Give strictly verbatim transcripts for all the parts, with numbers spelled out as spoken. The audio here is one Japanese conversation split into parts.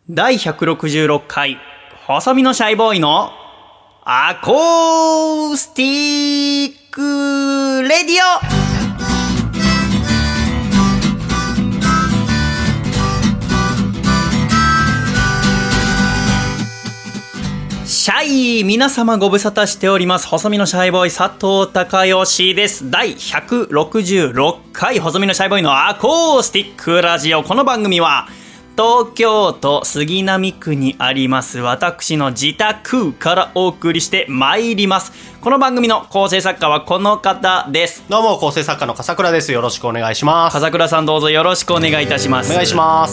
だいひゃくろくじゅうろっかい細身のシャイボーイのアコースティックレディオ。シャイ皆様ご無沙汰しております。細身のシャイボーイ佐藤孝義です。だいひゃくろくじゅうろっかい細身のシャイボーイのアコースティックラジオ。この番組は東京都杉並区にあります私の自宅からお送りしてまいります。この番組の構成作家はこの方です。 どうも構成作家の笠倉です。よろしくお願いします。 笠倉さんどうぞよろしくお願いいたします。 お願いします。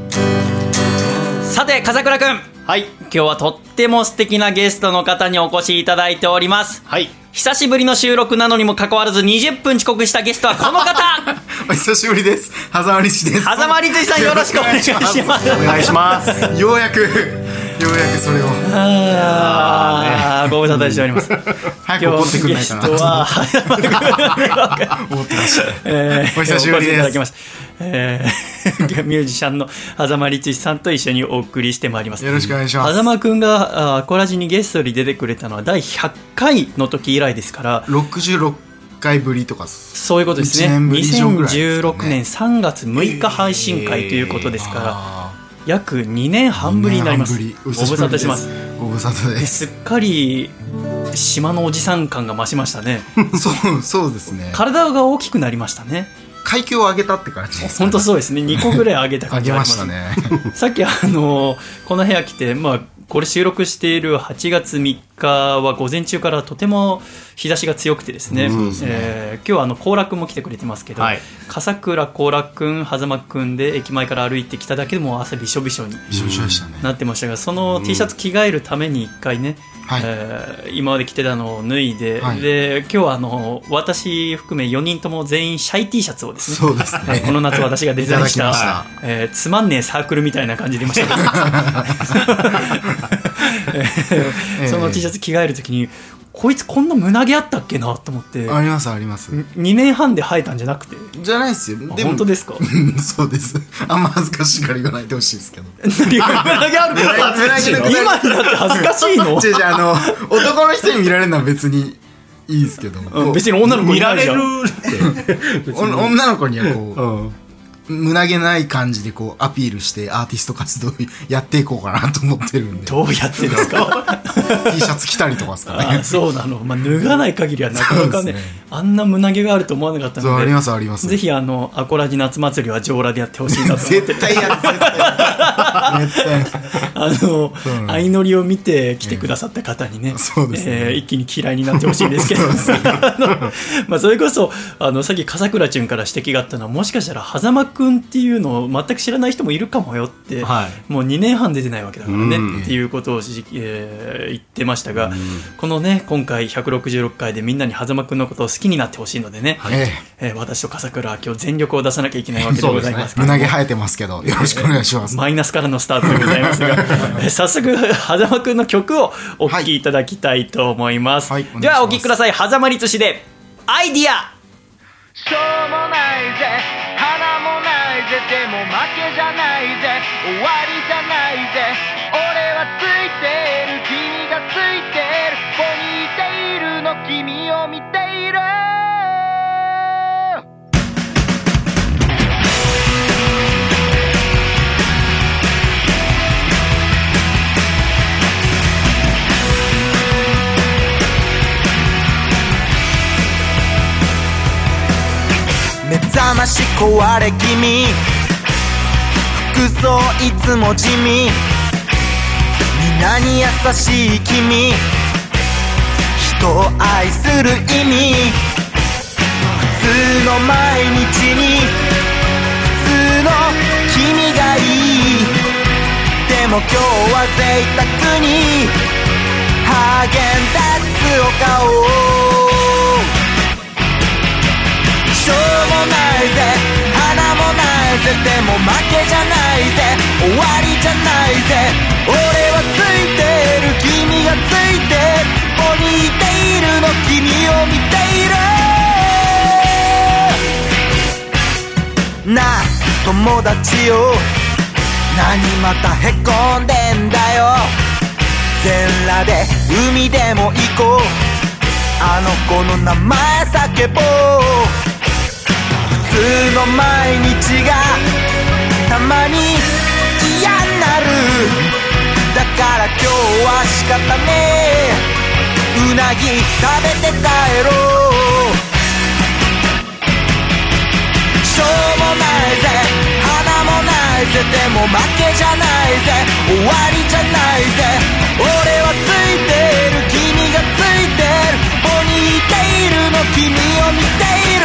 さて笠倉くん、 はい、 今日はとっても素敵なゲストの方にお越しいただいております。 はい、 久しぶりの収録なのにもかかわらずにじゅっぷん遅刻したゲストはこの方お久しぶりです。狭間律師です。 狭間律師さんよろしくお願いします。 お願いします。 ようやくようやくそれをあーご無沙汰しております。 早く怒ってくれないかなと思ってました、えー、お久しぶりです。お越しいただきました、 えー、ミュージシャンの狭間律師さんと一緒にお送りしてまいります。 よろしくお願いします。 狭間くんがアコラジにゲストに出てくれたのはだいひゃっかいの時以来ですからろくじゅうろっかいぶりとかそういうことですね。 いちねんぶり以上ぐらいですかね。 にせんじゅうろくねんさんがつむいか配信会ということですから、えー、約にねんはんぶりになります。ご無沙汰します。 ご無沙汰です。 すっかり島のおじさん感が増しましたね。 そうそうですね。 体が大きくなりましたね。 階級を上げたって感じですかね。 本当そうですね。にこぐらい上げた感じがあります。 上げましたね。 さっきあのこの部屋来て、まあこれ収録しているはちがつみっかは午前中からとても日差しが強くてですね、うんですね、えー、今日はあのコーラくんも来てくれてますけど、はい、笠倉コーラくん狭間くんで駅前から歩いてきただけでも汗びしょびしょになってましたが、その T シャツ着替えるために一回ね、はい、えー、今まで着てたのを脱いで、はい、で今日はあの私含めよにんとも全員シャイ T シャツをですね、 そうですね、 えー、この夏私がデザインした、したえー、つまんねえサークルみたいな感じでいましたけどその T シャツ着替えるときにこいつこんな胸毛あったっけなと思って。 ありますあります。 にねんはんで生えたんじゃなくてじゃないですよ。 でも本当ですか？ そうです。あんま恥ずかしがりがないでほしいですけど。 胸毛あるから恥ずかしいの？今になって恥ずかしいの？ 違う違う、あの男の人に見られるのは別にいいですけど、 うん、別に女の子に見られるって女の子にはこう、うん、胸毛ない感じでこうアピールしてアーティスト活動やっていこうかなと思ってるんで。 どうやってですか？ T シャツ着たりとかですかね。 あ、そうなの、まあ、脱がない限りはなかなか ね, ねあんな胸毛があると思わなかったので。 そうありますあります。 ぜひあのアコラジ夏祭りは上裸でやってほしいなと思って絶対やる絶対やる絶対あの相乗りを見て来てくださった方にね、 そうですね、 えー、一気に嫌いになってほしいんですけどあの、まあ、それこそあのさっき笠倉ちゅんから指摘があったのは、もしかしたら狭間くんっていうのを全く知らない人もいるかもよって、はい、もうにねんはん出てないわけだからね、うん、っていうことを、えー、言ってましたが、うん、このね今回ひゃくろくじゅうろっかいでみんなに狭間くんのことを好きになってほしいのでね、はい、えー、私と笠倉は今日全力を出さなきゃいけないわけでございますけど、 ね、胸毛生えてますけどよろしくお願いします。 マイナスからのスタートでございますが早速狭間くんの曲をお聴きいただきたいと思います、はいはい、ではお聴きください。狭間律師でアイディア。 しょうもないぜ花もないぜ、でも負けじゃないぜ、終わりじゃないぜ、俺はついてる君がついてる、ここにいているの君を見ている。目覚まし壊れ気味、服装いつも地味、皆に優しい君、人を愛する意味、普通の毎日に普通の君がいい。でも今日は贅沢にハーゲンダッツを買おう。しょうもないぜ花もないぜ、でも負けじゃないぜ、終わりじゃないぜ、俺はついてる君がついてる、ここにいているの君を見ている。なあ友達よ、 何またへこんでんだよ。全裸で海でも行こう。あの子の名前叫ぼう。普通の毎日がたまに嫌になる。だから今日は仕方ねえ。うなぎ食べて帰ろう。しょうもないぜ、花もないぜ、でも負けじゃないぜ、終わりじゃないぜ。俺はついてる、君がついてる、ここにいているの君を見ている。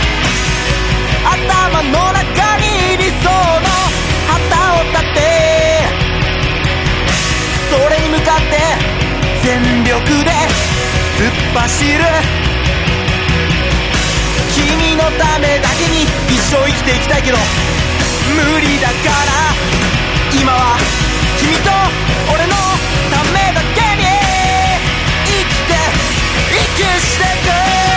頭の中に理想の旗を立て、それに向かって全力で突っ走る。君のためだけに一生生きていきたいけど無理だから、今は君と俺のためだけに生きて息してく。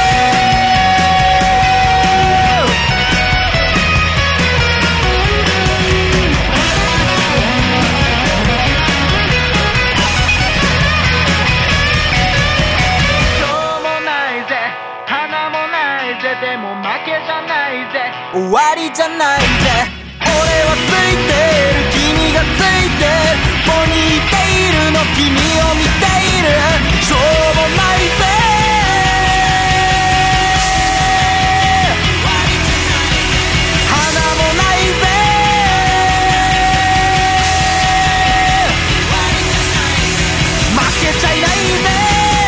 でも負けじゃないぜ、終わりじゃないぜ。俺はついてる、君がついてる、ここにいているの君を見ている。しょうもないぜ、花もないぜ、負けちゃいないぜ。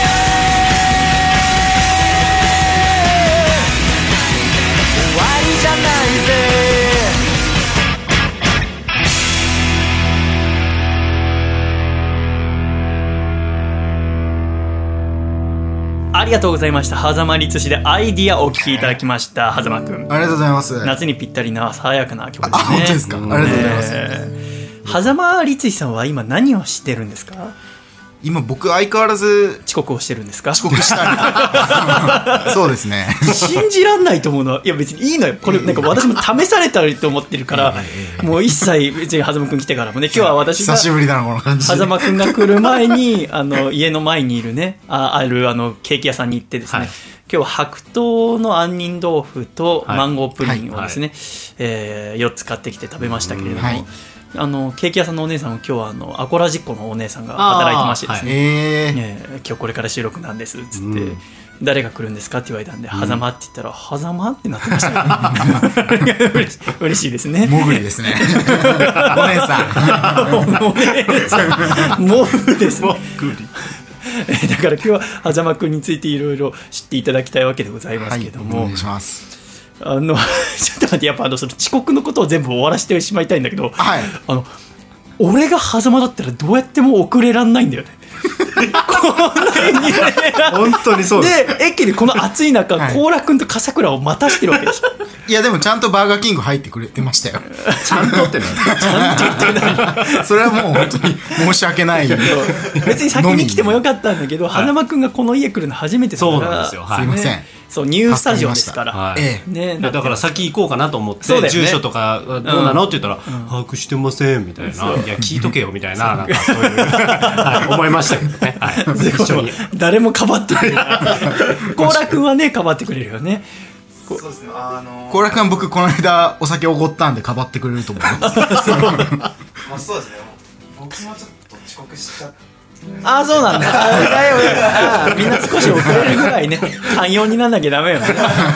ありがとうございました。狭間律師でアイディアをお聴きいただきました。狭間くん、 ありがとうございます。 夏にぴったりな爽やかな曲ですね。 あ、本当ですか。ありがとうございます。 えー、狭間律師さんは今何をしてるんですか？ 今僕相変わらず遅刻をしてるんですか？ 遅刻したりそうですね。 信じらんないと思うのは、いや別にいいのよ、これなんか私も試されたらと思ってるからもう一切別に狭間くん来てからもね、今日は私が久しぶりだなこの感じ。 狭間くんが来る前にあの家の前にいるね あ, あるあのケーキ屋さんに行ってですね、はい、今日は白桃の杏仁豆腐とマンゴープリンをですね、はいはい、えー、よっつ買ってきて食べましたけれども、はい、あのケーキ屋さんのお姉さんも今日はあのアコラジッコのお姉さんが働いてましてですね、はい、えーね、今日これから収録なんですっつって、うん、誰が来るんですかって言われたんで、狭間って言ったら狭間ってなってましたね。嬉し嬉しいですね。 もぐりですね。お姉さんお姉さんもぐですね。だから今日は狭間くんについていろいろ知っていただきたいわけでございますけども、 はい、お願いします。 あのちょっと待って、やっぱあのその遅刻のことを全部終わらせてしまいたいんだけど、はい、あの俺が狭間だったらどうやっても遅れらんないんだよね。こんなに本当にそうです。 で駅でこの暑い中、はい、コーラ君と笠倉を待たしてるわけでしょ。 いやでもちゃんとバーガーキング入ってくれてましたよ。 ちゃんとってね。 ちゃんと言ってない。 それはもう本当に申し訳ない。 別に先に来てもよかったんだけど、狭間君がこの家来るの初めてだから。 そうなんですよ。 はい、すいません。 そうニュースタジオですから、 はい、ええ、ね、だから先行こうかなと思って、ね、住所とかどうなの、うん、って言ったら、うん、把握してませんみたいな、いや聞いとけよみたいな、なんかそういう、はい、思いましたけどね、はい、一緒に誰もかばってくれる。コーラ君はねかばってくれるよね。 そうですね、あのー、コーラ君は僕この間お酒おごったんでかばってくれると思います。そう、まあ、そうですね、僕もちょっと遅刻しちゃって。 ああそうなんだ。あみんな少し遅れるぐらいね寛容になんなきゃダメよね。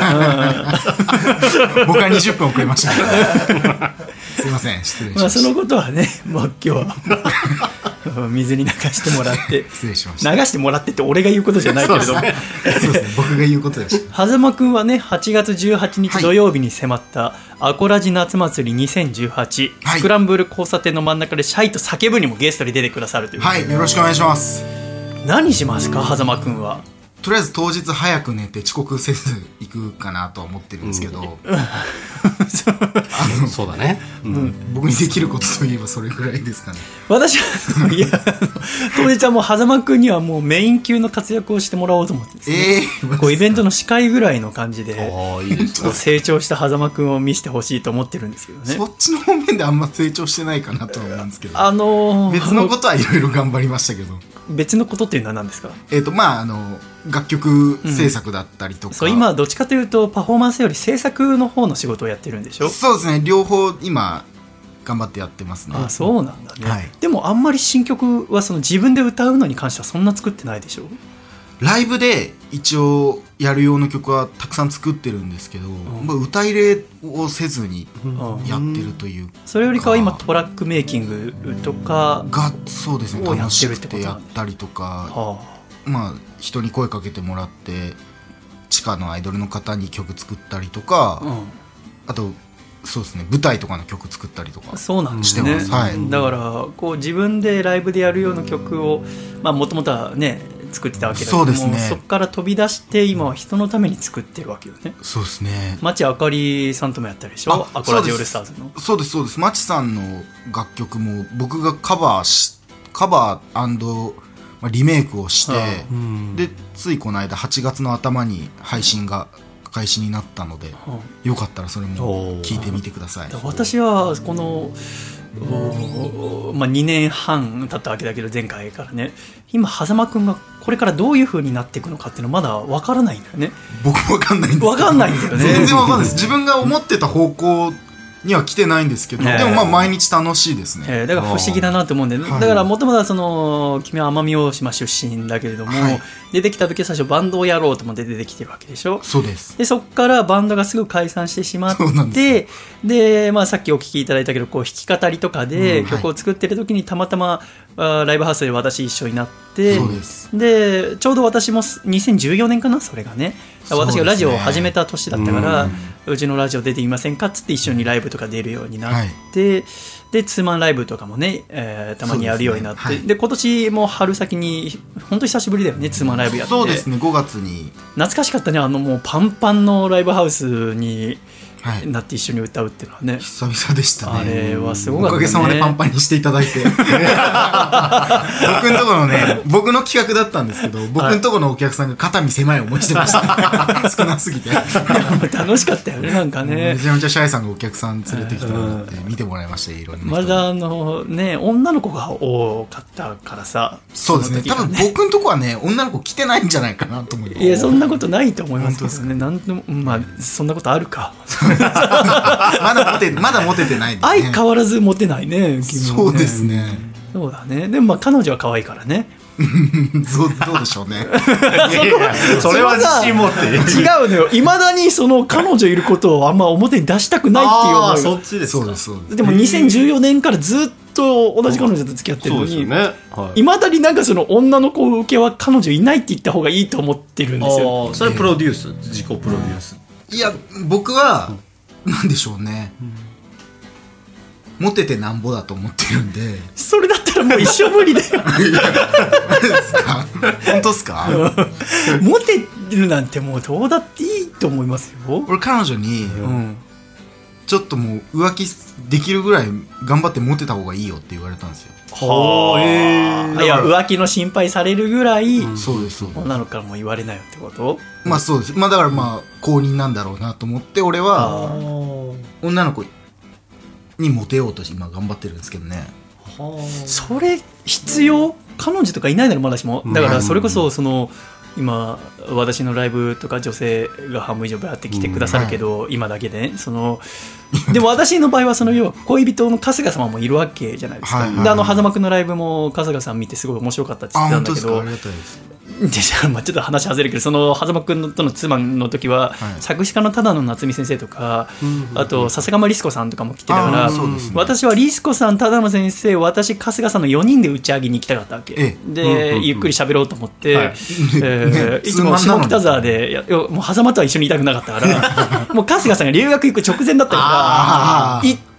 うん、僕はにじゅっぷん遅れましたけどすいません失礼しました。 まあ、そのことはね、まあ、今日は水に流してもらって失礼しました。 流してもらってって俺が言うことじゃないけれども、ね、 そうですね、僕が言うことでした。 狭間くんはねはちがつじゅうはちにち土曜日に迫ったアコラジ夏祭りにせんじゅうはち、はい、スクランブル交差点の真ん中でシャイと叫ぶにもゲストに出てくださるという。 はい、よろしくお願いします。 何しますか狭間くんは。 とりあえず当日早く寝て遅刻せず行くかなとは思ってるんですけど、うん、あのそうだね、 うん、僕にできることといえばそれぐらいですかね。 私はいや当日はもう狭間くんにはもうメイン級の活躍をしてもらおうと思ってですね、えー、こうイベントの司会ぐらいの感じでいいです、ね、成長した狭間くんを見せてほしいと思ってるんですけどね。 そっちの方面であんま成長してないかなとは思うんですけど、 あのー、 別のことはいろいろ頑張りましたけど。 別のことっていうのは何ですか？ えーとまああの楽曲制作だったりとか、うん、 そう今はどっちかというとパフォーマンスより制作の方の仕事をやってるんでしょ？ そうですね、両方今頑張ってやってますね。 あ、そうなんだね、 はい、 でもあんまり新曲はその自分で歌うのに関してはそんな作ってないでしょ？ ライブで一応やる用の曲はたくさん作ってるんですけど、うん、まあ、歌入れをせずにやってるというか、 それよりかは今トラックメイキングとかがそうですね、楽しくてやったりとか、はあ、まあ人に声かけてもらって地下のアイドルの方に曲作ったりとか、うん、あとそうですね、舞台とかの曲作ったりとかそうなんですね、はい、 だからこう自分でライブでやるような曲をもともとはね作ってたわけだけども、そうですね、そこから飛び出して今は人のために作ってるわけよね。 そうですね、 町あかりさんともやったでしょ、アコラジオールスターズの。 そうですそうです、町さんの楽曲も僕がカバーしカバー&リメイクをして、はあ、でついこの間はちがつの頭に配信が開始になったので、はあ、よかったらそれも聞いてみてください。 私はこのまあ、にねんはん経ったわけだけど前回からね、今狭間くんがこれからどういう風になっていくのかっていうのはまだ分からないんだよね。 僕分かんないんですけど、 分かんないんだよね、 全然分かんないです。自分が思ってた方向には来てないんですけど、ね、でもまあ毎日楽しいですね、 えー、だから不思議だなと思うんで、ね、だからもともとはその君は奄美大島出身だけれども、はい、出てきた時最初バンドをやろうと思って出てきてるわけでしょ。 そうです。 でそこからバンドがすぐ解散してしまって、で、まあ、さっきお聞きいただいたけどこう弾き語りとかで曲を作ってる時にたまたま、はい、ライブハウスで私一緒になって、 そうです。 でちょうど私もにせんじゅうよねんかな、それがね、私がラジオを始めた年だったから、うちのラジオ出ていませんかっつって一緒にライブとか出るようになって、はい、でツーマンライブとかもね、えー、たまにやるようになって、 で,、ねはい、で今年も春先に本当久しぶりだよね、ツーマンライブやって。 そうですね、ごがつに懐かしかったね、あのもうパンパンのライブハウスになって一緒に歌うっていうのはね、 久々でしたね。 あれはすごかったね。 おかげさまでパンパンにしていただいて僕のところのね、僕の企画だったんですけど、僕のところのお客さんが肩身狭い思いしてました少なすぎて楽しかったよね、なんかね。 めちゃめちゃシャイさんがお客さん連れてきてもらって見てもらいましたよ、いろんな人。 まだあのね、女の子が多かったからさ。 そうですね、ね、多分僕のとこはね女の子来てないんじゃないかなと思います。 いやそんなことないと思いますけどね、なんとも、まあそんなことあるかまだモテまだモテてないですね。相変わらずモテないね、君もね。 そうですね。 そうだね。でもまあ彼女は可愛いからねど, どうでしょうねいやいやそれは自信持って違うのよ、いまだにその彼女いることをあんま表に出したくないっていう思いが。 そっちですか。 そうですそうです。 でもにせんじゅうよねんからずっと同じ彼女と付き合ってるのに、いま、ね、はい、だになんかその女の子受けは彼女いないって言った方がいいと思ってるんですよ。 それプロデュース、自己プロデュース。 いや僕は、うん、なんでしょうね、うん、モテてなんぼだと思ってるんで。 それだったらもう一生無理だよですか本当ですかモテるなんてもうどうだっていいと思いますよ。 俺彼女に、うん、ちょっともう浮気できるぐらい頑張ってモテた方がいいよって言われたんですよ。 はあ、いや浮気の心配されるぐらい、うん、 そうですそうです。 女の子からも言われないよってこと。 まあそうです。まあだからまあ公認なんだろうなと思って俺は女の子にモテようと今頑張ってるんですけどね。 はあ、それ必要？彼女とかいないならまだしも。だからそれこそその今私のライブとか女性が半分以上バーって来てくださるけど、うん、はい、今だけで、ね、そのでも私の場合はその要は恋人の春日様もいるわけじゃないですか、はいはいはい、であの狭間くんのライブも春日さん見てすごい面白かったって言ってたんだけど、 あ、本当ですか？ありがたいです。 でまあ、ちょっと話外れるけど、その狭間くんとのツーマンの時は、はい、作詞家の只野夏美先生とか、うんうんうん、あと笹釜リス子さんとかも来てたから、ね、私はリス子さん、只野先生、私、春日さんのよにんで打ち上げに行きたかったわけで、うんうんうん、ゆっくり喋ろうと思って、はい、えーね、いつも下北沢でいやもう狭間とは一緒にいたくなかったからもう春日さんが留学行く直前だったから行って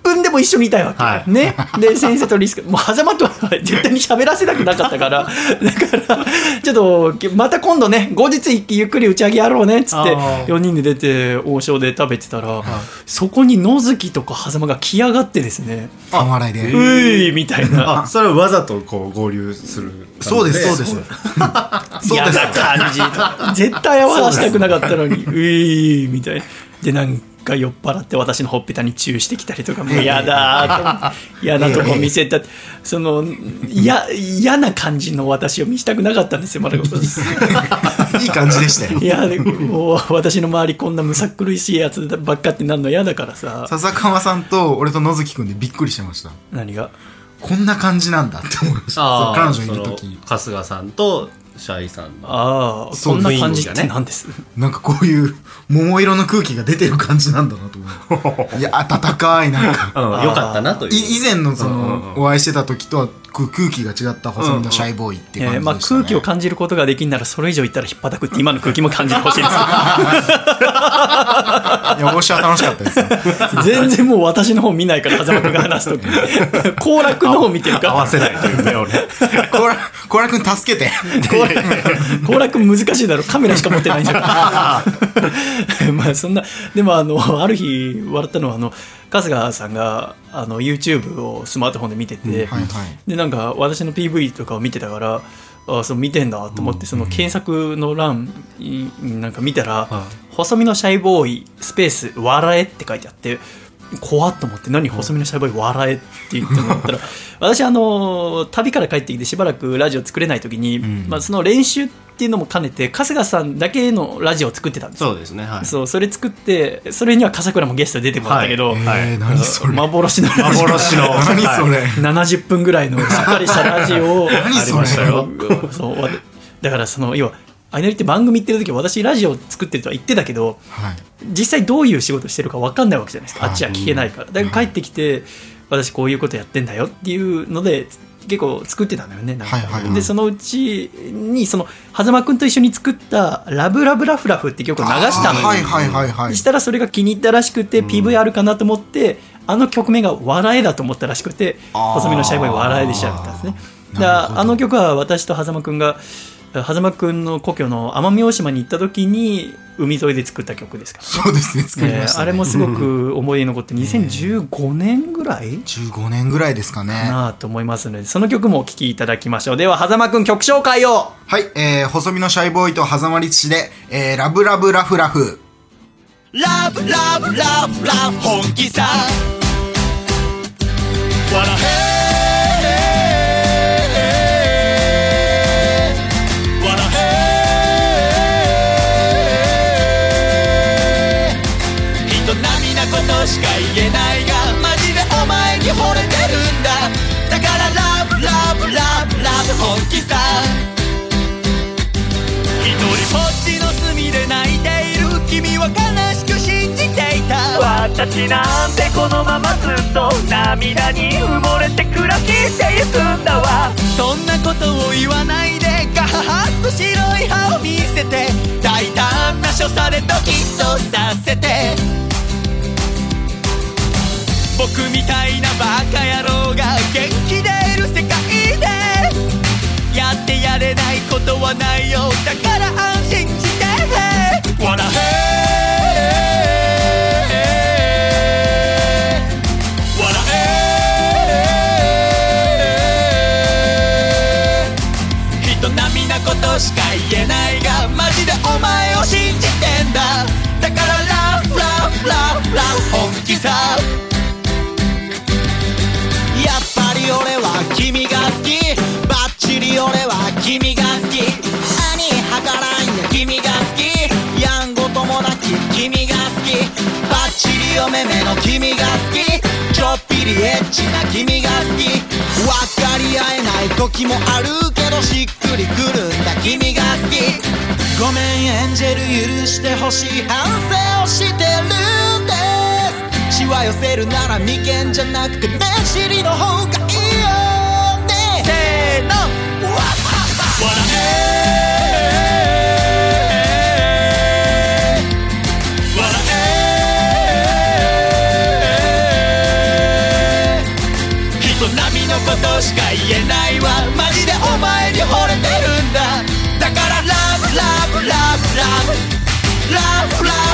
ぷんでも一緒にいたいわけ、 はいね、で先生とリスクもう狭間とは絶対に喋らせたくなかったからだからちょっとまた今度ね後日ゆっくり打ち上げやろうねっつってよにんで出て王将で食べてたら、そこに野月とか狭間が来やがってですね、 半笑いで、 ういみたいな、 あ、それはわざとこう合流する感じで。 そうですそうですそう嫌ですな感じ絶対合わせたくなかったのにういみたいなでなんか酔っ払って私のほっぺたにチューしてきたりとかもう嫌だーと思って嫌なとこ見せたそのや嫌な感じの私を見せたくなかったんですよまだいい感じでしたよ。 いやもう私の周りこんなむさ苦しいやつばっかってなるの嫌だからさ。 笹川さんと俺と野月くんでびっくりしてました。 何がこんな感じなんだって思いました。 あ彼女いる時春日さんとシャイさんのああそうこんな感じって何です、 なんかこういう桃色の空気が出てる感じなんだなと思ういや温かいなんかうん、よかったなという。 い以前のその、 うんうんうんお会いしてた時とは空空気が違った細身のシャイボーイっていうえーまあ、 感じでしたね。 空気を感じることができんならそれ以上言ったら引っ張たくって今の空気も感じてほしいですいや、帽子は楽しかったですよ。 全然もう私の方見ないから風間君が話すとき好楽の方見てるから合わせないという目をね。 コーラコーラ君助けて。 好楽難しいだろカメラしか持ってないんじゃんまあそんなでもあのある日笑ったのはあの春日さんがあの YouTube をスマートフォンで見てて、うんはいはい、 でなんか私の ピーブイ とかを見てたからあそう見てんだと思って、その検索の欄なんか見たら、うん、細身のシャイボーイスペース笑えって書いてあって怖っと思って何細身のシャイボーイ笑えって言ってもったら私あの旅から帰ってきてしばらくラジオ作れない時に、うんまあ、その練習っていうのも兼ねて春日さんだけのラジオを作ってたんですよ。 そうですね、はい、 そうそれ作ってそれには笠倉もゲストで出てもらったけど、 はいえー、何それ幻のラジオ幻の何それななじゅっぷんぐらいのしっかりしたラジオを何それありましたよそうだからその要はあいなりって番組行ってる時私ラジオ作ってるとは言ってたけど、はい、実際どういう仕事してるか分かんないわけじゃないですか、はい、あっちは聞けないからだから帰ってきて私こういうことやってんだよっていうので結構作ってたんだよねなんか、はいはいはい、でそのうちにその狭間くんと一緒に作ったラブラブラフラフって曲を流したのよ、 はいはいはいはい、 したらそれが気に入ったらしくて、うん、ピーブイ あるかなと思ってあの曲名が笑えだと思ったらしくて細身のシャイボーイ笑えで調べたんですね。だからあの曲は私と狭間くんが狭間くんの故郷の奄美大島に行った時に海沿いで作った曲ですから、ね、 そうですね作りました、ねえー、あれもすごく思い出に残ってにせんじゅうごねんぐらい、えー、 じゅうごねんぐらいですかねかなと思いますのでその曲もお聴きいただきましょう。では狭間くん曲紹介を。 はい、えー、細身のシャイボーイと狭間律師で、えー、ラブラブラフラフラブラブラブラブ本気さ笑えしか言えないがマジでお前に惚れてるんだだからラブラブラブラブ本気さ一人ぼっちの隅で泣いている君は悲しく信じていた私なんてこのままずっと涙に埋もれて暮らしてゆくんだわそんなことを言わないでガハハッと白い歯を見せて大胆な所作でドキッとさせて僕みたいなバカ野郎が元気でいる世界でやってやれないことはないよだから安心して笑え笑え人並みなことしか言えないがマジでお前を信じてんだだからラブラブラブラブ本気さやっぱり俺は君が好きバッチリ俺は君が好き兄はからんや君が好きやんごともなき君が好きバッチリおめめの君が好きちょっぴりエッチな君が好き分かり合えない時もあるけどしっくりくるんだ君が好きごめんエンジェル許してほしい反省をしてるんですしわ寄せるなら眉間じゃなくて目尻の方がいいよねせーの笑え笑え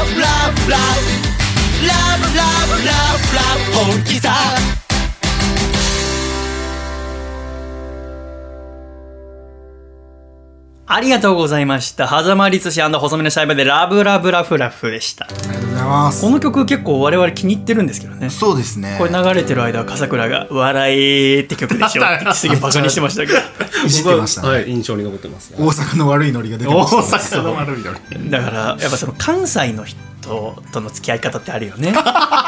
ブラブラブラブラブラブラブ本気さありがとうございました。狭間律師&細身のシャイボーイでラブラブラフラフでした。 ありがとうございます。 この曲結構我々気に入ってるんですけどね。 そうですね。 これ流れてる間は笠倉が笑えって曲でしょってすげえバカにしてましたけどいじってましたね。 はい、印象に残ってます。 大阪の悪いノリが出てました、ね。 大阪の悪いノリ。 だからやっぱその関西の人との付き合い方ってあるよね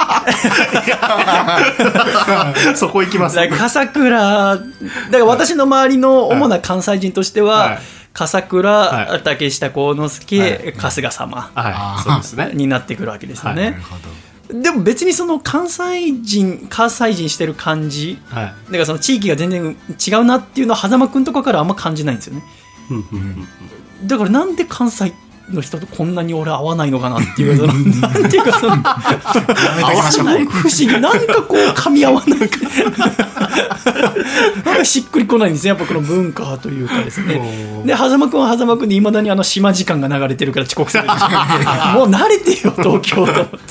そこ行きます。 だから笠倉だから私の周りの主な関西人としては、はい、笠倉、はい、竹下幸之助、はい、春日様、 はい、そうですね、 になってくるわけですよね、 はい、 でも別にその関西人関西人してる感じ、はい、だからその地域が全然違うなっていうのは狭間くんとかからあんま感じないんですよね、うん、だからなんで関西の人とこんなに俺合わないのかなっていうか、そのなんていうかその合わない不思議、なんかこう噛み合わないなんかしっくりこないんですね、やっぱこの文化というかですね。で狭間くんは狭間くんでいまだにあの島時間が流れてるから遅刻するもう慣れてよ東京と思って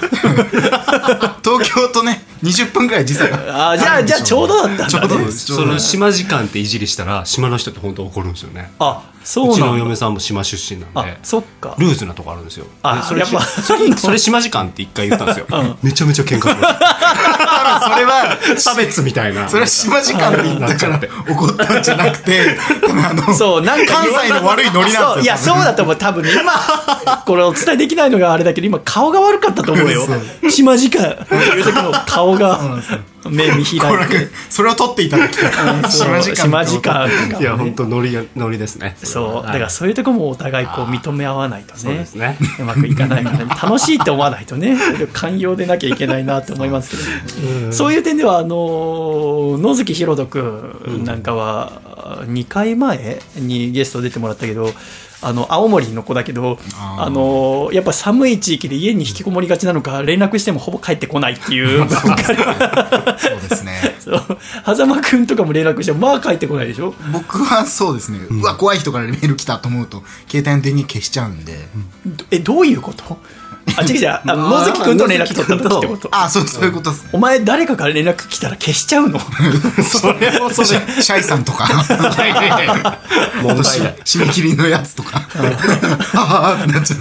東京とねにじゅっぷんぐらい時差があじゃあじゃあちょうどだったんだね。 ちょうどです。 その島時間っていじりしたら島の人って本当怒るんですよね。 あそうなんだ。 うちの嫁さんも島出身なんで、 あそっかルーズなとこあるんですよ。 あそれやっぱそれそれ島時間って一回言ったんですよ、うん、めちゃめちゃ喧嘩しましたそれは差別みたいな。 それは島時間で言ったから怒ったんじゃなくてあのそうなんか関西の悪いノリなんですよ。 いやそうだと思う。多分ね今これお伝えできないのがあれだけど今顔が悪かったと思うよ島時間っていう時の顔が目見開いてそれを取っていただきたい島時間島時間、 ね、いや本当ノリノリですね。 そうだからそういうところもお互いこう認め合わないとね、 そうですねうまくいかないから、ね、楽しいって思わないとね寛容でなきゃいけないなって思いますけど、そういう点ではあの野月ひろとくんなんかはにかいまえにゲスト出てもらったけど、あの青森の子だけど あ, あのやっぱ寒い地域で家に引きこもりがちなのか連絡してもほぼ帰ってこないっていうそうですね。 そう狭間くんとかも連絡してもまあ帰ってこないでしょ。 僕はそうですね、うん、うわ怖い人からメール来たと思うと携帯の電源消しちゃうんで、 うん、えどういうこと？あ違う違うあ野月くんと連絡取った時ってこと。 あそうそういうことですね。 お前誰かから連絡来たら消しちゃうのそれもそれシャイさんとか問題だ締め切りのやつとかああってなっち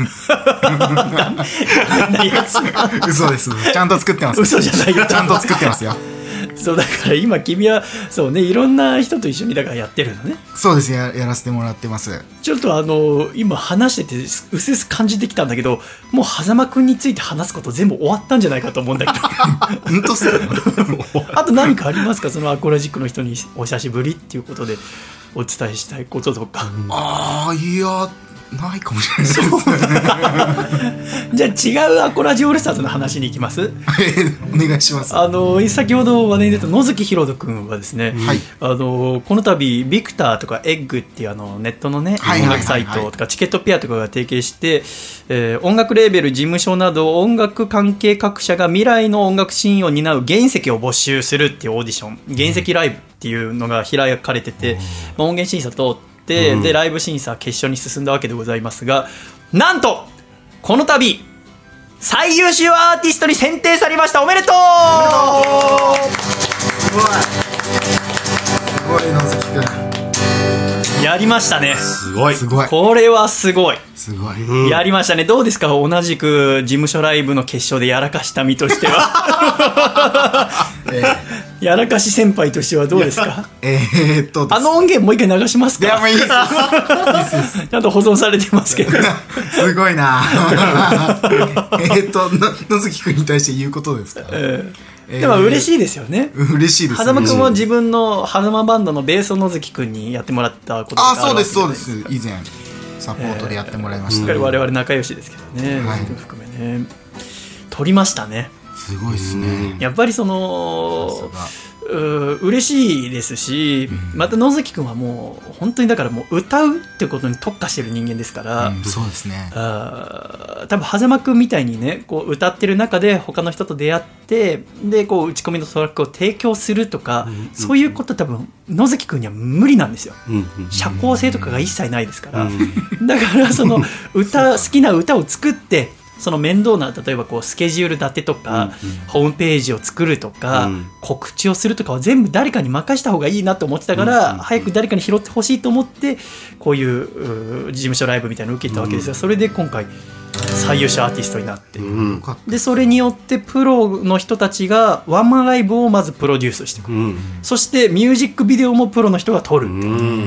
ゃう嘘です。ちゃんと作ってます。 嘘じゃないよちゃんと作ってますよ。 そうだから今君はそうねいろんな人と一緒にだからやってるのね。 そうです や, やらせてもらってます。 ちょっとあの今話しててうすうす感じてきたんだけどもう狭間くんについて話すこと全部終わったんじゃないかと思うんだけど本当っすかあと何かありますか？そのアコラジックの人にお久しぶりっていうことでお伝えしたいこととか、うん、 ああいやないかもしれないですじゃあ違うアコラジオールスターズの話に行きます、 えー、お願いします。 あの先ほど話題に出た野月ひろとくんはですね、はい、あのこの度ビクターとかエッグっていうあのネットのね、はい、音楽サイトとかチケットピアとかが提携して、えー、音楽レーベル事務所など音楽関係各社が未来の音楽シーンを担う原石を募集するっていうオーディション原石ライブっていうのが開かれてて、まあ、音源審査通ってで, でライブ審査決勝に進んだわけでございますが、なんとこの度最優秀アーティストに選定されました。おめでとう。 すごいすごい野月くんやりましたね。 すごいすごいこれはすごいすごい、 うん、やりましたね。どうですか同じく事務所ライブの決勝でやらかした身としては、えー、やらかし先輩としてはどうですか？ えー、っとあの音源もう一回流しますか？ いやもういいですちゃんと保存されてますけどすごいなえっと野月くんに対して言うことですか？えーでも嬉しいですよね。 嬉しいですね。 狭間くんは自分の狭間バンドのベースを野月くんにやってもらったことがあるわけです。 あ、そうですそうです。以前サポートでやってもらいました、 えー、我々仲良しですけどね、はい、含めね撮りましたね。 すごいですね。 やっぱりそのう嬉しいですし、うん、また野月くんはもう本当にだからもう歌うってことに特化してる人間ですから、 うん、そうですね。 あ多分狭間くんみたいにねこう歌ってる中で他の人と出会ってでこう打ち込みのトラックを提供するとか、うん、そういうこと多分野月くんには無理なんですよ、うん、社交性とかが一切ないですから、うん、だからその歌好きな歌を作ってその面倒な例えばこうスケジュール立てとか、うんうん、ホームページを作るとか、うん、告知をするとかは全部誰かに任した方がいいなと思ってたから、うんうんうん、早く誰かに拾ってほしいと思ってこういう事務所ライブみたいなのを受けたわけですが、うん、それで今回最優秀アーティストになって、うん、でそれによってプロの人たちがワンマンライブをまずプロデュースしてくる、うん、そしてミュージックビデオもプロの人が撮る、うん、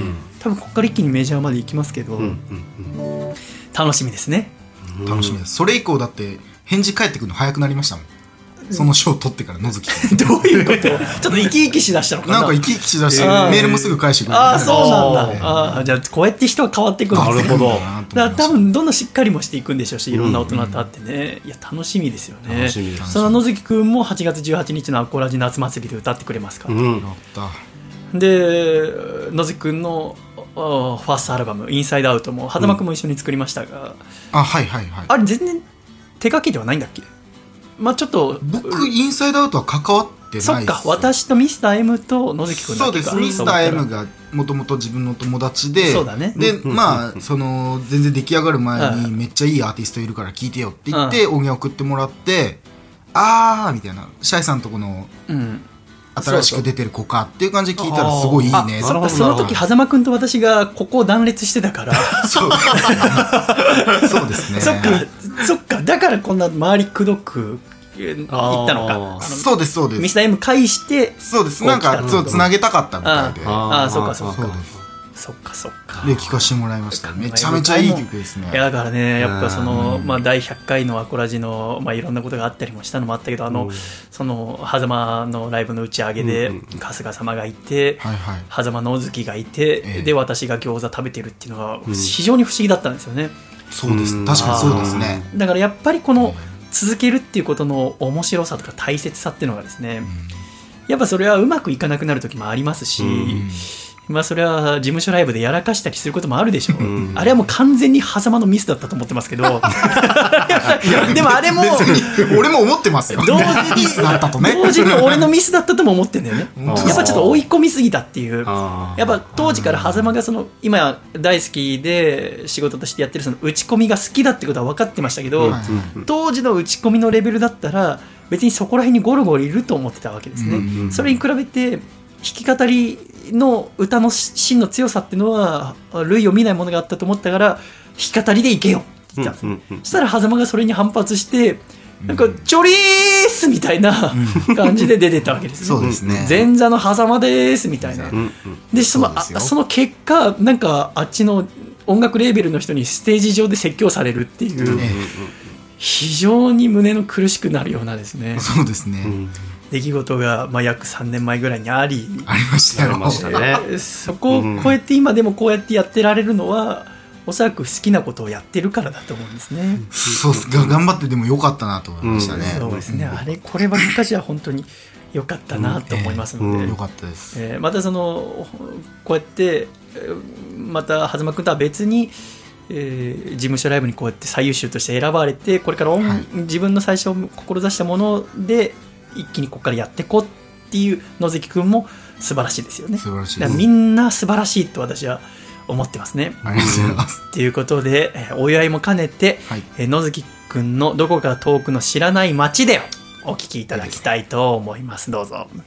多分ここから一気にメジャーまで行きますけど、うんうんうん、楽しみですね。 楽しみです。それ以降だって返事返ってくるの早くなりましたもん。その賞を取ってから野月どういうことちょっと生き生きしだしたのかな。 なんか生き生きしだして、えー、メールもすぐ返してくれる。 ああそうなんだ。あじゃあこうやって人は変わっていくんですね。 なるほど。 だから多分どんどんしっかりもしていくんでしょうし、いろんな大人と会ってね、うん、いや楽しみですよね。楽しみです。その野月くんもはちがつじゅうはちにちのアコラジ夏祭りで歌ってくれますから、うん、で野月くんのファーストアルバムインサイドアウトも狭間くんも一緒に作りましたが、うん、 あはいはいはい。 あれ全然手書きではないんだっけ。まあちょっと僕インサイドアウトは関わってないです。 そっか、私とミスター M と野月くんだけか。 そうです。ミスター M がもともと自分の友達で、 そうだね。 で、うん、まあその全然出来上がる前にめっちゃいいアーティストいるから聴いてよって言って音源送ってもらって、あーみたいな、シャイさんとこの、うん新しく出てる子かっていう感じで聞いたらすごいいいね。 そっその時狭間くんと私がここを断裂してたからそうですねそうですね。 そっかそっか、だからこんな周りくどく言ったのか。 そうですそうです。 ミスター M 返してそうです、なんかそうつなげたかったみたいで。 ああそうかそうかそうです。 そっかそっかで聞かせてもらいました。めちゃめちゃいい曲ですね。 いやだからね、やっぱその、まあ、だいひゃっかいのアコラジの、まあ、いろんなことがあったりもしたのもあったけど、あの、うん、その狭間のライブの打ち上げで春日様がいて、はいはい、狭間の尾月がいて、ええ、で私が餃子食べてるっていうのが非常に不思議だったんですよね、うん、 そうです、確かにそうですね。 だからやっぱりこの続けるっていうことの面白さとか大切さっていうのがですね、うん、やっぱそれはうまくいかなくなる時もありますし、うんまあそれは事務所ライブでやらかしたりすることもあるでしょう、うん、あれはもう完全に狭間のミスだったと思ってますけどでもあれも俺も思ってますよ。 同時にミスだったとね、 同時に俺のミスだったとも思ってんだよねやっぱちょっと追い込みすぎたっていう、やっぱ当時から狭間がその今大好きで仕事としてやってるその打ち込みが好きだってことは分かってましたけど、当時の打ち込みのレベルだったら別にそこら辺にゴロゴロいると思ってたわけですね、うんうん、それに比べて弾き語りの歌の芯の強さっていうのは類を見ないものがあったと思ったから弾き語りでいけよって言ったんです、うんうんうん、そしたら狭間がそれに反発してなんかチョリースみたいな感じで出てたわけですね。 そうですね。 前座の狭間ですみたいな、うんうん、でそのそその結果なんかあっちの音楽レーベルの人にステージ上で説教されるっていう、うん、非常に胸の苦しくなるようなですね。 そうですね、うん出来事がまあ約さんねんまえぐらいにありありましたよ、 ね、そこを超えて今でもこうやってやってられるのはおそらく好きなことをやってるからだと思うんですね。 そうが頑張ってでもよかったなと思いましたね、 うん、そうですね、あれこればっかしは本当によかったなと思いますので、うんえー、 よかったです、 えー、またそのこうやってまた狭間くんとは別にえー、事務所ライブにこうやって最優秀として選ばれてこれから、はい、自分の最初志したもので一気にここからやっていこうっていう野関くんも素晴らしいですよね。 素晴らしいです。 だからみんな素晴らしいと私は思ってますね。 ありがとうございます。 ということで、えー、お祝いも兼ねて、はいえー、野関くんのどこか遠くの知らない街でお聞きいただきたいと思います。どうぞ。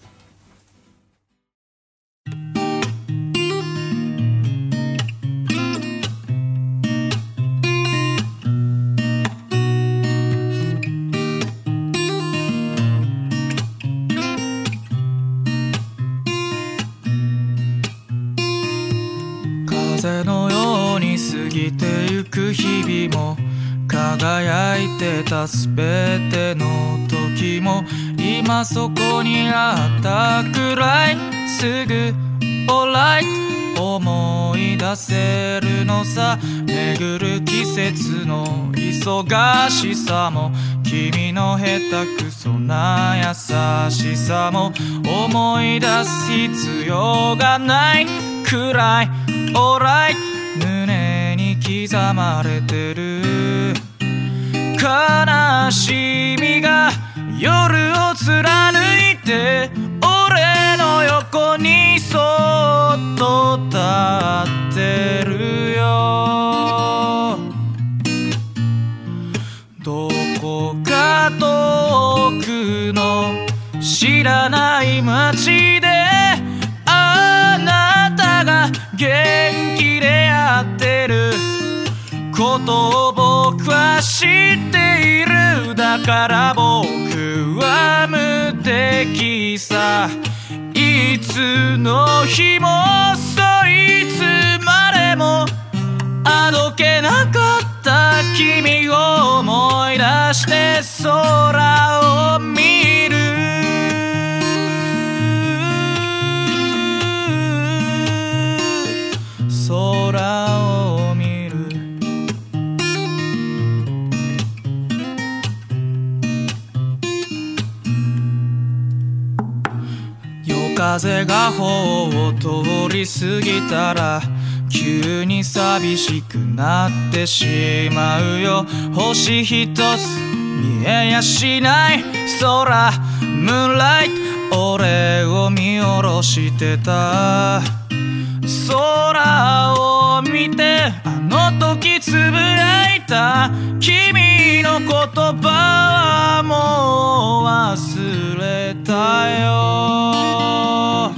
風のように過ぎてゆく日々も輝いてたすべての時も今そこにあったくらいすぐ Alright 思い出せるのさ。巡る季節の忙しさも君の下手くそな優しさも思い出す必要がないくらい Alright 胸に刻まれてる悲しみが夜を貫いて俺の横にそっと立ってるよ。 こか遠くの知らない街であなたが元気でやってることを僕は知っている。だから僕は無敵さ。いつの日もそういつまでもあどけなかった君を思い出して空を見る。空を見る。夜風が頬を通り過ぎたら急に寂しくなってしまうよ。星一つ見えやしない空、ムーンライト俺を見下ろしてた。空を見てあの時つぶやいた君の言葉はもう忘れたよ。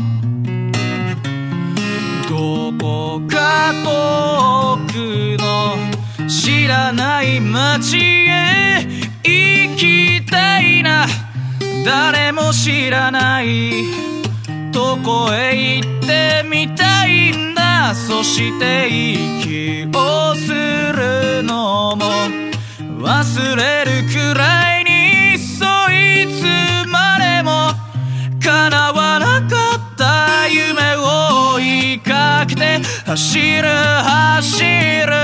どこか遠くの知らない街へ行きたいな。誰も知らないどこへ行ってみたいんだ。そして息をするのも忘れるくらいにそういつまでも叶わなかった夢を追いかけて走る走る。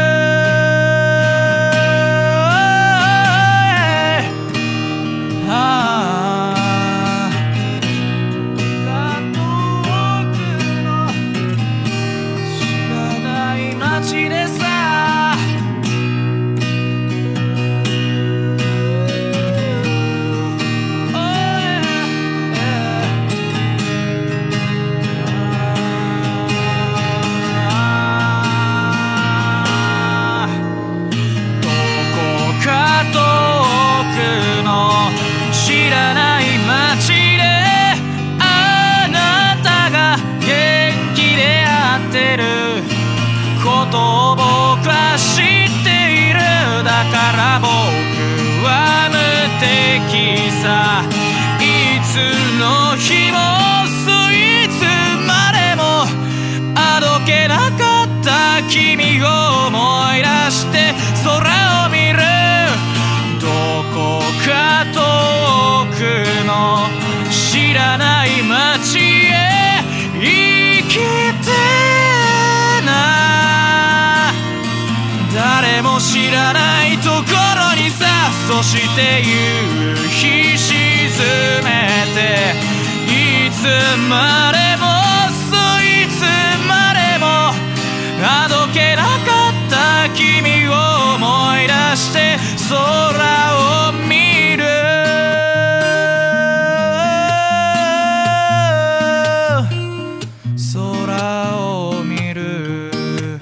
いつの日もそういつまでもあどけなかった君を思い出して空を見る。どこか遠くの知らない街へ生きてな。誰も知らないところにさ。そして夕日沈めていつまでもそういつまでもあどけなかった君を思い出して空を見る。空を見る。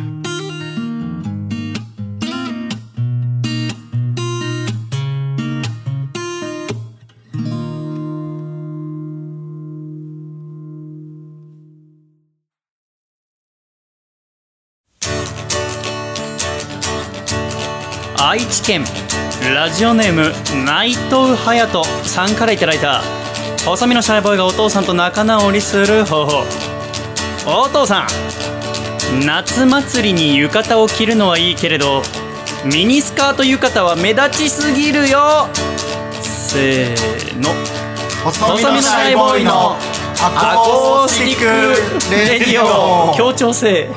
愛知県ラジオネーム内藤隼人さんからいただいた細身のシャイボーイがお父さんと仲直りする方法。お父さん、夏祭りに浴衣を着るのはいいけれどミニスカート浴衣は目立ちすぎるよ。せーの、細身のシャイボーイのアコースティックレディオ。協調性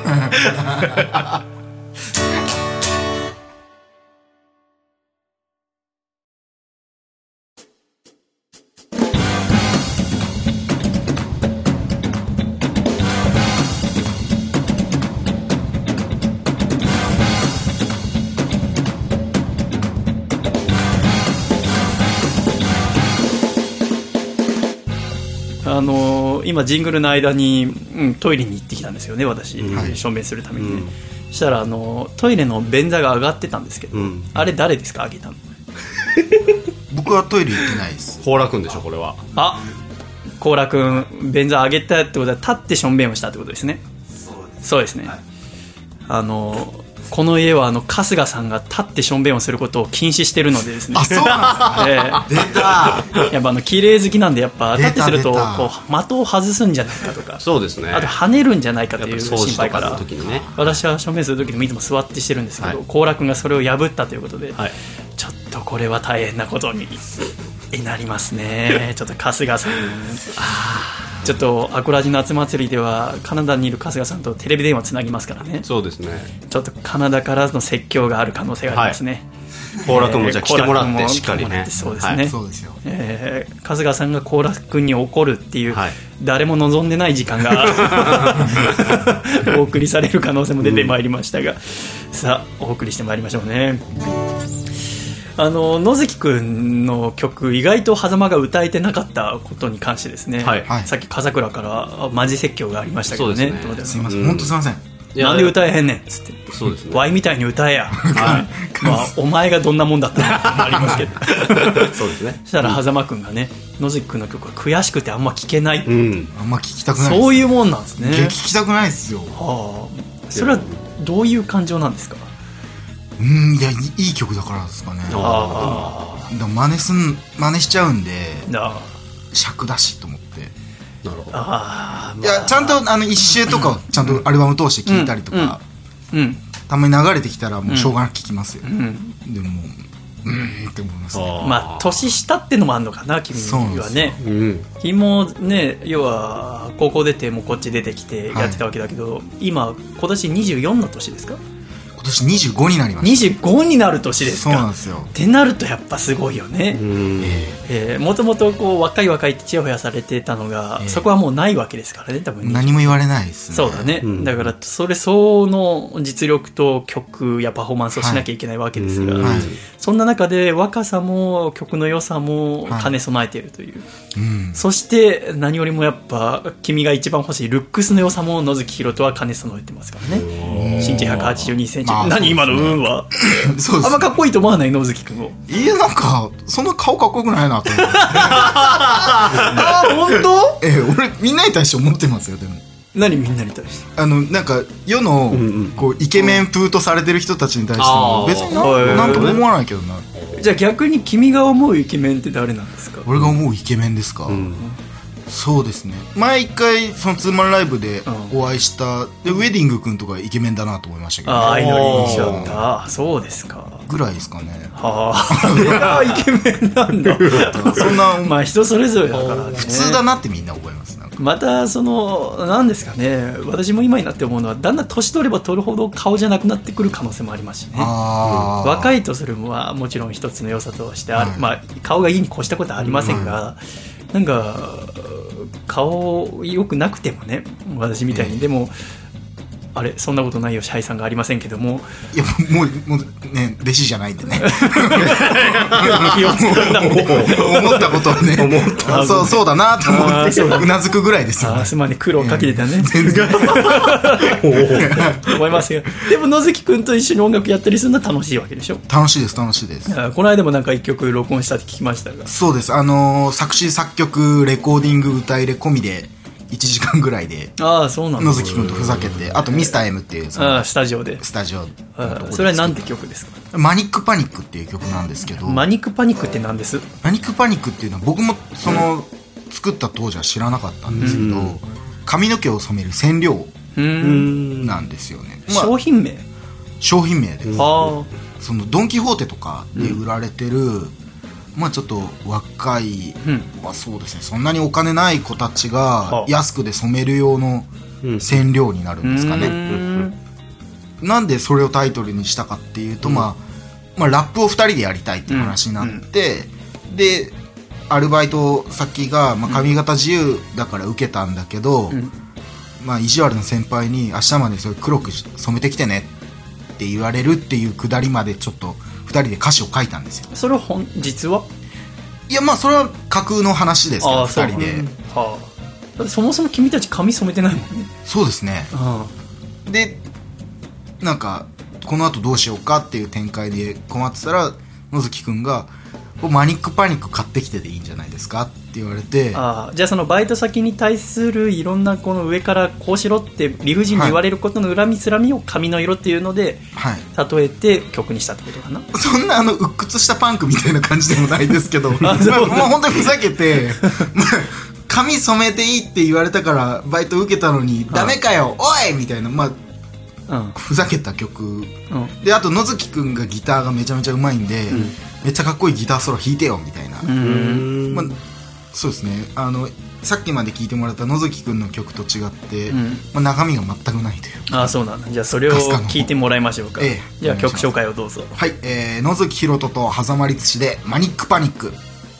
あのー、今ジングルの間に、うん、トイレに行ってきたんですよね、私、うん、証明するためにね、うん、そしたらあのトイレの便座が上がってたんですけど、うん、あれ誰ですか、上げたの僕はトイレ行ってないです。 甲羅くんでしょこれは。 あ、甲羅くん便座上げたってことは立ってしょんべんをしたってことですね。そうですね、はい、あのこの家はあの春日さんが立ってしょんべんをすることを禁止してるのでですね。 あ、そうなんですか、えー、出た。 やっぱあの綺麗好きなんで、やっぱ立ってするとこう的を外すんじゃないかとか、 そうですね、 あと跳ねるんじゃないかという心配から、 ね、 私はしょんべんする時でもいつも座ってしてるんですけど、甲羅くんがそれを破ったということで、はい、ちょっとこれは大変なことになりますね。ちょっと春日さん、ちょっとアコラジの夏祭りではカナダにいる春日さんとテレビ電話つなぎますからね。 そうですね、ちょっとカナダからの説教がある可能性がありますね。 甲羅くんもじゃあ来てもらってしっかりね。 そうですね、はい、 そうですよ、 えー、春日さんが甲羅くんに怒るっていう、はい、誰も望んでない時間がお送りされる可能性も出てまいりましたが、うん、さあお送りしてまいりましょうね。あの野月くんの曲、意外と狭間が歌えてなかったことに関してですね、はい、さっき風倉からマジ説教がありましたけど ね, ねすいません、本当すいません、 なんで歌えへんねんっつって、 そうですね、 ワイみたいに歌えや、はい、まあ、お前がどんなもんだったのかありますけどそうですね。 そしたら狭間くんがね、野月くんの曲は悔しくてあんま聴けない、うん、 あんま聴きたくないです。 そういうもんなんですね。 聴きたくないですよ、 はあ、それはどういう感情なんですか。 うん、いや、いい曲だからですかね。ああ、でも真似すん真似しちゃうんで、尺だしと思って。 なるほど。 あ、 いや、ちゃんとあの一周とかをちゃんとアルバム通して聴いたりとか、うんうんうん、たまに流れてきたらもうしょうがなく聴きますよ、うん、でももううーんって思いますね。 まあ年下ってのもあるのかな、君はね。うん、君もね、要は高校出てもこっち出てきてやってたわけだけど、はい、今今年にじゅうよんの年ですか。 今年にじゅうごになりました。 にじゅうごになる年ですか。 そうなんですよ。 ってなるとやっぱすごいよね。もともと若い若いってちやほやされてたのが、えー、そこはもうないわけですからね、多分。 何も言われないですね。 そうだね、うん、だからそれ相応の実力と曲やパフォーマンスをしなきゃいけないわけですが、はい、そんな中で若さも曲の良さも兼ね備えているという、はい、うん、そして何よりもやっぱ君が一番欲しいルックスの良さも野月ひろとは兼ね備えてますからね。身長ひゃくはちじゅうにセンチ、まあ、何今の運はそうです、ね、あんまかっこいいと思わない野月くんを。 いや、なんかそんな顔かっこよくないなと思ってあ、本当？ ええ、俺みんなに対して思ってますよ。でも何みんなに対してあのなんか世のこうイケメンプーとされてる人たちに対しても別になんとも思わないけどな。 じゃあ逆に君が思うイケメンって誰なんですか。 俺が思うイケメンですか、うん、そうですね、前一回そのツーマンライブでお会いした、うん、でウェディング君とかイケメンだなと思いましたけど、ね、 ああ、相乗り印象だった。そうですかぐらいですかね。 はあイケメンなんだそんなまあ人それぞれだからね。 普通だなってみんな思います。なんかまたその何ですかね、私も今になって思うのは、だんだん年取れば取るほど顔じゃなくなってくる可能性もありますしね。あ、うん、若いとするのはもちろん一つの良さとしてある、はい、まあ顔がいいに越したことはありませんが、はい、なんか顔良くなくてもね、私みたいに、えー、でもあれそんなことないよシャイさんがありませんけども、 いやもうもうね弟子じゃないんでね気を使うんだもんね思ったことはね思ったそうそうだなと思ってうなずくぐらいですよね。 あ、すまんね、苦労かけてたね、全然思いますよ。でも野月くんと一緒に音楽やったりするのは楽しいわけでしょ。 楽しいです楽しいです。 この間もなんか一曲録音したって聞きましたが。 そうです、あのー、作詞作曲レコーディング歌入れ込みでいちじかんぐらいで野月くんとふざけて、あとミスター M っていうそのあスタジオでスタジオそれは何て曲ですか。 マニックパニックっていう曲なんですけど。 マニックパニックって何です。 マニックパニックっていうのは僕もその、うん、作った当時は知らなかったんですけど、うん、髪の毛を染める染料なんですよね、 まあ、商品名商品名です。そのドン・キホーテとかで売られてる、うん、まあちょっと若い、うん、まあそうですね、そんなにお金ない子たちが安くで染める用の染料になるんですかね、うん、なんでそれをタイトルにしたかっていうと、うん、まあ、まあラップをふたりでやりたいっていう話になって、うん、でアルバイト先が、まあ、髪型自由だから受けたんだけど、うん、まあ意地悪な先輩に明日までそれ黒く染めてきてねって言われるっていうくだりまでちょっとふたりで歌詞を書いたんですよ。 それは本実は、 いやまあそれは架空の話ですけどふたりで、うん、はあ、だってそもそも君たち髪染めてないもんね。 そうですね、うん、でなんかこの後どうしようかっていう展開で困ってたら野月くんがマニックパニック買ってきてでいいんじゃないですかって言われて、 あじゃあそのバイト先に対するいろんなこの上からこうしろって理不尽に言われることの恨みつらみを髪の色っていうので例えて曲にしたってことかな、はい、 そんなあの鬱屈したパンクみたいな感じでもないですけどもう本当にふざけて髪染めていいって言われたからバイト受けたのにダメかよおいみたいな、まあうん、ふざけた曲、うん、であと野月くんがギターがめちゃめちゃうまいんで、うん、めっちゃかっこいいギターソロ弾いてよみたいな、まあ、そうですね、あのさっきまで聴いてもらった野月くんの曲と違って、うんまあ、中身が全くないというか。ああそうなんだ。じゃあそれを聴いてもらいましょうか。ええ、じゃあ曲紹介をどうぞ。 はい、えー、野月ひろとと狭間律師でマニックパニック。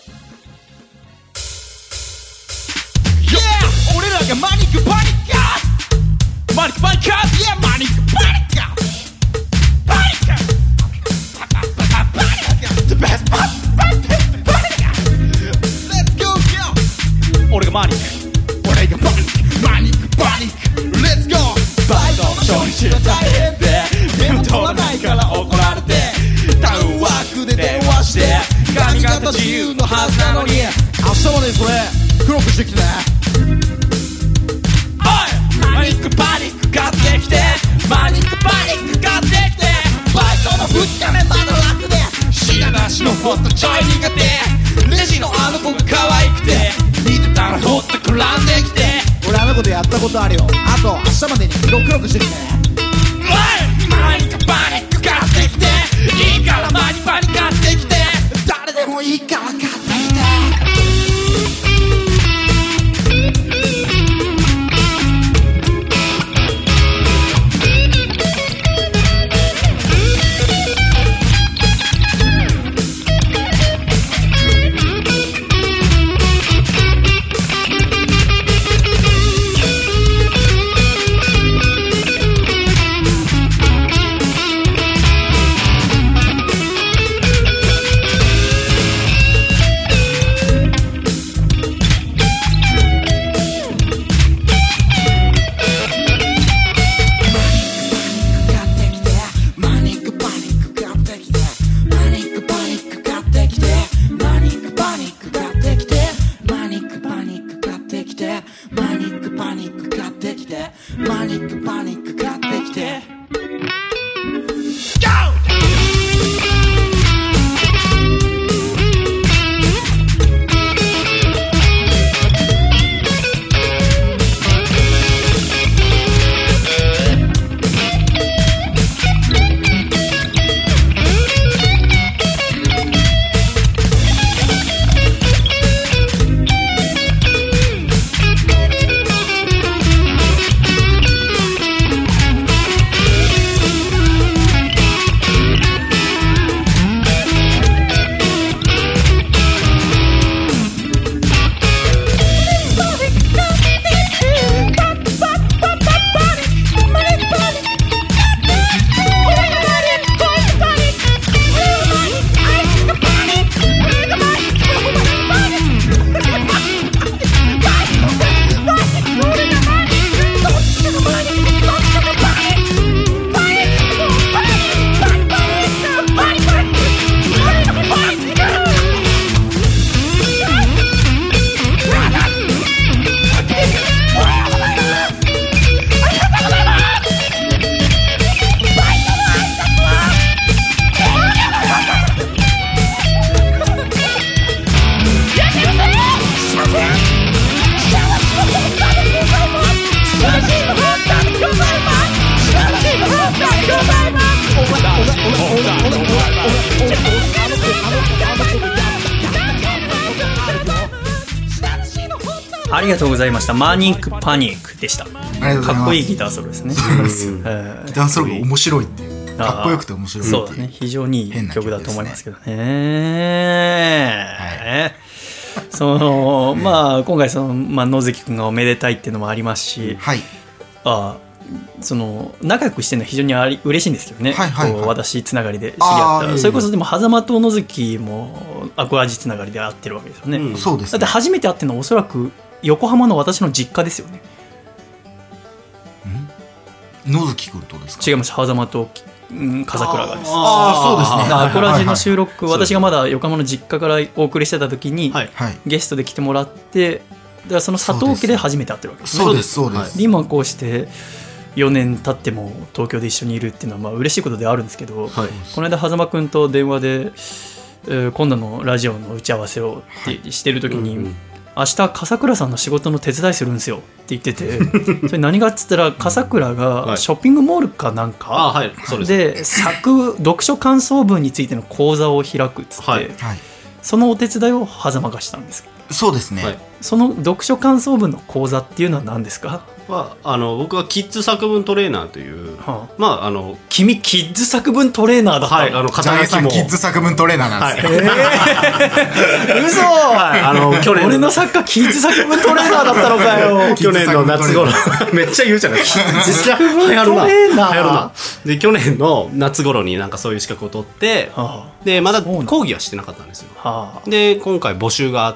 Yeah! 俺らがマニックパニックマニックパニック Yeah! マニックパニックパニックパニック The bestパニックパニック Let's go! Yo! 俺がマニック俺がパニックマニックパニック Let's go! バイトの初日は大変ででも取らないから怒られてタウンワークで電話して髪型自由のはずなのに明日までにそれ黒くしてきてねマニックパニック買ってきてマニックパニック買ってきてバイトのふつかめまだ楽で品出しのホットちょい苦手レジのあの子が可愛くて見てたらホッとくらんできて俺あの子でやったことあるよあと明日までに色黒くしてきてマニックパニック買ってきていいからマニパニ買ってきて誰でもいいから買ってきてありがとうございました。マニックパニックでした。かっこいいギターソロですね。 そうですよ、えー、ギターソロが面白いっていう、かっこよくて面白いっていう、 そうだね、非常にいい曲だと思いますけどね。はい、そのまあ今回その、まあ、野月くんがおめでたいっていうのもありますし、 はい、 あその仲良くしてるのは非常にあり嬉しいんですけどね、 はいはいはい、 私つながりで知り合った、それこそでも狭間と野月もアクアジつながりで会ってるわけですよね、 うん、そうですね。 だって初めて会ってるのはおそらく横浜の私の実家ですよね。 ん野月くんとですか？ 違います。狭間とうん、笠倉がです。 ああ、そうですね。 アコラジの収録、 はいはい、 私がまだ横浜の実家からお送りしてた時に、はい、ゲストで来てもらって、だからその佐藤家で初めて会ってるわけですね。 そうです、そうです。 で今こうしてよねん経っても東京で一緒にいるっていうのはまあ嬉しいことではあるんですけど、はい、この間狭間くんと電話で、えー、今度のラジオの打ち合わせをってしてる時に、はい、うんうん、明日笠倉さんの仕事の手伝いするんですよって言っててそれ何がっつったら笠倉がショッピングモールかなんかで作読書感想文についての講座を開くっつって、はい、そのお手伝いを狭間がしたんです。 そうですね、はい、 その読書感想文の講座っていうのは何ですか？ はあの僕はキッズ作文トレーナーという、はあ、まああの君キッズ作文トレーナーだったの？はい、あの肩書きもキッズ作文トレーナーなんですよ、はい、 えー、嘘、はい、あの去年俺の作家キッズ作文トレーナーだったのかよ去年の夏頃めっちゃ言うじゃないキッズ作文トレーナーで去年の夏頃になんかそういう資格を取って、はあ、でまだ講義はしてなかったんですよ、はあ、で今回募集があって、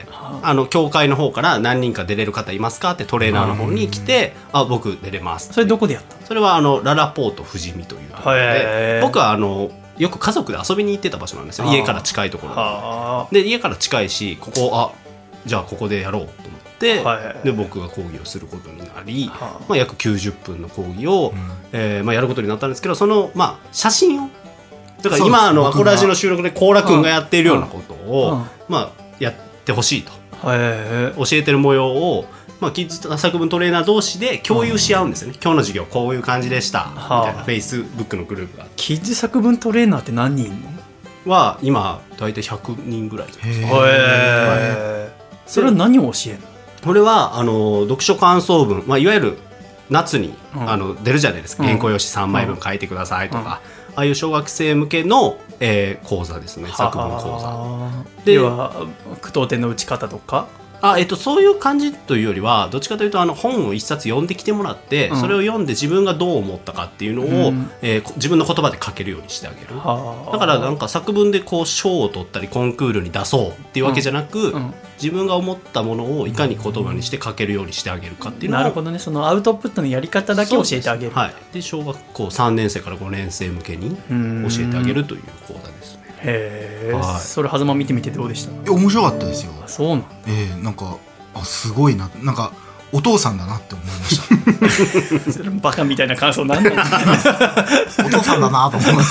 はあ、あの協会の方から何人か出れる方いますかってトレーナーの方に来て、あ僕出れますって。 それどこでやったの？ それはあのララポート富士見というところで、僕はあのよく家族で遊びに行ってた場所なんですよ。家から近いところで家から近いし、ここあじゃあここでやろうと思って、で僕が講義をすることになり、まあ、約きゅうじゅっぷんの講義を、うんえーまあ、やることになったんですけど、その、まあ、写真をだから今のアコラジの収録でコーラ君がやっているようなことを、まあ、やってほしいと教えてる模様を、まあ、キッズ作文トレーナー同士で共有し合うんですよね。今日の授業こういう感じでしたみたいなフェイスブックのグループが。 キッズ作文トレーナーって何人いるの？ は今大体ひゃくにんぐらいです。へー、それは何を教えるの？ これはあの読書感想文、まあ、いわゆる夏に、うん、あの出るじゃないですか、原稿用紙さんまいぶん書いてくださいとか、うんうん、ああいう小学生向けの、えー、講座ですね。作文講座では句読点の打ち方とかあ、えっと、そういう感じというよりはどっちかというとあの本を一冊読んできてもらって、うん、それを読んで自分がどう思ったかっていうのを、うんえー、自分の言葉で書けるようにしてあげる。だからなんか作文でこう賞を取ったりコンクールに出そうっていうわけじゃなく、うんうん、自分が思ったものをいかに言葉にして書けるようにしてあげるかっていうのを、 なるほどね。そのアウトプットのやり方だけ教えてあげる。 はい、で小学校さんねん生からごねん生向けに教えてあげるという講座ですね。 へー、はい、それ狭間見てみてどうでした？ いや面白かったですよ。 あ、そうなん、 えー、なんかあすごいな、なんかお父さんだなって思いましたそれバカみたいな感想なんだお父さんだなと思いま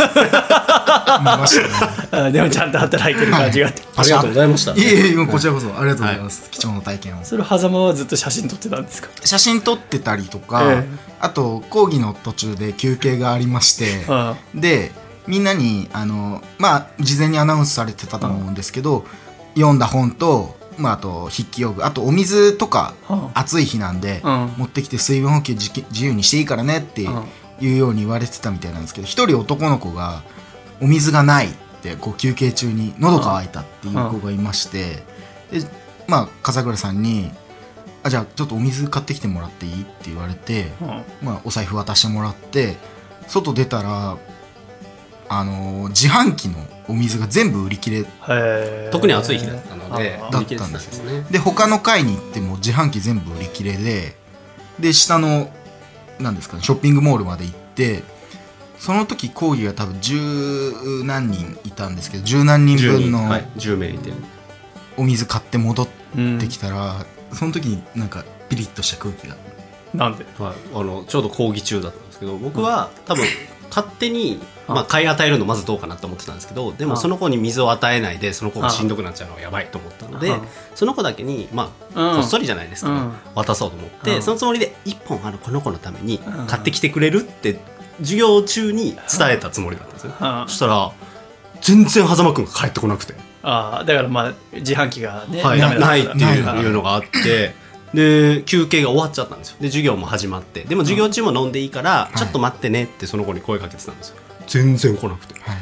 したねでもちゃんと働いてる感じがあって、 はい、ありがとうございました。 いえいえこちらこそありがとうございます、はい、貴重な体験を。 それ狭間はずっと写真撮ってたんですか？ 写真撮ってたりとか、えー、あと講義の途中で休憩がありまして、ああでみんなにあの、まあ、事前にアナウンスされてたと思うんですけど、うん、読んだ本とまあ、あと筆記用具、あとお水とか、はあ、暑い日なんで、うん、持ってきて水分補給自由にしていいからねっていうように言われてたみたいなんですけど、一人男の子がお水がないってこう休憩中に喉乾いたっていう子がいまして、でまあ笠倉さんにあじゃあちょっとお水買ってきてもらっていいって言われて、まあ、お財布渡してもらって外出たらあのー、自販機のお水が全部売り切れ、 特に暑い日だったのでだったんですよね。で他の階に行っても自販機全部売り切れで、で下のなんですかねショッピングモールまで行って、その時講義が多分十何人いたんですけど十何人分のお水買って戻ってきたら、うん、その時になんかピリッとした空気がなんで、 はい、あのちょうど講義中だったんですけど、僕は多分勝手に、まあ、買い与えるのまずどうかなと思ってたんですけど、でもその子に水を与えないでその子がしんどくなっちゃうのはやばいと思ったので、その子だけに、まあ、こっそりじゃないですか、ね、渡そうと思って、そのつもりでいっぽんあのこの子のために買ってきてくれるって授業中に伝えたつもりだったんですよ。そしたら全然狭間くんが帰ってこなくて、 あだからまあ自販機が、ねはい、ないっていうのがあってで休憩が終わっちゃったんですよ。で授業も始まって、でも授業中も飲んでいいから、うん、ちょっと待ってねってその子に声かけてたんですよ。全然来なくて、はい、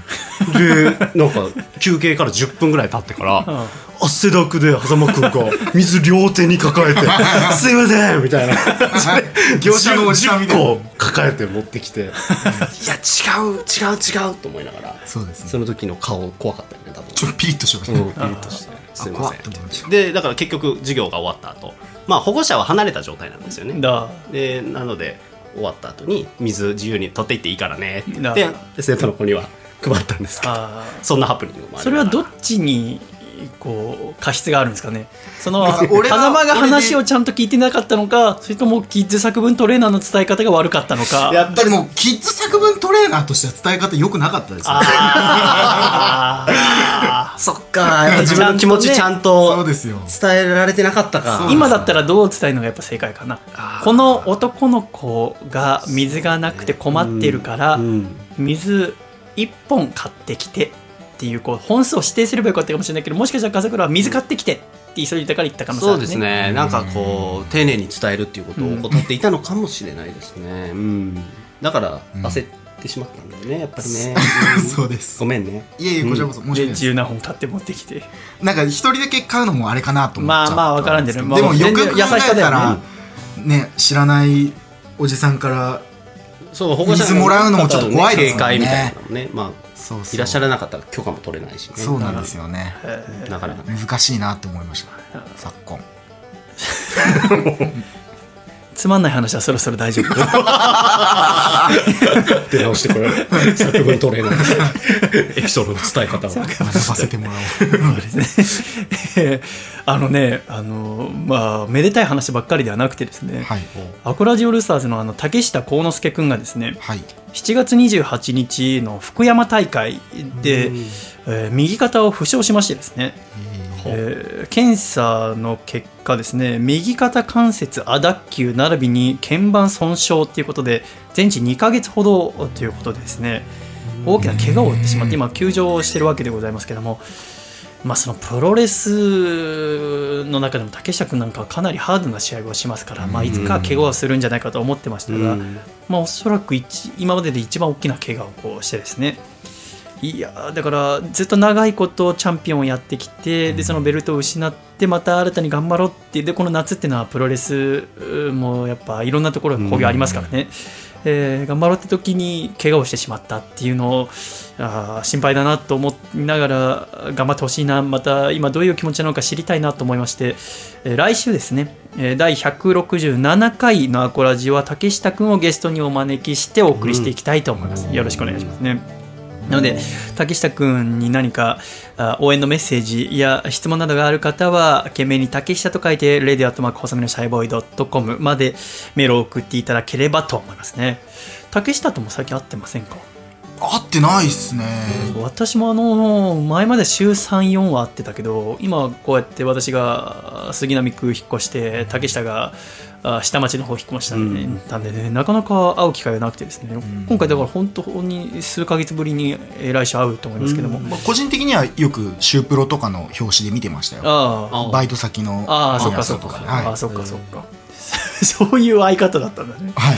でなんか休憩からじゅっぷんぐらい経ってから、うん、汗だくで狭間くんが水両手に抱えてすいませんみたいな業者のおじさんみたいなじゅっこ抱えて持ってきていや違う違う違うと思いながら、 そうですね、 その時の顔怖かったよね多分。 ちょっとピリッとしましたね、うん、 ピリッとしてすいませんで、だから結局授業が終わった後、まあ保護者は離れた状態なんですよね。 だでなので終わった後に水自由に取っていっていいからねって言って生徒の子には配ったんですけど、そんなハプニングもある。 それはどっちにこう過失があるんですかね。その風間が話をちゃんと聞いてなかったのか、それともキッズ作文トレーナーの伝え方が悪かったのか。 やっぱりもうキッズ作文トレーナーとしては伝え方良くなかったですね。 あそっか、やっぱ自分の気持ちちゃんと伝えられてなかったか。 今だったらどう伝えるのがやっぱ正解かな。この男の子が水がなくて困ってるから、水いっぽん買ってきてっていう、こう本数を指定すればよかったかもしれないけど、もしかしたら風倉は水買ってきてって急いでたから言った可能性あるね。 そうですね、なんかこう丁寧に伝えるっていうことを怠っていたのかもしれないですね、うん、だから焦ってしまったんだよね、やっぱりね、 うん、そうです、 ごめんね。 いえいえ、こちらこそ申し訳ないです。 じゅう何本買って持ってきて、 なんか一人だけ買うのもあれかなと思っちゃった。 まあまあ分からんでね、 でもよくよく考えたらね、知らないおじさんからそう保護者水もらうのもちょっと怖いですもんね。 警戒みたいなのね、まあそうそう、いらっしゃらなかったら許可も取れないしね。 そうなんですよね、 なかなか難しいなって思いました昨今。 つまんない話はそろそろ大丈夫出直してこれ作文トレーナーエピソードの伝え方を学ばせてもらおう。 そうですねあのね、あのまあめでたい話ばっかりではなくてですね、はい、アコラジオルスターズのあの竹下幸之助くんがですね、はい、しちがつにじゅうはちにちの福山大会で、えー、右肩を負傷しましてですね、えー、検査の結果ですね、右肩関節亜脱臼並びに腱板損傷ということで全治にかげつほどということでですね、大きな怪我を負ってしまって今休場しているわけでございますけども、まあ、そのプロレスの中でも竹下君なんかはかなりハードな試合をしますから、まあ、いつか怪我をするんじゃないかと思ってましたが、まあ、おそらく一今までで一番大きな怪我をこうしてですね、いやだからずっと長いことチャンピオンをやってきて、でそのベルトを失ってまた新たに頑張ろうって、でこの夏っていうのはプロレスもやっぱいろんなところが興行ありますからね、えー、頑張ろうって時に怪我をしてしまったっていうのをあ心配だなと思いながら頑張ってほしいな、また今どういう気持ちなのか知りたいなと思いまして、えー、来週ですね、えー、だいひゃくろくじゅうななかいのアコラジは竹下くんをゲストにお招きしてお送りしていきたいと思います、よろしくお願いしますね。なので竹下くんに何か応援のメッセージや質問などがある方は懸命に竹下と書いて レディオ アットマーク 細身のシャイボーイ ドットコム までメールを送っていただければと思いますね。竹下とも最近会ってませんか？ 会ってないっすね。 私もあの前まで週さん、よんは会ってたけど、今こうやって私が杉並区引っ越して竹下が下町の方引っ越したんで、ね、うん、なんでね、なかなか会う機会がなくてですね、うん、今回だから本当に数ヶ月ぶりに来週会うと思いますけども、うん、 まあ、個人的にはよくシュープロとかの表紙で見てましたよ。あバイト先のああそっかそっか、はい、あそっかそっかそういう相方だったんだね、はい、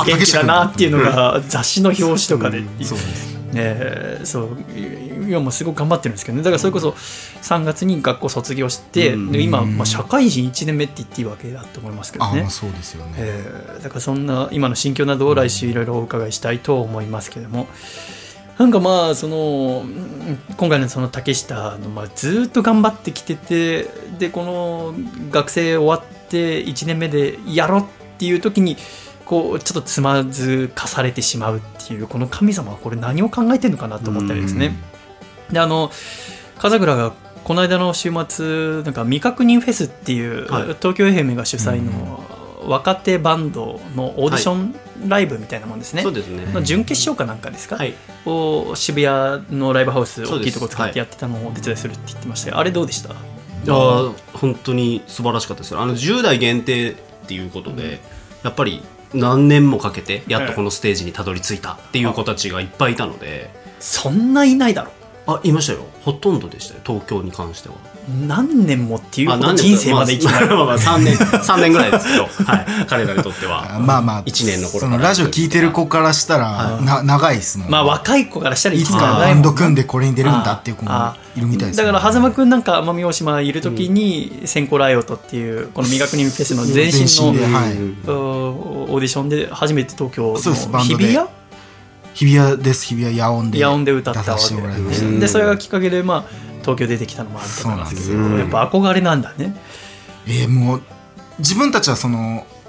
元気だなっていうのが雑誌の表紙とかで、うん、そうですね、そう今もすごく頑張ってるんですけどね。だからそれこそさんがつに学校卒業して、うん、で今、まあ、社会人いちねんめって言っていいわけだと思いますけどね。 あ、まあ、そうですよね、 えー、だからそんな今の心境などを来週いろいろお伺いしたいと思いますけども、なんかまあその今回のその竹下の、まあ、ずっと頑張ってきてて、でこの学生終わっていちねんめでやろうっていう時にこうちょっとつまずかされてしまうっていう、この神様はこれ何を考えてるのかなと思ったりですね。であの風倉がこの間の週末なんか未確認フェスっていう、はい、東京 エフエム が主催の若手バンドのオーディションライブみたいなもんですね、はい、そうですね、の準決勝かなんかですか、はい、を渋谷のライブハウス大きいところ使ってやってたのをお手伝いするって言ってましたよ、はい、あれどうでした？ あ本当に素晴らしかったですよ。あのじゅうだい限定っていうことで、うん、やっぱり何年もかけてやっとこのステージにたどり着いたっていう子たちがいっぱいいたので、 そんないないだろ。 あ、いましたよ。ほとんどでしたよ、東京に関しては。 何年もっていうほど人生まで生きた、 まあ、まあさんねんさんねんぐらいですけど、はい、彼らにとってはまあまあいちねんの頃そのラジオ聞いてる子からしたら、はい、な長いですもん、 まあ、若い子からしたらいつかバンド組んでこれに出るんだっていう子もいるみたいです、ね、 だから狭間くんなんか奄美大島いるときに先行ライオットっていうこの未確認フェスの前身の、はい、オーディションで初めて東京の日比谷日比谷です。日比谷野音で野音で歌ったわけで、でそれがきっかけで、まあ、東京出てきたのもあると思いますけど、やっぱ憧れなんだね。 えー、もう自分たちはその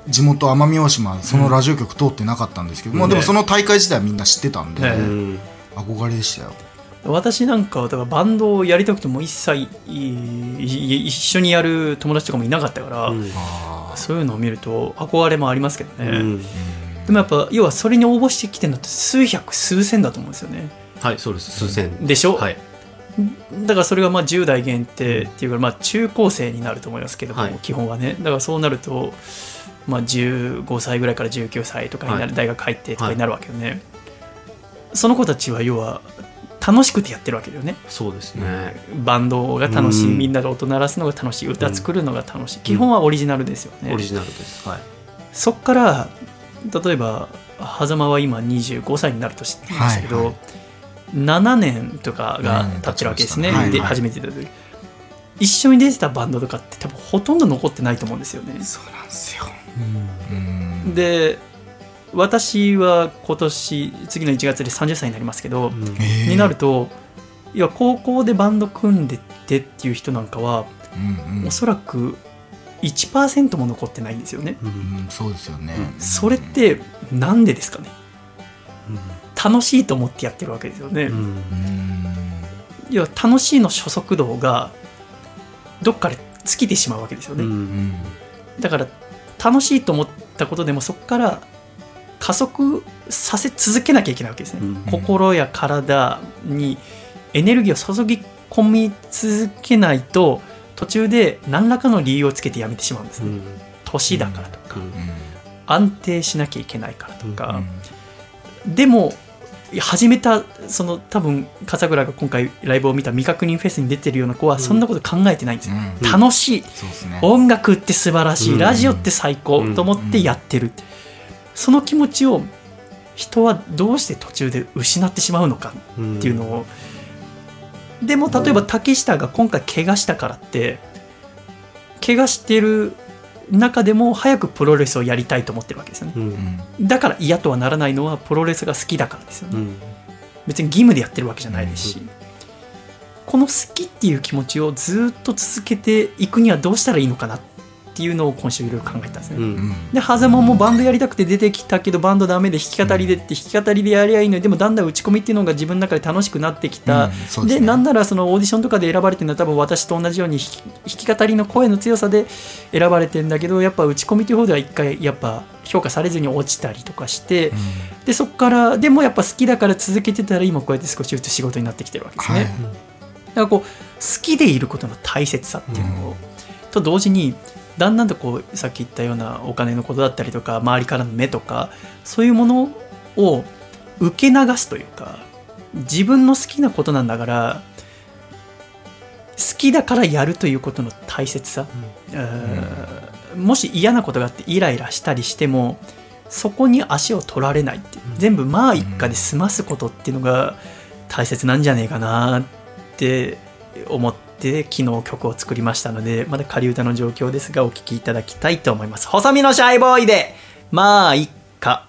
地元奄美大島そのラジオ局通ってなかったんですけど、うん、まあでもその大会自体はみんな知ってたんで、うん、憧れでしたよ。 私なんかはだからバンドをやりたくても一切一緒にやる友達とかもいなかったから、うん、そういうのを見ると憧れもありますけどね、うん、でもやっぱ要はそれに応募してきてるのって数百数千だと思うんですよね。 はいそうです、数千でしょ、 はい、 だからそれがまあじゅう代限定っていうかまあ中高生になると思いますけども、はい、基本はね。だからそうなるとまあじゅうごさいぐらいからじゅうきゅうさいとかになる、はい、大学入ってとかになるわけよね、はい、その子たちは要は楽しくてやってるわけだよね。 そうですね。 バンドが楽しい、みんなで音鳴らすのが楽しい、歌作るのが楽しい、基本はオリジナルですよね。 オリジナルです、はい、そっから例えば狭間は今にじゅうごさいになると知ってましたけど、はいはい、ななねんとかが経ってるわけですね、はいはい、で初めて出た時一緒に出てたバンドとかって多分ほとんど残ってないと思うんですよね。 そうなんですよ。 うんで私は今年次のいちがつでさんじゅっさいになりますけど、うん、になるといや高校でバンド組んでてっていう人なんかは、うんうん、おそらく いちパーセント も残ってないんですよね、 うん、そうですよね、 うん、それってなんでですかね、うん、楽しいと思ってやってるわけですよね、うん、いや楽しいの初速度がどっかで尽きてしまうわけですよね、うん、だから楽しいと思ったことでもそこから加速させ続けなきゃいけないわけですね、うん、心や体にエネルギーを注ぎ込み続けないと途中で何らかの理由をつけてやめてしまうんですね、うん、年だからとか、うん、安定しなきゃいけないからとか、うん、でも始めたその多分笠倉が今回ライブを見た未確認フェスに出てるような子はそんなこと考えてないんですよ、うん、楽しい、うんそうですね、音楽って素晴らしい、うん、ラジオって最高と思ってやってるって、うん、その気持ちを人はどうして途中で失ってしまうのかっていうのを、うん、でも例えば竹下が今回怪我したからって怪我してる中でも早くプロレスをやりたいと思ってるわけですよね、うん、だから嫌とはならないのはプロレスが好きだからですよね、うん、別に義務でやってるわけじゃないですし、うん、この好きっていう気持ちをずっと続けていくにはどうしたらいいのかなっていうのを今週いろいろ考えたんですね、うん、で狭間もバンドやりたくて出てきたけどバンドダメで弾き語りでって弾き語りでやりゃいいのにでもだんだん打ち込みっていうのが自分の中で楽しくなってきた、うん で, ね、でなんならそのオーディションとかで選ばれてるのは多分私と同じように弾き語りの声の強さで選ばれてるんだけどやっぱ打ち込みという方では一回やっぱ評価されずに落ちたりとかして、うん、でそこからでもやっぱ好きだから続けてたら今こうやって少しずつ仕事になってきてるわけですね、はい、だからこう好きでいることの大切さっていうのを、うん、と同時にだんだんとこうさっき言ったようなお金のことだったりとか周りからの目とかそういうものを受け流すというか自分の好きなことなんだから好きだからやるということの大切さ、うん、もし嫌なことがあってイライラしたりしてもそこに足を取られないっていう、うん、全部まあ一家で済ますことっていうのが大切なんじゃねえかなって思ってで昨日曲を作りましたのでまだ仮歌の状況ですがお聴きいただきたいと思います。細身のシャイボーイでまあいっか。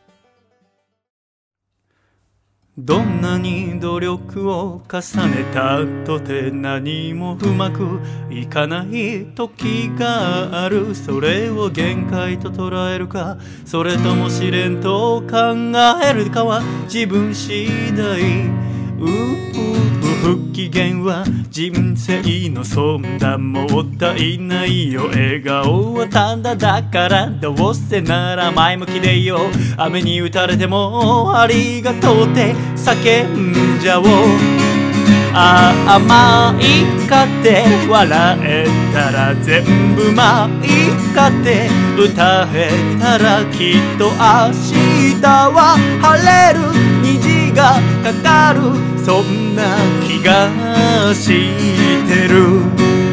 どんなに努力を重ねたとて何もうまくいかない時がある。それを限界と捉えるかそれとも試練と考えるかは自分次第。う不機嫌は人生のそんなもったいないよ。笑顔はただだからどうせなら前向きでいよう。雨に打たれてもありがとうって叫んじゃおう。ああまあいっかって笑えたら全部まあいっかって歌えたらきっと明日は晴れる虹がかかるそんな気がしてる。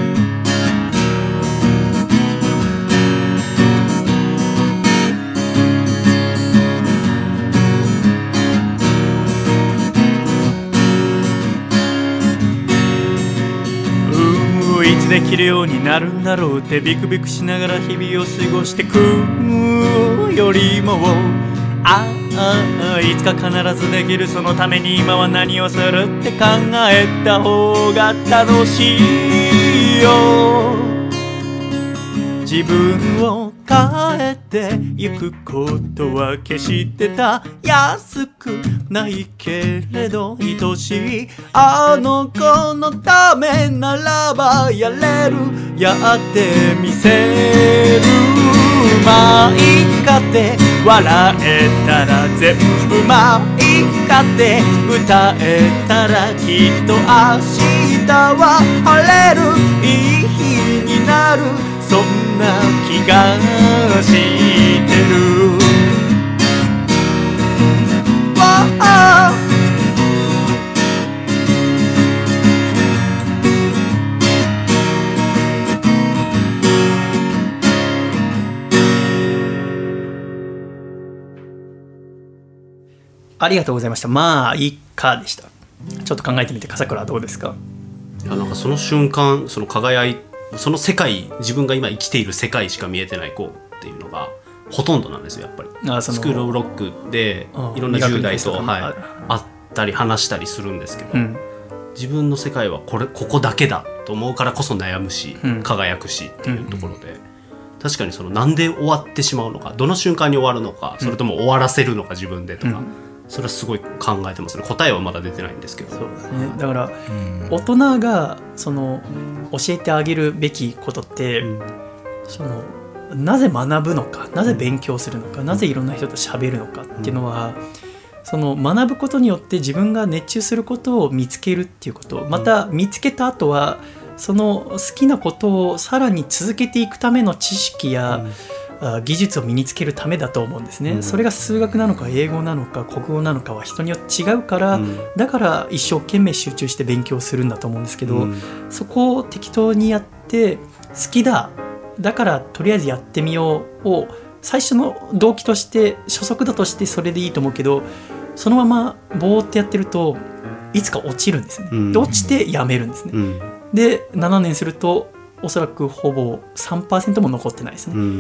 いつできるようになるんだろうってビクビクしながら日々を過ごしてくよりもああいつか必ずできるそのために今は何をするって考えた方が楽しいよ。自分を変えてゆくことは決してた安くないけれど愛しいあの子のためならばやれるやってみせるまあいいかって笑えたら全部まあいいかって歌えたらきっと明日は晴れるいい日になるそんな気がしてるわあありがとうございました。まあいいかでした。ちょっと考えてみて笠倉はどうですか？ いやなんかその瞬間その輝いその世界自分が今生きている世界しか見えてない子っていうのがほとんどなんですよやっぱり。あスクール・オブ・ロックでいろんなじゅう代と、はい、会ったり話したりするんですけど、うん、自分の世界はこれここだけだと思うからこそ悩むし、うん、輝くしっていうところで、うん、確かにそのなんで終わってしまうのかどの瞬間に終わるのかそれとも終わらせるのか自分でとか、うん、それはすごい考えてますね。答えはまだ出てないんですけど。 そうですね。だから大人がその教えてあげるべきことって、うん、そのなぜ学ぶのかなぜ勉強するのか、うん、なぜいろんな人と喋るのかっていうのは、うん、その学ぶことによって自分が熱中することを見つけるっていうことまた見つけた後はその好きなことをさらに続けていくための知識や、うん、技術を身につけるためだと思うんですね、うん、それが数学なのか英語なのか国語なのかは人によって違うから、うん、だから一生懸命集中して勉強するんだと思うんですけど、うん、そこを適当にやって好きだだからとりあえずやってみようを最初の動機として初速だとしてそれでいいと思うけどそのままぼーってやってるといつか落ちるんですね、うん、で落ちてやめるんですね、うん、でななねんするとおそらくほぼ さんパーセント も残ってないですね、うん、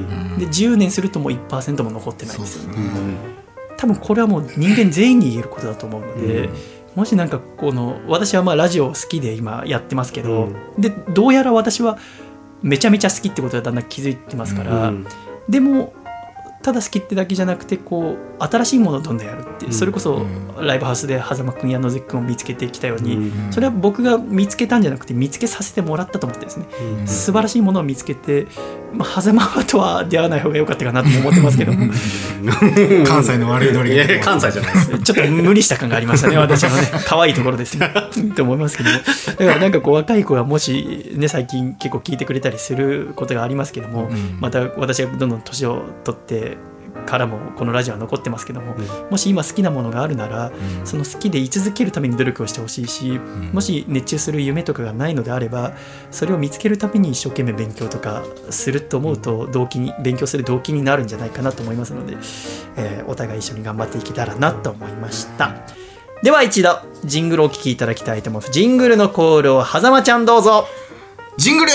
でじゅうねんするともう いちパーセント も残ってないですよね、うん、多分これはもう人間全員に言えることだと思うので、うん、もしなんかこの私はまあラジオ好きで今やってますけど、うん、でどうやら私はめちゃめちゃ好きってことはだんだん気づいてますから、うん、でもただ好きってだけじゃなくてこう新しいものをどんどんやるって、うん、それこそライブハウスで狭間くんや野関くんを見つけてきたように、うん、それは僕が見つけたんじゃなくて見つけさせてもらったと思ってですね、うん、素晴らしいものを見つけて、まあ、狭間とは出会わない方が良かったかなと思ってますけども関西の悪いノリで関西じゃないですちょっと無理した感がありましたね私のね可愛いところですよと思いますけどもだからなんかこう若い子がもしね最近結構聞いてくれたりすることがありますけども、うん、また私がどんどん年を取ってからもこのラジオは残ってますけども、うん、もし今好きなものがあるなら、うん、その好きで居続けるために努力をしてほしいし、うん、もし熱中する夢とかがないのであればそれを見つけるために一生懸命勉強とかすると思うと動機に勉強する動機になるんじゃないかなと思いますので、えー、お互い一緒に頑張っていけたらなと思いました。では一度ジングルをお聴きいただきたいと思います。ジングルのコールを狭間ちゃんどうぞ。 ジングル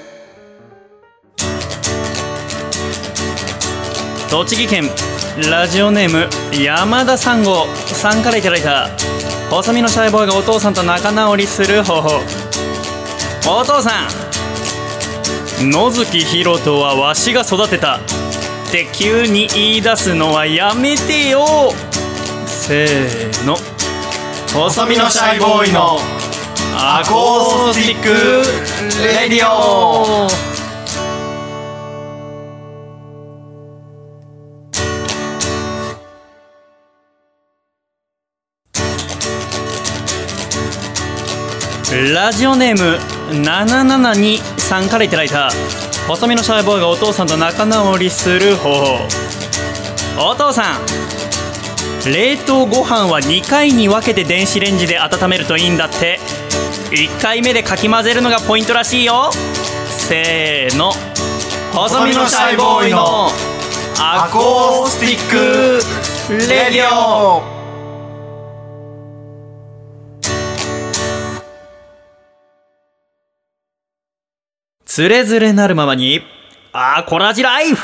栃木県ラジオネーム山田三号さんからいただいた細身のシャイボーイがお父さんと仲直りする方法。お父さん野月ひろとはわしが育てたって急に言い出すのはやめてよ。せーの細身のシャイボーイのアコースティックレディオ。ラジオネームななななにさんからいただいた細身のシャイボーイがお父さんと仲直りする方法。お父さん冷凍ご飯はにかいに分けて電子レンジで温めるといいんだって。いっかいめでかき混ぜるのがポイントらしいよ。せーの細身のシャイボーイのアコースティックレディオ。つれづれなるままにアコラジライフ。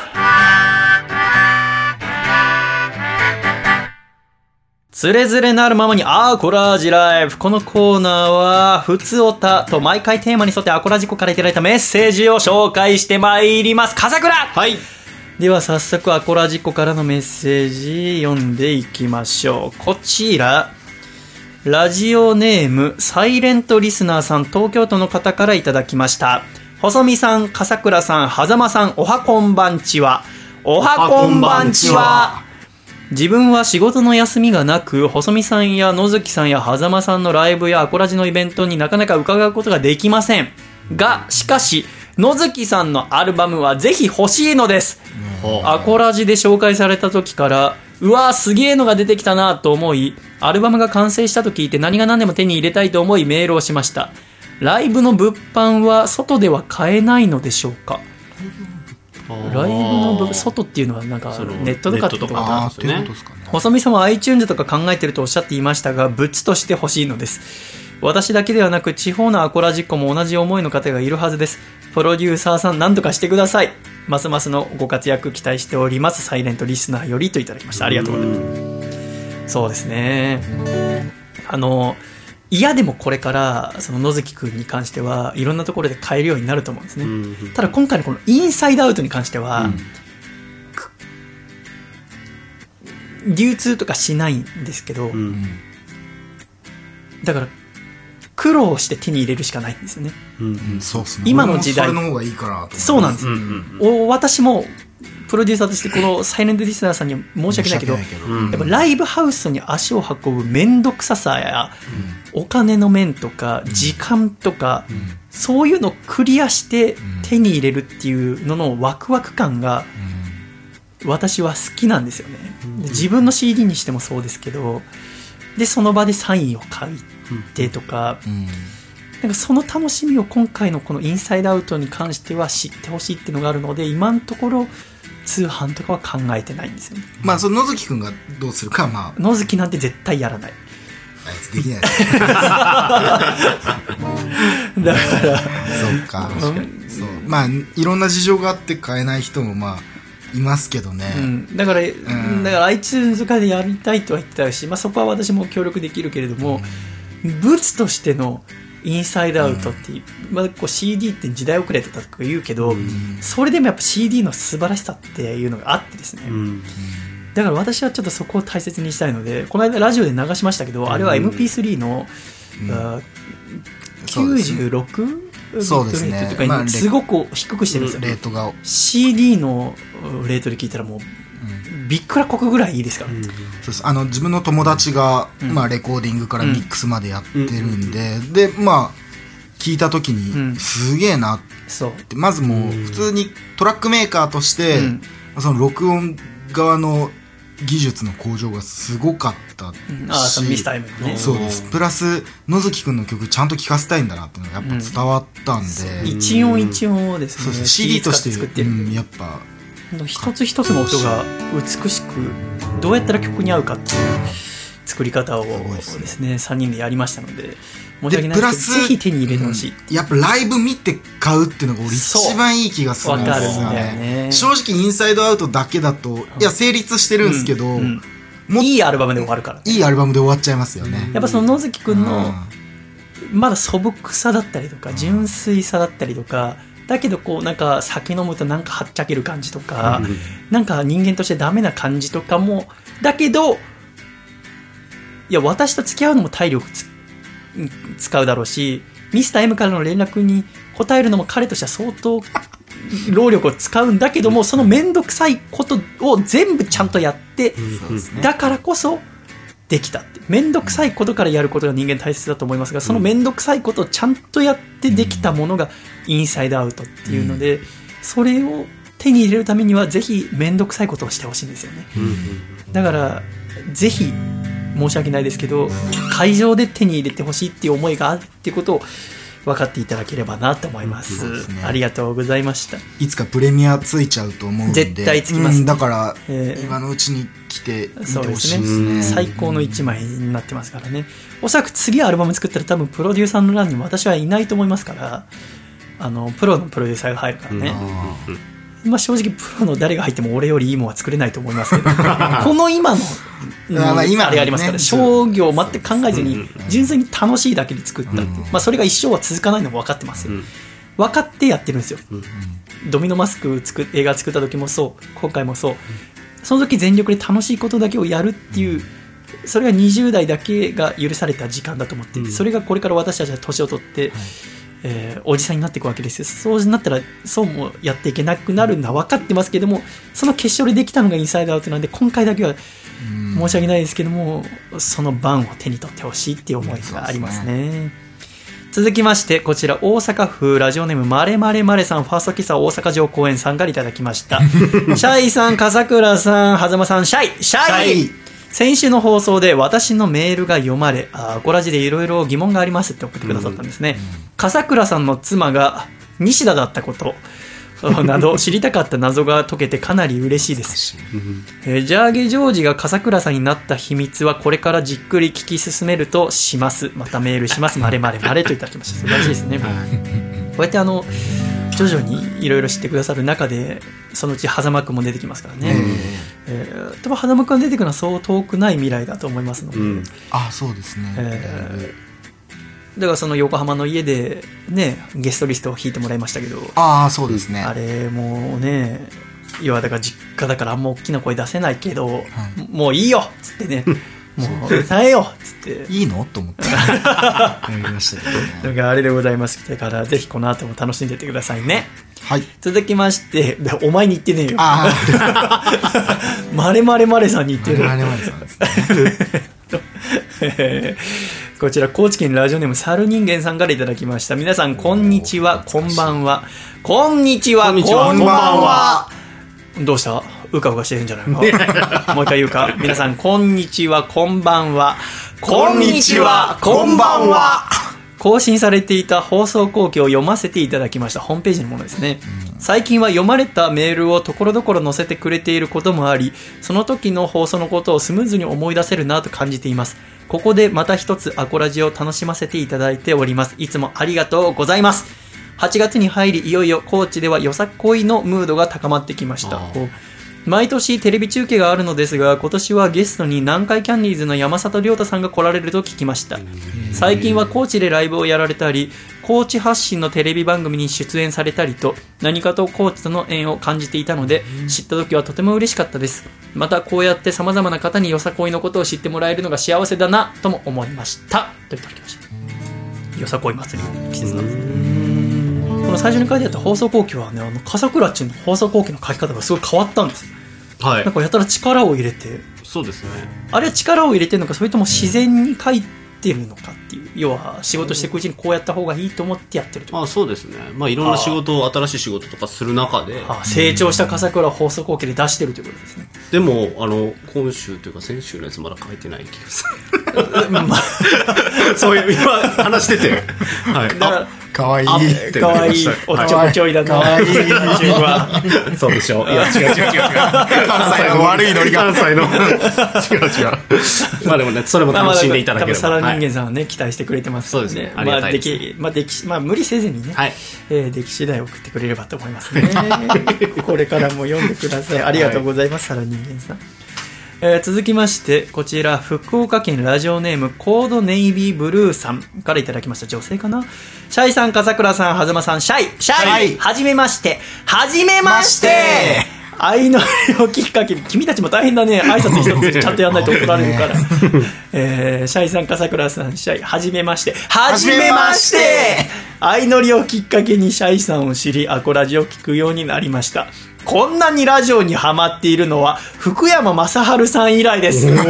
つれづれなるままにアコラジライフ。このコーナーはふつおたと毎回テーマに沿ってアコラジコからいただいたメッセージを紹介してまいります。笠倉、 はい、 では早速アコラジコからのメッセージ読んでいきましょう。こちらラジオネームサイレントリスナーさん、東京都の方からいただきました。細見さん、笠倉さん、狭間さん、おはこんばんちは。おはこんばんちは。自分は仕事の休みがなく、細見さんや野月さんや狭間さんのライブやアコラジのイベントになかなか伺うことができませんが、しかし野月さんのアルバムはぜひ欲しいのです。アコラジで紹介された時から、うわーすげーのが出てきたなと思い、アルバムが完成したと聞いて何が何でも手に入れたいと思いメールをしました。ライブの物販は外では買えないのでしょうか。ライブの外っていうのはなんかネットとかってことかな。細見さんは iTunes とか考えてるとおっしゃっていましたが、物として欲しいのです。私だけではなく地方のアコラジっ子も同じ思いの方がいるはずです。プロデューサーさん何とかしてください。ますますのご活躍期待しております。サイレントリスナーよりといただきました。ありがとうございます。そうですね、あのいやでもこれからその野月くんに関してはいろんなところで買えるようになると思うんですね、うん、ただ今回のこのインサイドアウトに関しては、うん、流通とかしないんですけど、うん、だから苦労して手に入れるしかないんですよね、うんうん、そうですね。今の時代それの方がいいかなと。 そうなんです、うんうん、私もプロデューサーとしてこのサイレントリスナーさんには申し訳ないけど、やっぱライブハウスに足を運ぶ面倒くささや、うん、お金の面とか時間とか、うん、そういうのをクリアして手に入れるっていうののワクワク感が私は好きなんですよね、うん、自分の シーディー にしてもそうですけど、でその場でサインを書いてとか、うん、なんかその楽しみを今回のこのインサイドアウトに関しては知ってほしいっていうのがあるので、今のところ通販とかは考えてないんですよね。 まあその野月くんがどうするか、まあ野月なんて絶対やらない。 あいつできないですだからそうか、そうまあいろんな事情があって買えない人もまあいますけどね、うん、 だから、うん、だから iTunes とかでやりたいとは言ってたし、まあ、そこは私も協力できるけれども、うん、物としてのインサイドアウトっていう、うん、まあ、こう シーディー って時代遅れとか言うけど、うん、それでもやっぱ シーディー の素晴らしさっていうのがあってですね、うん、だから私はちょっとそこを大切にしたいので、この間ラジオで流しましたけど、うん、あれは エムピースリー の、うん、きゅうじゅうろくそうですね、 とかにすごく低くしてるんですよ、 レートがシーディー のレートで聞いたらもう、うん、びっくらこくぐらいいいですから、うん、そうです。あの自分の友達が、うん、まあ、レコーディングからミックスまでやってるんで、うん、でまあ聞いた時に、うん、すげえなって、そうまずもう普通にトラックメーカーとして、うん、その録音側の技術の向上がすごかったし、 うん、ああミスタイムね。 そうです。プラス野月くんの曲ちゃんと聴かせたいんだなっていうのがやっぱ伝わったんで、 うん、一音一音をですね、 そうです。シーディー として作ってる、うん、やっぱ一つ一つの音が美しくどうやったら曲に合うかっていう作り方をですねさんにんでやりましたので、申し訳ないですけどぜひ手に入れてほしい、 うん、やっぱライブ見て買うっていうのが俺一番いい気がするんですよ ね, ね正直インサイドアウトだけだと、うん、いや成立してるんですけど、うんうん、 もいいアルバムで終わるから、ね、 いいアルバムで終わっちゃいますよね。 やっぱその野月くんのまだ素朴さだったりとか純粋さだったりとか、だけどこうなんか酒飲むとなんかはっちゃける感じとか、うん、なんか人間としてダメな感じとかもだけど、いや私と付き合うのも体力つ使うだろうし、ミスター M からの連絡に答えるのも彼としては相当労力を使うんだけども、その面倒くさいことを全部ちゃんとやって、うん、だからこそできたって。面倒くさいことからやることが人間大切だと思いますが、その面倒くさいことをちゃんとやってできたものがインサイドアウトっていうので、それを手に入れるためにはぜひ面倒くさいことをしてほしいんですよね。だからぜひ申し訳ないですけど会場で手に入れてほしいっていう思いがあるっていうことを分かっていただければなと思います、ね、ありがとうございました。 いつかプレミアついちゃうと思うんで絶対つきます、 うん、だから、えー、今のうちに来てみてほしいですね。そうですね、 最高のいちまいになってますからね。おそらく次アルバム作ったら多分プロデューサーの欄にも私はいないと思いますから、あのプロのプロデューサーが入るからね、うんまあ、正直プロの誰が入っても俺よりいいものは作れないと思いますけどこの今のあれがありますから、ね、商業を全く考えずに純粋に楽しいだけで作ったって、うんまあ、それが一生は続かないのも分かってますよ、うん、 分かってやってるんですよ、うん、ドミノマスク作映画作った時もそう今回もそう、うん、その時全力で楽しいことだけをやるっていう、それがにじゅう代だけが許された時間だと思っていて、うん、それがこれから私たちは年を取って、はいえー、おじさんになっていくわけですよ。そうなったらそうもやっていけなくなるのは分かってますけども、その決勝でできたのがインサイドアウトなんで、今回だけは申し訳ないですけども、その番を手に取ってほしいっていう思いがありますね。続きましてこちら大阪府ラジオネームまれまれまれさん、ファースト喫茶大阪城公園さんからいただきましたシャイさん、笠倉さん、狭間さん、シャイシャイ先週の放送で私のメールが読まれ、あコラジでいろいろ疑問がありますって送ってくださったんですね、うん、笠倉さんの妻が西田だったことなど知りたかった謎が解けてかなり嬉しいです、えー、ジャーゲジョージが笠倉さんになった秘密はこれからじっくり聞き進めるとします。またメールします。まれまれまれといただきました。素晴らしいですね。こうやってあの徐々にいろいろ知ってくださる中で、そのうち狭間くんも出てきますからね、えー、多分狭間くんが出てくるのはそう遠くない未来だと思いますので、うん、 あそうですね、 えー、だからその横浜の家でねゲストリストを引いてもらいましたけど、 あそうですね、 あれもね、要はだから実家だからあんま大きな声出せないけど、はい、もういいよっつってねもう歌えよっつっていいのと思ってやりましたけど、ね、 だからあれでございます。だからぜひこの後も楽しんでいってくださいね。 はい、 続きましてお前に言ってねえよあまれまれまれさんに言ってるまれまれさんですねこちら高知県ラジオネーム猿人間さんからいただきました。皆さんこんにちは、こんばんは。こんにちは、こんばんは。どうした？うかうかしてるんじゃないかもう一回言うか。皆さんこんにちは、こんばんは。こんにちは、こんばんは。更新されていた放送後期を読ませていただきました。ホームページのものですね。最近は読まれたメールをところどころ載せてくれていることもあり、その時の放送のことをスムーズに思い出せるなと感じています。ここでまた一つアコラジを楽しませていただいております。いつもありがとうございます。はちがつに入り、いよいよ高知ではよさこいのムードが高まってきました。毎年テレビ中継があるのですが、今年はゲストに南海キャンディーズの山里亮太さんが来られると聞きました。最近は高知でライブをやられたり、高知発信のテレビ番組に出演されたりと、何かと高知との縁を感じていたので、知った時はとても嬉しかったです。またこうやって様々な方によさこいのことを知ってもらえるのが幸せだなとも思いましたといただきました。よさこい祭りの季節なんですね。この最初に書いてあった放送後期はね、あの笠倉っちの放送後期の書き方がすごい変わったんです。はい、なんかやたら力を入れて、 そうですね、 あれは力を入れてるのか、それとも自然に書いてるのかっていう、要は仕事していくうちにこうやった方がいいと思ってやってると。 あそうですね、まあ、いろんな仕事を新しい仕事とかする中であ成長した笠倉を放送後期で出してるということですね。 でもあの今週というか先週のやつまだ書いてない気がするまあ、そういう今話してて、はい、だからかわいいかわいいおっちょこちょいだな、かわいいそうでしょ。いや違う違う違う関西の悪いノリが関西の違う違うまあでもね、それも楽しんでいただければ、 サラ人間さんはね、はい、期待してくれてますので、 そうですね、ありがたいです、ね。 まあできまあできまあ無理せずにね、はい、えー、でき次第送ってくれればと思いますねこれからも読んでください。ありがとうございます、はい、サラ人間さん。えー、続きましてこちら福岡県ラジオネームコードネイビーブルーさんからいただきました。女性かな。シャイさん、笠倉さん、狭間さん、シャイシャイはじめましてはじめまして愛のりをきっかけに、君たちも大変だね、挨拶一つちゃんとやんないと怒られるから、えー、シャイさん、笠倉さん、シャイはじめましてはじめまして愛のりをきっかけにシャイさんを知り、アコラジを聞くようになりました。こんなにラジオにハマっているのは福山雅治さん以来です笑っ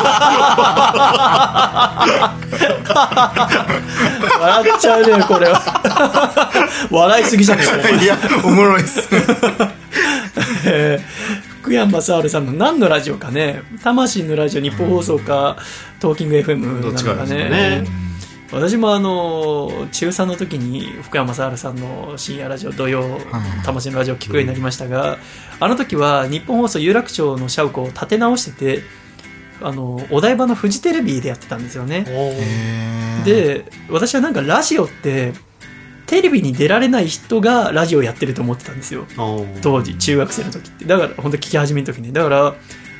ちゃうねこれは笑いすぎじゃねえか。 いやおもろいっす、 えー、福山雅治さんの何のラジオかね、魂のラジオ、日本放送か、うん、トーキング エフエム なのかね。私もあの中さんの時に福山雅治さんの深夜ラジオ、土曜魂のラジオを聞くようになりましたが、あの時は日本放送有楽町の社屋を立て直してて、あのお台場のフジテレビでやってたんですよね。で私はなんかラジオってテレビに出られない人がラジオやってると思ってたんですよ、当時中学生の時って。だから本当聞き始めの時ね、だから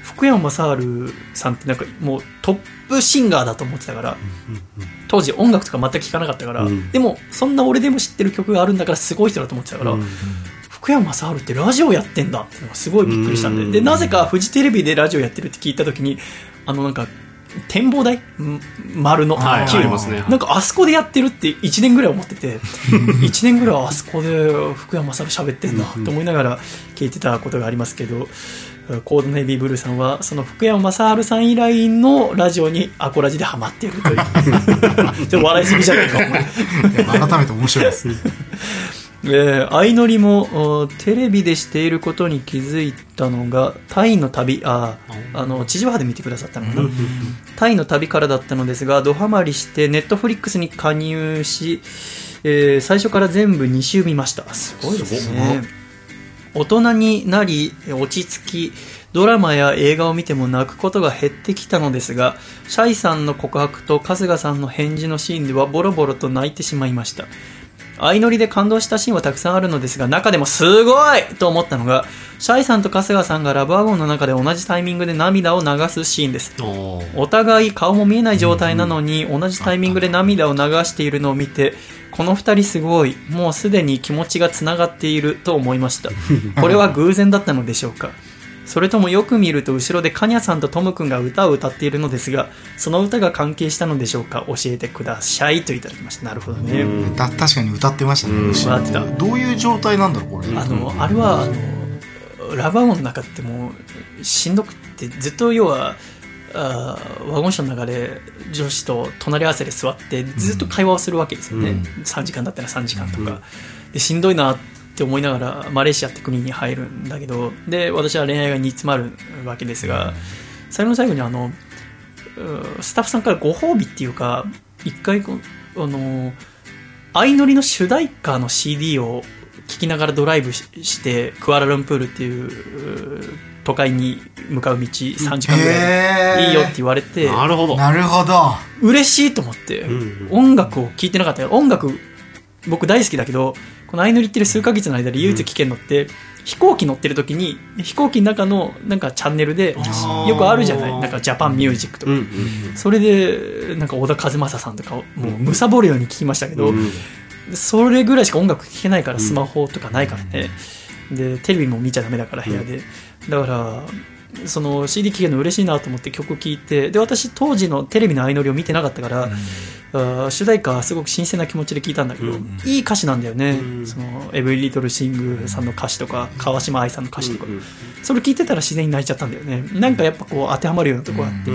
福山雅治さんってなんかもうトップシンガーだと思ってたから、当時音楽とか全く聴かなかったから、うん、でもそんな俺でも知ってる曲があるんだからすごい人だと思ってたから、うん、福山雅治ってラジオやってんだっていうのがすごいびっくりしたんで、うん、でなぜかフジテレビでラジオやってるって聞いた時にあのなんか展望台丸の、 はい、ありますね、 なんかあそこでやってるっていちねんぐらい思ってていちねんぐらいあそこで福山雅治喋ってんだと思いながら聞いてたことがありますけど、コードネイビーブルーさんはその福山雅治さん以来のラジオにアコラジでハマっているというちょっと笑いすぎじゃないか改めて面白いですねえー、相乗りもテレビでしていることに気づいたのがタイの旅、ああの地上波で見てくださったのかなタイの旅からだったのですが、ドハマりしてネットフリックスに加入し、えー、最初から全部に週見ました。すごいですね。大人になり落ち着きドラマや映画を見ても泣くことが減ってきたのですが、シャイさんの告白と春日さんの返事のシーンではボロボロと泣いてしまいました。相乗りで感動したシーンはたくさんあるのですが、中でもすごいと思ったのがシャイさんと春日さんがラブワゴンの中で同じタイミングで涙を流すシーンです。お互い顔も見えない状態なのに同じタイミングで涙を流しているのを見て、このふたりすごい、もうすでに気持ちがつながっていると思いました。これは偶然だったのでしょうか。それともよく見ると後ろでカニャさんとトム君が歌を歌っているのですが、その歌が関係したのでしょうか。教えてくださいといただきました。なるほどね。 だ確かに歌ってましたね。 歌ってた。 どういう状態なんだろうこれ。 あのあれはあのラブワゴンの中ってもうしんどくってずっと要はあワゴン車の中で女子と隣り合わせで座ってずっと会話をするわけですよね、うん、さんじかんだったらさんじかんとか、うん、でしんどいなって思いながらマレーシアって国に入るんだけど、で私は恋愛が煮詰まるわけですが、最後の最後にあのスタッフさんからご褒美っていうか一回あの相乗りの主題歌の シーディー を聴きながらドライブしてクアラルンプールっていう都会に向かう道さんじかんぐらいいいよって言われて、 なるほどなるほど嬉しいと思って、うんうん、音楽を聴いてなかったよ。音楽僕大好きだけど、この相乗りってる数ヶ月の間で唯一聴けるのって、うん、飛行機乗ってる時に飛行機の中のなんかチャンネルでよくあるじゃない、なんかジャパンミュージックとか、うんうんうん、それでなんか小田和正さんとかをもうむさぼるように聴きましたけど、うん、それぐらいしか音楽聴けないから、スマホとかないからね、うん、でテレビも見ちゃダメだから部屋で、うん、だからその シーディー 聴けるの嬉しいなと思って曲聴いて、で私当時のテレビの相乗りを見てなかったから、うんあ主題歌はすごく新鮮な気持ちで聴いたんだけど、うん、いい歌詞なんだよね、うん、そのエブリリトルシングさんの歌詞とか川島愛さんの歌詞とか、うん、それ聴いてたら自然に泣いちゃったんだよね。なんかやっぱこう当てはまるようなとこがあって、うん、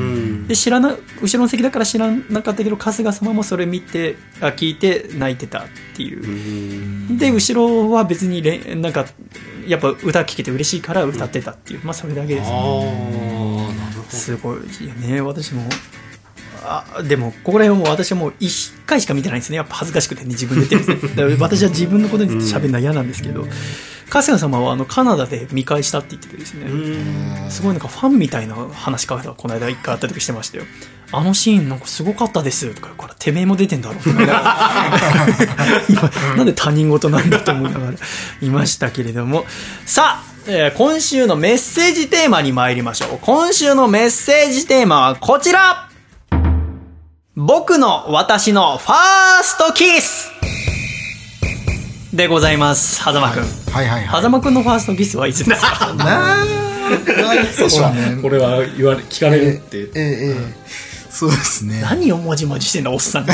で知らな後ろの席だから知らなかったけど春日様もそれ見てあ聞いて泣いてたっていう、うん、で後ろは別にれなんかやっぱ歌聴けて嬉しいから歌ってたっていう、まあそれだけですね。すごいよね。私もあでもここら辺はもう私はもういっかいしか見てないんですね。やっぱ恥ずかしくてね、自分で言ってるんですね。だから私は自分のことについて喋るのは嫌なんですけど、うん、春日様はあのカナダで見返したって言っててですね、すごいなんかファンみたいな話し方がこの間一回あった時してましたよ。あのシーンなんかすごかったですとか言うから、てめえも出てんだろうと思いながら今なんで他人事なんだと思いながらいましたけれども、さあえー、今週のメッセージテーマに参りましょう。今週のメッセージテーマはこちら。僕の私のファーストキスでございます。狭間くん、はいはいはい、狭間くんのファーストキスはいつですか？なないでしょうね。 これは言われ聞かれるって、えーえーえーそうですね。 何をもじもじしてんだおっさんが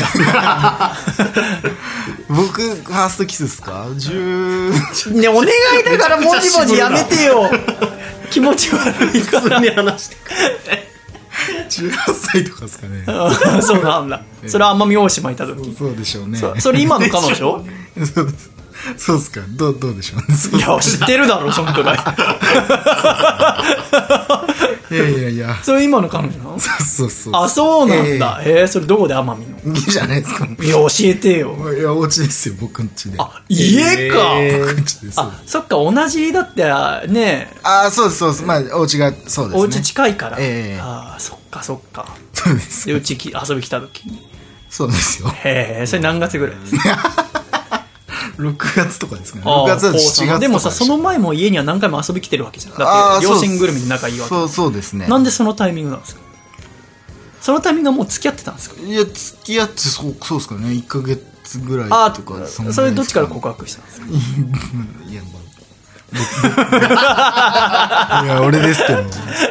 僕ファーストキスですか？じゅうね、お願いだからもじもじやめてよ気持ち悪いから普通に話してくれじゅうはっさいとかですかねそうなんだ。それは奄美大島いた時。 そうでしょうね。 そ, それ今の彼女そうですそうですか。どうどうでしょうね。 いや知ってるだろそのくらいいやいやいやそれ今の彼女なの？ そうそうそう。 あそうなんだ。えー、えー、それどこで奄美の？ 家じゃないですか。 いや教えてよ。 いやお家ですよ僕ん家で。 あ家か、 えー、僕ん家です。 あそっか同じだってね。 あそうですそうです。まあお家がそうですね。 お家近いから、 えー、 あそっかそっか。 そうです。 でうち遊び来た時に。 そうですよ。 へえそれ何月ぐらいですか？ ろくがつとかですかね。ろくがつはしちがつとかでもさ、その前も家には何回も遊び来てるわけじゃん。だって両親ぐるみで仲いいわけ。 そうそうですね。 なんでそのタイミングなんですか？そのタイミングはもう付き合ってたんですか？ いや、付き合ってそうそうですかね。いっかげつぐらいとか。 そ, それどっちから告白したんですか？ いや、いや俺ですけど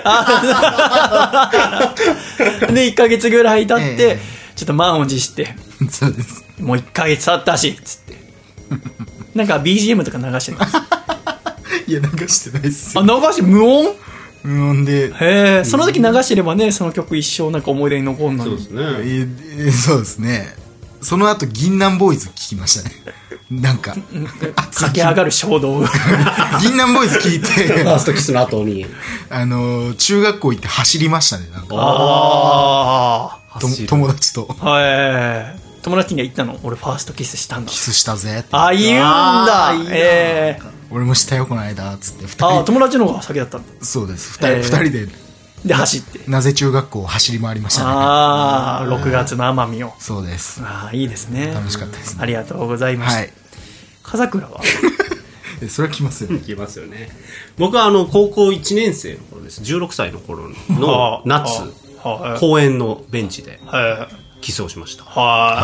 でいっかげつぐらい経って、ええ、ちょっと満を持してそうですもういっかげつ経ったしっつってなんか ビージーエム とか流してますいや流してないっすよ。 あ、流して無音無音で。 へえ、その時流してればね、その曲一生なんか思い出に残るのに。 そうですね、 ええ、そうですね。その後銀杏ボーイズ聞きましたね。なんか駆け上がる衝動銀杏ボーイズ聞いてファーストキスの後にあの中学校行って走りましたね。なんかああ友達と、 はい、友達には言ったの？俺ファーストキスしたんだ、 キスしたぜって。 あ、言うんだ。ええー、 俺もしたよこの間つってふたり。 あ、友達の方が先だったんだ。 そうです。ふたり、えー、ふたりでで走ってなぜ中学校を走り回りましたね。 ああ、ろくがつの奄美を。 そうです。 ああ、いいですね。 楽しかったですね。 ありがとうございました。はい。風倉はそれは来ますよね。 来ますよね。僕はあの高校いちねん生の頃です。じゅうろくさいの頃の夏、公園のベンチでキスをしました。はい。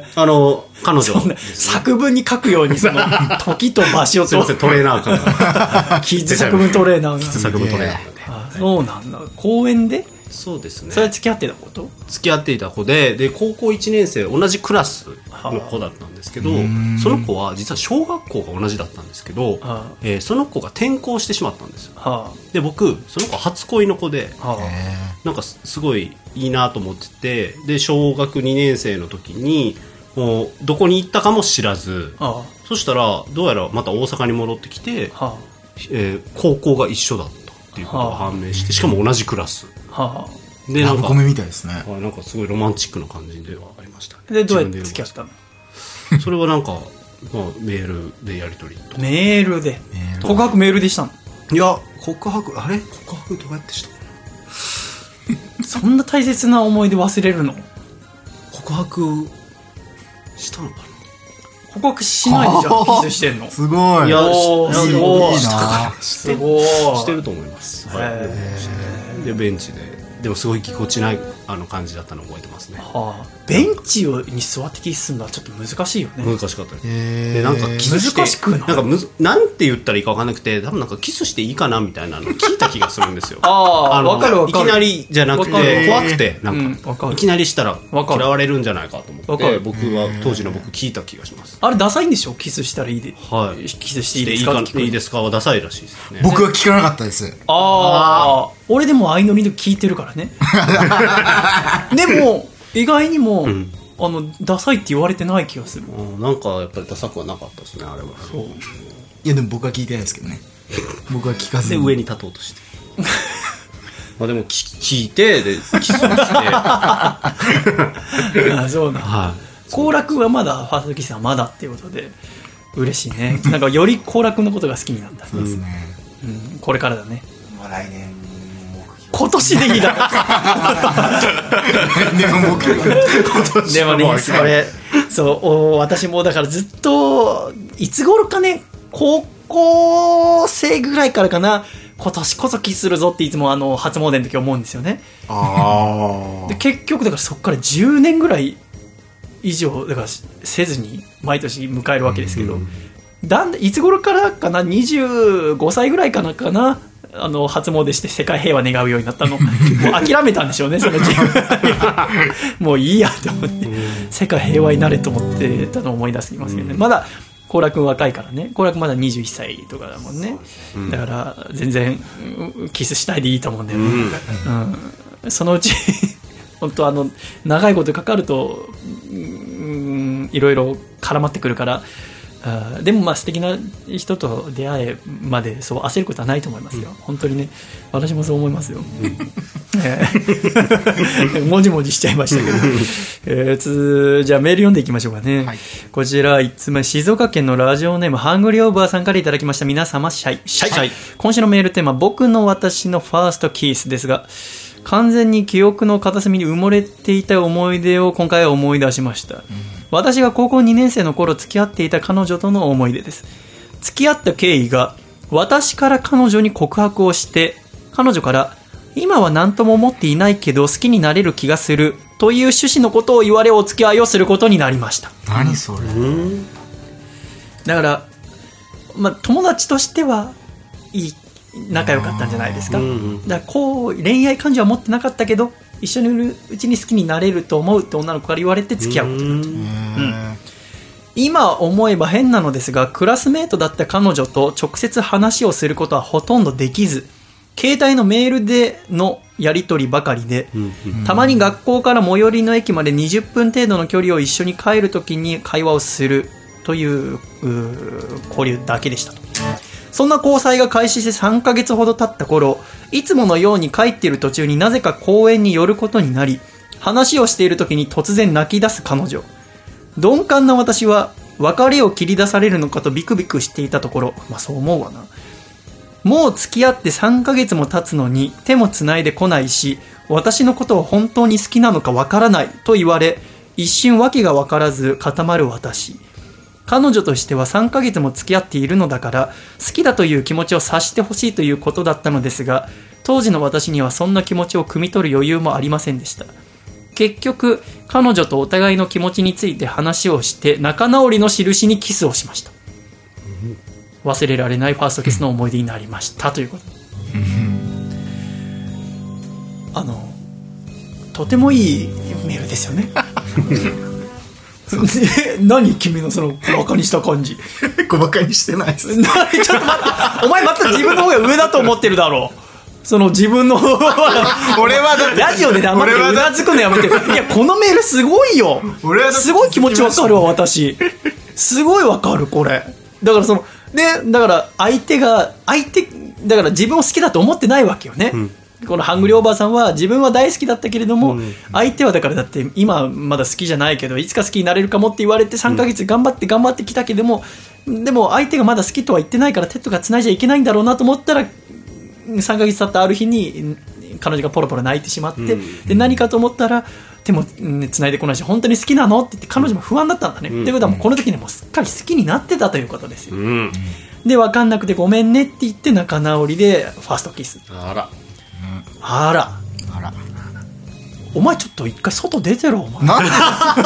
あの彼女、ね、 作文に書くようにその時と場所とすいません、トレーナーからキッズ作文トレーナーがキッズ作文トレーナーで。 そうなんだ。公園で？ そうですね。 それ付き合ってたこと？ 付き合っていた子で、で高校いちねん生同じクラスの子だったんですけど、その子は実は小学校が同じだったんですけど、えー、その子が転校してしまったんですよ。で僕その子初恋の子で、なんかすごいいいなと思ってて、で小学にねん生の時にもうどこに行ったかも知らず、そしたらどうやらまた大阪に戻ってきて、えー、高校が一緒だったっていうことが判明して、しかも同じクラス。 はあ、でなんかラブコメみたいですね。 なんかすごいロマンチックな感じではありましたね。 でどうやって付き合ったの？ それはなんか、まあ、メールでやり取りと。 メールで告白メールでしたの？ いや告白あれ告白どうやってしたかなそんな大切な思い出忘れるの？ 告白したのかな。 告白しないでじゃあキスしてんの？ すごい。 いやすごいな。すごいしてると思います。でベンチででもすごいぎこちないあの感じだったのを覚えてますね。 はあ、ベンチに座ってキスするのはちょっと難しいよね。 難しかったです。でなんかキスして難しくない？ なんかむずなんて言ったらいいか分かんなくて、多分なんかキスしていいかなみたいなのを聞いた気がするんですよ。 ああ、分かる分かる。 いきなりじゃなくて怖くてなんか、 うん、 いきなりしたら嫌われるんじゃないかと思って僕は当時の僕聞いた気がします。 あれダサいんでしょ？キスしたらいいで、 はい、 キスしていいですか？ いいですかはダサいらしいですね。 僕は聞かなかったです。 ああ、俺でも相乗りで聞いてるからね。でも意外にも、うん、あのダサいって言われてない気がする。 なんかやっぱりダサくはなかったですねあれは。 そう。いやでも僕は聞いてないですけどね。僕は聞かずにで上に立とうとしてまあでも聞いてでキスをしてあそうなん、はい、幸楽はまだファーストキスはまだっていうことで嬉しいね。なんかより幸楽のことが好きになった。 そうですね、 うん、これからだね。 まあ来年今年でいいだでも僕でもねそれそう私もだからずっといつ頃かね高校生ぐらいからかな、今年こそキスするぞっていつもあの初詣の時思うんですよね。あで結局だからそこからじゅうねんぐらい以上だからせずに毎年迎えるわけですけど、うん、だんだんいつ頃からかなにじゅうごさいぐらいかなかなあの初詣して世界平和願うようになったのもう諦めたんでしょうねその自分もういいやと思って世界平和になれと思ってたのを思い出しますけどね。まだ幸楽若いからね。幸楽まだにじゅういっさいとかだもんね、うん、だから全然キスしたいでいいと思うんだよね、うんうん、そのうち本当あの長いことかかると、うん、いろいろ絡まってくるから、あでもまあ素敵な人と出会えまでそう焦ることはないと思いますよ、うん、本当にね私もそう思いますよ、うんえー、もじもじしちゃいましたけど、えー、つじゃあメール読んでいきましょうかね、はい、こちらいつも静岡県のラジオネームハングリーオーバーさんからいただきました。皆様シャイシャイ、はい、今週のメールテーマ僕の私のファーストキスですが、 完全に記憶の片隅に埋もれていた思い出を今回は思い出しました、うん、私が高校にねん生の頃付き合っていた彼女との思い出です。付き合った経緯が、私から彼女に告白をして、彼女から今は何とも思っていないけど好きになれる気がするという趣旨のことを言われお付き合いをすることになりました。 何それ。 だから、まあ、友達としてはいい仲良かったんじゃないですか。だからこう恋愛感情は持ってなかったけど一緒にいるうちに好きになれると思うって女の子から言われて付き合うことになった。うん、今思えば変なのですが、クラスメートだった彼女と直接話をすることはほとんどできず、携帯のメールでのやり取りばかりで、たまに学校から最寄りの駅までにじゅっぷん程度の距離を一緒に帰るときに会話をするという、う交流だけでしたと。そんな交際が開始してさんかげつほど経った頃、いつものように帰っている途中になぜか公園に寄ることになり、話をしている時に突然泣き出す彼女。鈍感な私は別れを切り出されるのかとビクビクしていたところ、まあそう思うわな。もう付き合ってさんかげつも経つのに手もつないでこないし、私のことを本当に好きなのかわからないと言われ、一瞬訳がわからず固まる私。彼女としてはさんかげつも付き合っているのだから好きだという気持ちを察してほしいということだったのですが、当時の私にはそんな気持ちを汲み取る余裕もありませんでした。結局彼女とお互いの気持ちについて話をして仲直りの印にキスをしました。忘れられないファーストキスの思い出になりましたということ。あのとてもいいメールですよね。何君のその小バカにした感じ。 小バカにしてないです。 何ちょっと待って、お前また自分の方が上だと思ってるだろう。その自分の俺はだってラジオで黙ってうなずくのやめて。いやこのメールすごいよ。 俺はすごい気持ちわかるわ私。すごいわかるこれ。だからそのね、だから相手が相手だから自分を好きだと思ってないわけよね。うん、このハングリーおばあさんは自分は大好きだったけれども、うん、相手はだからだって今まだ好きじゃないけどいつか好きになれるかもって言われてさんかげつ頑張って頑張ってきたけども、うん、でも相手がまだ好きとは言ってないから手とか繋いじゃいけないんだろうなと思ったらさんかげつ経ったある日に彼女がポロポロ泣いてしまって、うん、で何かと思ったら手も繋いでこないし本当に好きなのって言って彼女も不安だったんだね、うん、ってことはもうこの時にもうすっかり好きになってたということですよ、うん、で分かんなくてごめんねって言って仲直りでファーストキス。 あらあらあらお前ちょっと一回外出てろお前。 なんで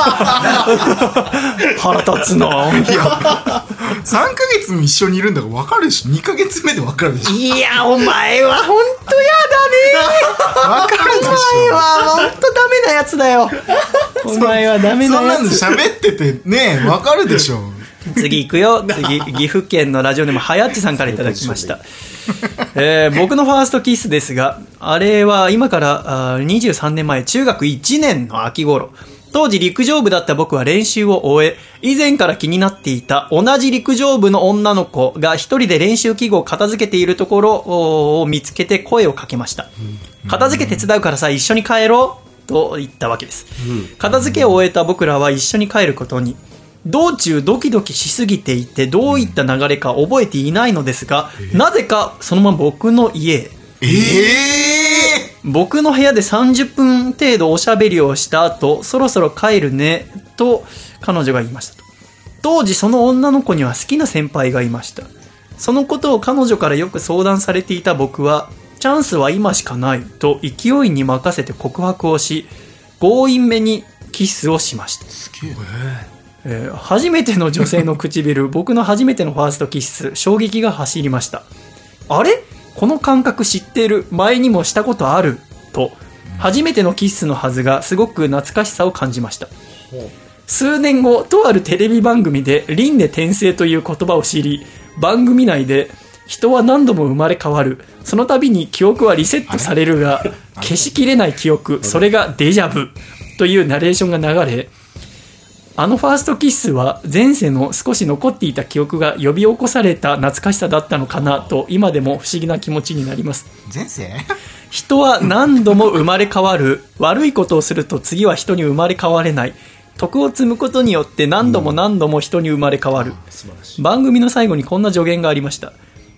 腹立つな。いやさんかげつも一緒にいるんだから分かるでしょ。にかげつめで分かるでしょ。 いやお前は本当やだね。 分かるでしょ。 お前は本当ダメなやつだよ。お前はダメなやつ。 そんなんで喋っててね分かるでしょ。 次行くよ。次岐阜県のラジオネームはやっちさんからいただきました。えー、僕のファーストキスですが、あれは今からにじゅうさんねんまえ、中学いちねんの秋頃、当時陸上部だった僕は練習を終え、以前から気になっていた同じ陸上部の女の子が一人で練習器具を片付けているところを見つけて声をかけました。片付け手伝うからさ一緒に帰ろうと言ったわけです。片付けを終えた僕らは一緒に帰ることに。道中ドキドキしすぎていてどういった流れか覚えていないのですが、えー、なぜかそのまま僕の家へ、 えー、 僕の部屋でさんじゅっぷん程度おしゃべりをした後、そろそろ帰るねと彼女が言いましたと。当時その女の子には好きな先輩がいました。そのことを彼女からよく相談されていた僕は、チャンスは今しかないと勢いに任せて告白をし、強引めにキスをしました。 すげえ。 えー、初めての女性の唇、僕の初めてのファーストキス、衝撃が走りました。あれ？この感覚知ってる、前にもしたことあると、初めてのキスのはずがすごく懐かしさを感じました。数年後、とあるテレビ番組で輪廻転生という言葉を知り、番組内で人は何度も生まれ変わる、その度に記憶はリセットされるが消しきれない記憶、それがデジャブというナレーションが流れ、あのファーストキスは前世の少し残っていた記憶が呼び起こされた懐かしさだったのかなと今でも不思議な気持ちになります。 前世？ 人は何度も生まれ変わる、悪いことをすると次は人に生まれ変われない、徳を積むことによって何度も何度も人に生まれ変わる、うん、番組の最後にこんな助言がありました。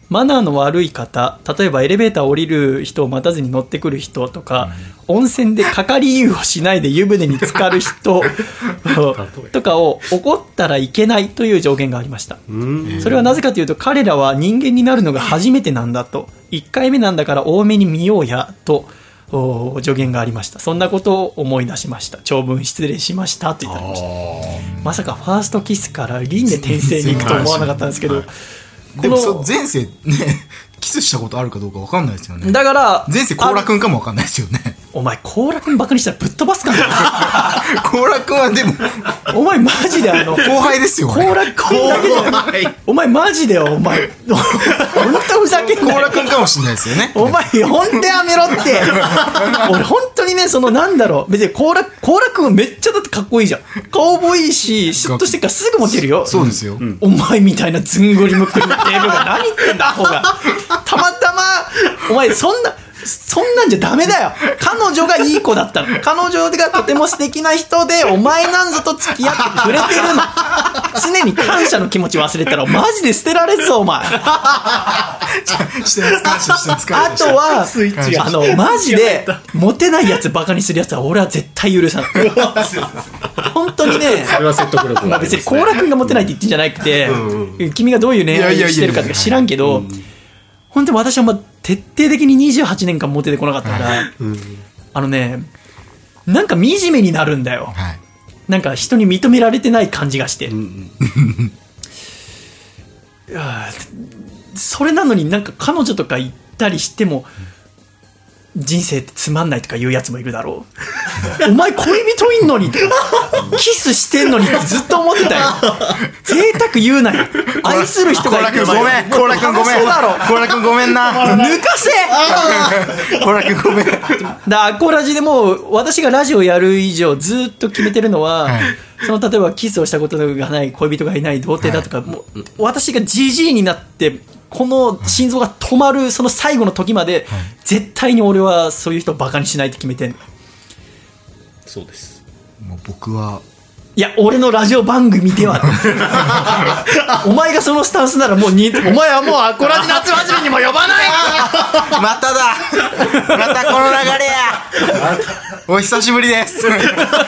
マナーの悪い方、例えばエレベーター降りる人を待たずに乗ってくる人とか、うん、温泉で係湯をしないで湯船に浸かる人とかを怒ったらいけないという上限がありました。それはなぜかというと、彼らは人間になるのが初めてなんだと、いっかいめなんだから多めに見ようやと助言がありました。そんなことを思い出しました。長文失礼しましたといただきました。まさかファーストキスから輪廻転生に行くと思わなかったんですけど、 でもそ前世ねキスしたことあるかどうか分かんないですよね。 だから前世コーラくんかも分かんないですよね。 お前コーラくんバカにしたらぶっ飛ばすからコーラくんはでもお前マジであの後輩ですよ。 コーラくんだけじゃないお前マジでお前本当ふざけんなよ。 コーラくんかもしれないですよね。 お前本当やめろって俺本当にね、そのなんだろう、別にコーラコーラくんめっちゃだってかっこいいじゃん。顔もいいしシュッとしてからすぐモテるよ。 そうですよ、 うん、お前みたいなずんぐりむっくりのテーブルが何言ってんだアホが。たまたまお前そんなそんなんじゃダメだよ。彼女がいい子だったの。彼女がとても素敵な人でお前なんぞと付き合ってくれてるの。常に感謝の気持ち忘れたらマジで捨てられるぞお前。 してます感謝してます感謝。 あとはあのマジでモテないやつバカにするやつは俺は絶対許さない。本当にね、 それは説得力がありますね。 別にコーラ君がモテないって言ってんじゃなくて、うんうん、君がどういう恋愛をしてるかとか知らんけど、本当に私はまあ徹底的ににじゅうはちねんかんモテてこなかったから、うん、あのね、なんか惨めになるんだよ、はい、なんか人に認められてない感じがして、うん、いやそれなのになんか彼女とか行ったりしても人生ってつまんないとか言うやつもいるだろう。お前恋人いんのにキスしてんのにってずっと思ってたよ。贅沢言うなよ。愛する人がいる。 コーラくんごめん。コーラくんごめん。コーラくんごめんな。 抜かせ。 コーラくんごめん。 だアコラジでもう私がラジオやる以上ずっと決めてるのは、はい、その例えばキスをしたことがない恋人がいない童貞だとか、はい、もう私がジジイになってこの心臓が止まるその最後の時まで、はい、絶対に俺はそういう人をバカにしないって決めてんの。 そうです。 もう僕はいや俺のラジオ番組ではお前がそのスタンスならもうにお前はもうアコラジ夏祭りにも呼ばないまただまたこの流れやお久しぶりですで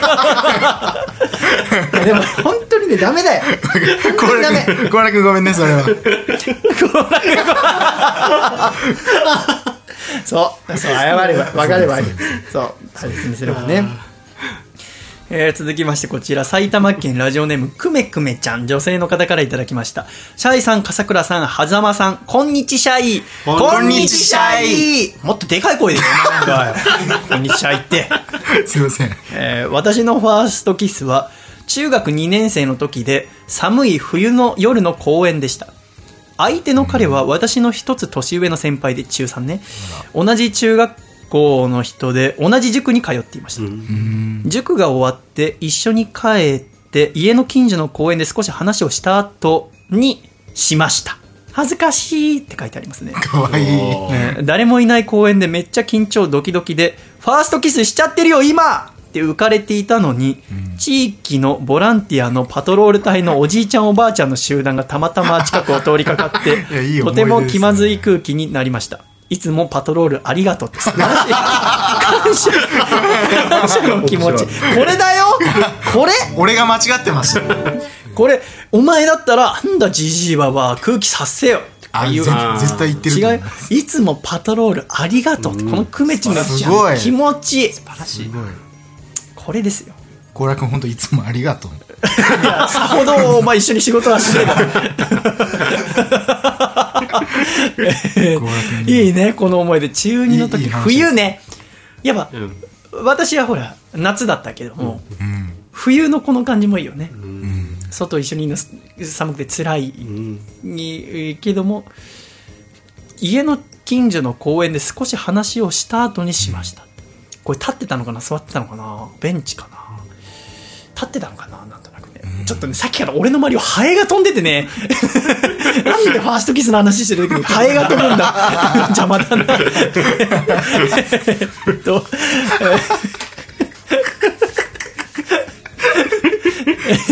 も本当にねダメだよ。 コーラ君コーラ君ごめんねそれはそうそう謝れば分かればいい。そう大切にすればね。えー、続きましてこちら埼玉県ラジオネームくめくめちゃん、女性の方からいただきました。シャイさん、笠倉さん、はざまさん、こんにちシャイ。 こんにちシャイ。 もっとでかい声で言うなこんにちシャイってすいません、 えー、私のファーストキスは中学にねん生の時で寒い冬の夜の公園でした。相手の彼は私の一つ年上の先輩で中さんね、同じ中学校の人で同じ塾に通っていました。うん、塾が終わって一緒に帰って家の近所の公園で少し話をした後にしました。恥ずかしいって書いてありますね。 かわいい、 ね、誰もいない公園でめっちゃ緊張ドキドキでファーストキスしちゃってるよ今って浮かれていたのに、うん、地域のボランティアのパトロール隊のおじいちゃんおばあちゃんの集団がたまたま近くを通りかかっていいとても気まずい空気になりました。いつもパトロールありがとうって感謝感謝の気持ちこれだよ。これ俺が間違ってましたこれお前だったらなんだジジイババア空気させよあ絶対言ってると思います。 違ういつもパトロールありがとうってこのクメチの気持ち素晴らしい。これですよ。 コーラ君本当いつもありがとう。 いやさほどお前一緒に仕事はしてたいいねこの思い出。中にの時いいいい冬ねやっぱ、うん、私はほら夏だったけども、うん、冬のこの感じもいいよね、うん、外一緒にいるの寒くて辛い、うん、けども家の近所の公園で少し話をした後にしました。これ立ってたのかな座ってたのかなベンチかな立ってたのかななんとなくね、うん、ちょっとねさっきから俺の周りをハエが飛んでてねなんでファーストキスの話してる時にハエが飛ぶんだ邪魔だなえっとえ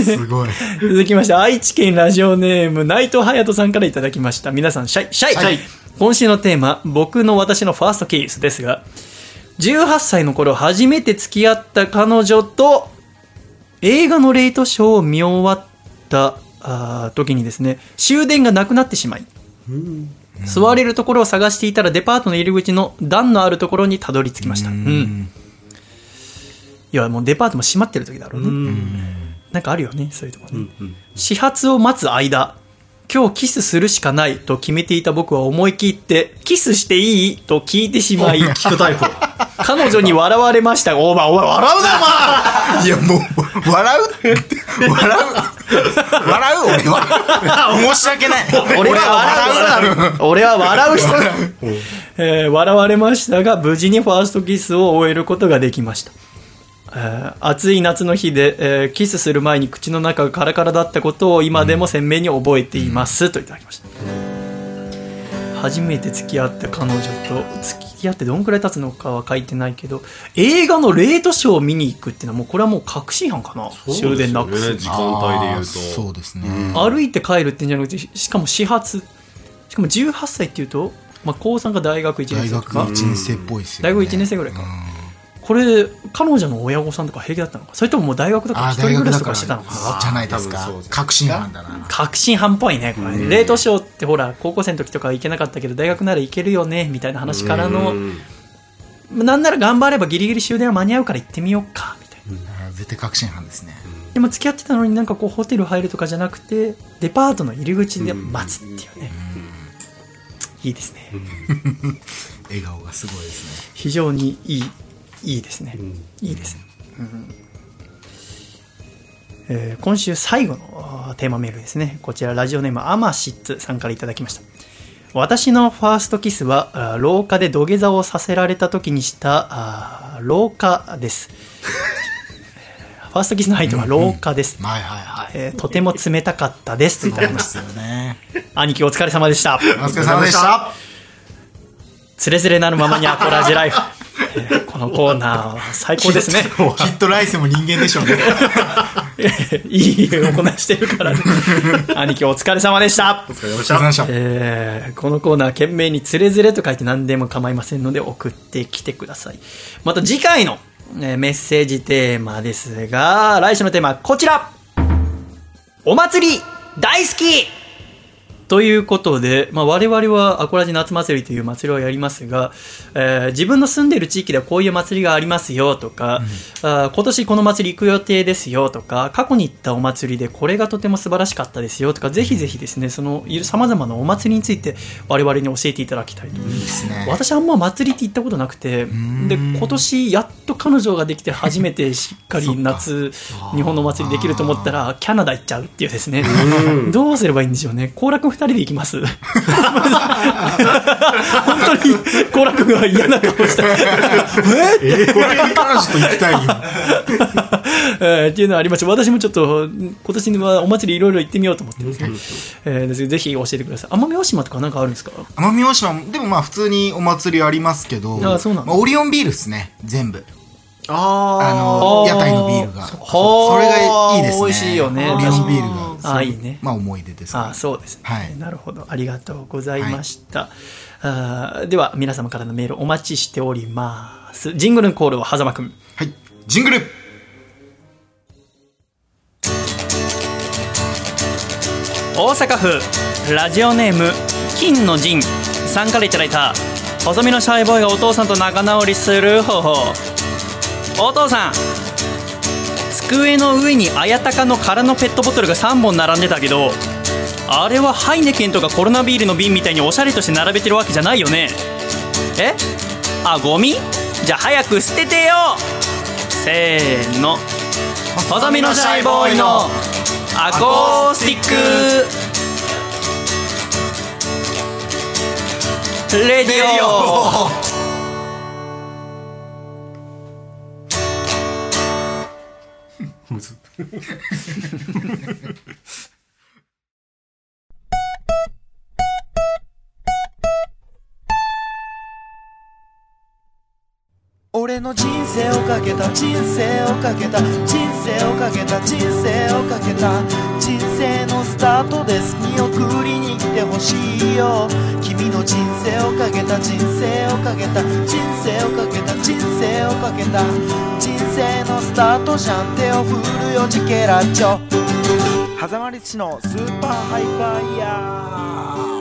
すごい。 続きまして、愛知県ラジオネーム内藤隼人さんからいただきました。皆さんシャイシャイ、シャイ。今週のテーマ、僕の私のファーストキスですが、じゅうはっさいの頃初めて付き合った彼女と映画のレイトショーを見終わったあ時にですね、終電がなくなってしまい、うん座れるところを探していたらデパートの入り口の段のあるところにたどり着きました。うん、うん、いやもうデパートも閉まってる時だろうね。うん、なんかあるよねそういうところね、うんうん、始発を待つ間、今日キスするしかないと決めていた僕は思い切ってキスしていいと聞いてしまい聞くタイプ彼女に笑われましたが、お前お前笑うなお前いやもう笑う笑う笑う俺は申し訳ない俺は笑う俺は笑う人だ、えー、笑われましたが無事にファーストキスを終えることができました。えー、暑い夏の日で、えー、キスする前に口の中がカラカラだったことを今でも鮮明に覚えています、うん、といただきました。初めて付き合った彼女と付き合ってどんくらい経つのかは書いてないけど、映画のレートショーを見に行くっていうのはもうこれはもう確信犯かな。終電なくす、 ね、時間帯で言うとそうですね、 歩いて帰るってんじゃなくて、しかも始発、しかもじゅうはっさいっていうと、まあ、高さんが大学いちねん生とか大学いちねん生っぽいですよね。 大学いちねん生ぐらいか、これ彼女の親御さんとか平気だったのか、それとももう大学だから一人暮らしとかしてたのかな。 じゃないですか。確信犯だな。 確信犯っぽいねこれ。レートショーってほら高校生の時とか行けなかったけど大学なら行けるよねみたいな話からの、なんなら頑張ればギリギリ終電は間に合うから行ってみようかみたいな、 うん、絶対確信犯ですね。 でも付き合ってたのになんかこうホテル入るとかじゃなくてデパートの入り口で待つっていうね、いいですね笑顔がすごいですね。 非常にいいいいですね、うん、いいですね、うんえー、今週最後のテーマメールですね。こちらラジオネームアマシッツさんからいただきました。私のファーストキスは廊下で土下座をさせられた時にした廊下ですファーストキスの相手は廊下です、うんうんはいはいはいえー、とても冷たかったですといただきました。そうですよね。兄貴お疲れ様でした。 お疲れ様でした。 つれづれなるままにアコラジライフえー、このコーナー最高ですね。 きっと来世も人間でしょうねいい行いしてるからね兄貴お疲れ様でした。 お疲れ様でした、 えー、このコーナー懸命につれづれと書いて何でも構いませんので送ってきてください。また次回の、えー、メッセージテーマですが、来週のテーマはこちら、お祭り大好きということで、まあ、我々はアコラジ夏祭りという祭りをやりますが、えー、自分の住んでいる地域ではこういう祭りがありますよとか、うん、あ今年この祭り行く予定ですよとか、過去に行ったお祭りでこれがとても素晴らしかったですよとか、ぜひぜひですね、そのさまざまなお祭りについて我々に教えていただきたいと。いいですね。私あんま祭りって行ったことなくて、で今年やっと彼女ができて初めてしっかり夏日本のお祭りできると思ったらキャナダ行っちゃうっていうですね、どうすればいいんでしょうね。行楽ふたりで行きます本当に好楽が嫌な顔したええー、これに彼女と行きたいよえー、っていうのはありました。私もちょっと今年はお祭りいろいろ行ってみようと思ってですね、えー、ですぜひ教えてください。奄美大島とかなんかあるんですか？ 奄美大島でもまあ普通にお祭りありますけど、 あ、そうなんだ。 まあ、オリオンビールですね全部。 ああの屋台のビールが そ, それがいいですね。 美味しいよね。 オリオンビールがあいいね。 まあ思い出です、ね。 あそうですね、 はい、 なるほど、ありがとうございました、はい、あでは皆様からのメールお待ちしております。ジングルコールは狭間くん。 はい、ジングル。 大阪府ラジオネーム金の陣さんからいただいた細身のシャイボーイがお父さんと仲直りする方法。お父さん、机の上に綾鷹の空のペットボトルがさんぼん並んでたけど、あれはハイネケンとかコロナビールの瓶みたいにおしゃれとして並べてるわけじゃないよね。えあ、ゴミ？じゃあ早く捨ててよ。せーの、細身のシャイボーイのアコースティックレディオ。 むず俺の人生をかけた人生をかけた人生をかけた人生をかけた人生のスタートです見送りに来てほしいよ君の人生をかけた人生をかけた人生をかけた人生をかけた人生のスタートじゃん手を振るよジケラッチョ狭間律師のスーパーハイパーイヤー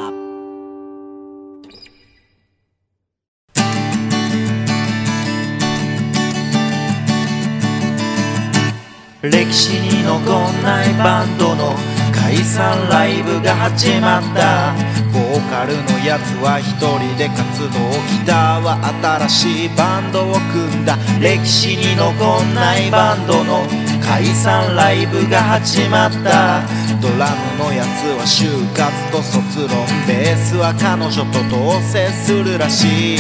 歴史に残んないバンドの解散ライブが始まったボーカルのやつは一人で活動ギターは新しいバンドを組んだ歴史に残んないバンドの解散ライブが始まったドラムのやつは就活と卒論ベースは彼女と同棲するらしい